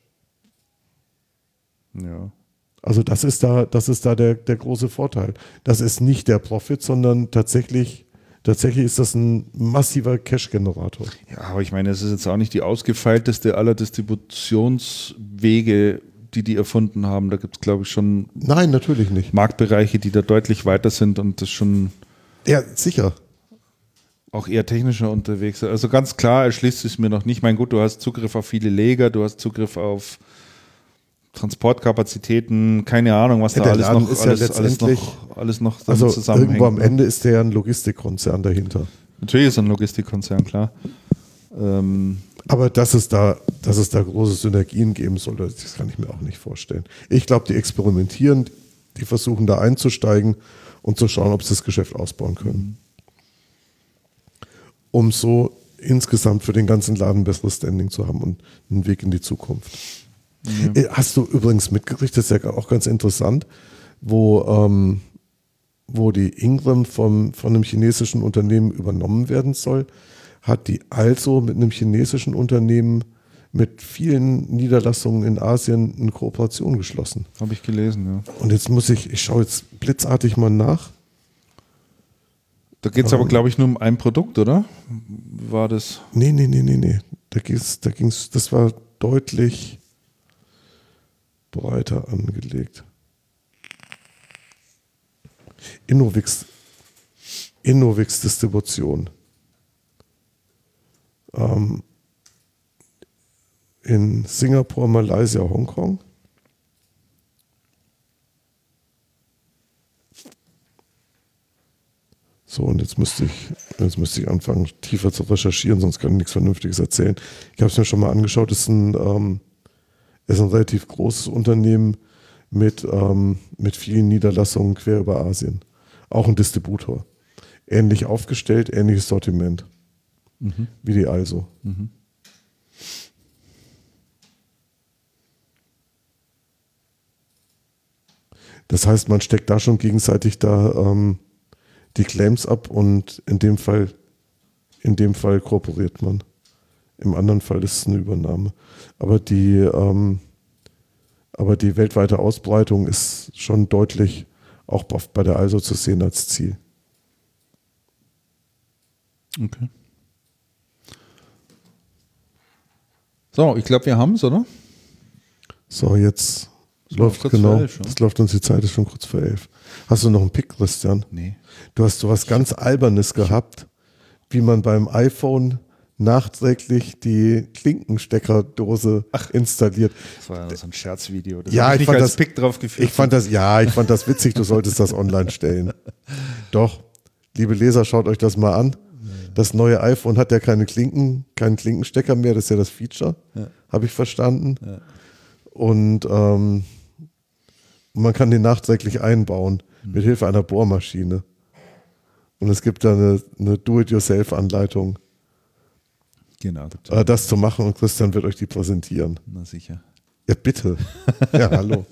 ja. Also das ist da, das ist da der, der große Vorteil. Das ist nicht der Profit, sondern tatsächlich, tatsächlich ist das ein massiver Cash-Generator. Ja, aber ich meine, es ist jetzt auch nicht die ausgefeilteste aller Distributionswege, die die erfunden haben. Da gibt es, glaube ich, schon Nein, natürlich nicht. Marktbereiche, die da deutlich weiter sind und das schon Ja, sicher. auch eher technischer unterwegs sind. Also ganz klar erschließt es mir noch nicht. Mein gut, du hast Zugriff auf viele Lager, du hast Zugriff auf Transportkapazitäten, keine Ahnung, was Ja, da der alles Laden noch, ist ja alles, alles letztendlich- noch, alles noch damit Also zusammenhängt. irgendwo am ne? Ende ist der ja ein Logistikkonzern dahinter. Natürlich ist es ein Logistikkonzern, klar. Ähm, Aber dass es da, dass es da große Synergien geben soll, das kann ich mir auch nicht vorstellen. Ich glaube, die experimentieren, die versuchen da einzusteigen und zu schauen, ob sie das Geschäft ausbauen können. Um so insgesamt für den ganzen Laden ein besseres Standing zu haben und einen Weg in die Zukunft. Ja. Hast du übrigens mitgekriegt, das ist ja auch ganz interessant, wo, ähm, wo die Ingram vom, von einem chinesischen Unternehmen übernommen werden soll, hat die also mit einem chinesischen Unternehmen mit vielen Niederlassungen in Asien eine Kooperation geschlossen. Habe ich gelesen, ja. Und jetzt muss ich, ich schaue jetzt blitzartig mal nach. Da geht es aber, glaube ich, nur um ein Produkt, oder? War das? Nee, nee, nee, nee, nee. Da ging's, da ging's, das war deutlich breiter angelegt. Innovix, Innovix Distribution. Ähm, in Singapur, Malaysia, Hongkong. So, und jetzt müsste ich, jetzt müsste ich anfangen, tiefer zu recherchieren, sonst kann ich nichts Vernünftiges erzählen. Ich habe es mir schon mal angeschaut, es ist ein, ähm, ist ein relativ großes Unternehmen mit, ähm, mit vielen Niederlassungen quer über Asien. Auch ein Distributor. Ähnlich aufgestellt, ähnliches Sortiment. Mhm. Wie die also. Mhm. Das heißt, man steckt da schon gegenseitig da ähm, die Claims ab und in dem Fall, in dem Fall kooperiert man. Im anderen Fall ist es eine Übernahme. Aber die, ähm, aber die weltweite Ausbreitung ist schon deutlich auch bei der Also zu sehen als Ziel. Okay. So, ich glaube, wir haben es, oder? So, jetzt Das läuft kurz genau. vor elf schon. Das läuft uns die Zeit, ist schon kurz vor elf. Hast du noch einen Pick, Christian? Nee. Du hast so was ganz Albernes gehabt, wie man beim iPhone nachträglich die Klinkensteckerdose installiert. Das war so ein Scherzvideo. Das Ja, hab ich nicht fand als das- Pick drauf geführt. Ich fand das, ja, ich fand das witzig, du solltest das online stellen. Doch, liebe Leser, schaut euch das mal an. Das neue iPhone hat ja keine Klinken, keinen Klinkenstecker mehr, das ist ja das Feature, Ja. habe ich verstanden. Ja. Und ähm, man kann den nachträglich einbauen, mit Hilfe einer Bohrmaschine. Und es gibt da eine, eine Do-it-yourself-Anleitung, Genau. äh, das zu machen, und Christian wird euch die präsentieren. Na sicher. Ja, bitte. Ja, hallo.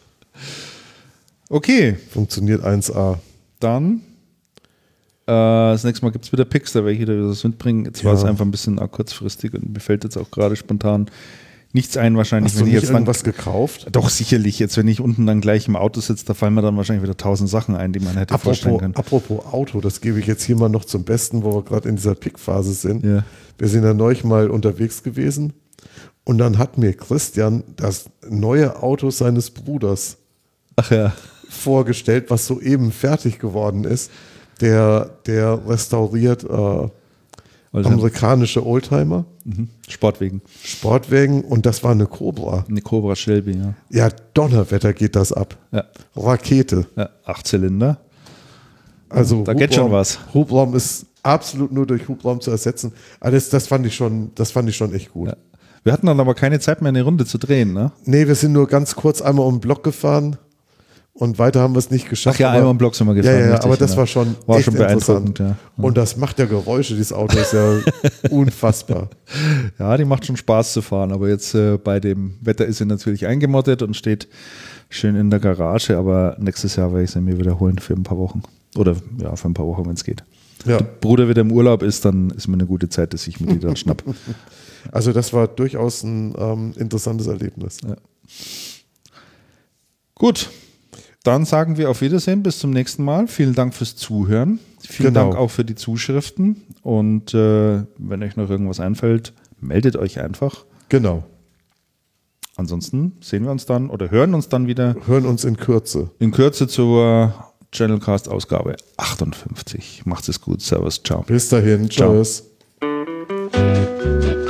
Okay, Funktioniert eins a. dann äh, das nächste Mal gibt es wieder Picks, da werde ich wieder was mitbringen. Jetzt war Ja. es einfach ein bisschen auch kurzfristig und mir fällt jetzt auch gerade spontan nichts ein wahrscheinlich. Hast du wenn ich nicht jetzt dann, irgendwas gekauft? Doch, sicherlich. Jetzt, wenn ich unten dann gleich im Auto sitze, da fallen mir dann wahrscheinlich wieder tausend Sachen ein, die man hätte vorstellen Apropos, können. apropos Auto, das gebe ich jetzt hier mal noch zum Besten, wo wir gerade in dieser Pick-Phase sind. Ja. Wir sind ja neulich mal unterwegs gewesen und dann hat mir Christian das neue Auto seines Bruders Ach ja. vorgestellt, was soeben fertig geworden ist. Der, der restauriert äh, Also, amerikanische Oldtimer, mhm. Sportwegen. Sportwagen, und das war eine Cobra. Eine Cobra Shelby, ja. Ja, Donnerwetter geht das ab. Ja, Rakete. ja. Acht Zylinder. Also Da geht schon was. Hubraum ist absolut nur durch Hubraum zu ersetzen. Aber das, das fand ich schon, das fand ich schon echt gut. Ja. Wir hatten dann aber keine Zeit mehr, eine Runde zu drehen, ne? Nee, wir sind nur ganz kurz einmal um den Block gefahren und weiter haben wir es nicht geschafft. Ach ja, aber- einmal im Block sind wir gefahren. Ja, ja, richtig, aber das ja. war schon War echt schon beeindruckend, interessant. ja. Und das macht ja Geräusche, dieses Auto ist ja unfassbar. Ja, die macht schon Spaß zu fahren, aber jetzt äh, bei dem Wetter ist sie natürlich eingemottet und steht schön in der Garage, aber nächstes Jahr werde ich sie mir wiederholen für ein paar Wochen. Oder ja, für ein paar Wochen, wenn es geht. Ja. Der Bruder wieder im Urlaub ist, dann ist mir eine gute Zeit, dass ich mir die dann schnapp. Also das war durchaus ein ähm, interessantes Erlebnis. Ja. Gut, dann sagen wir auf Wiedersehen, bis zum nächsten Mal. Vielen Dank fürs Zuhören. Vielen Genau. Dank auch für die Zuschriften. Und äh, wenn euch noch irgendwas einfällt, meldet euch einfach. Genau. Ansonsten sehen wir uns dann oder hören uns dann wieder Hören uns in Kürze. in Kürze zur Channelcast-Ausgabe achtundfünfzig. Macht's es gut. Servus. Ciao. Bis dahin. Ciao. Tschüss.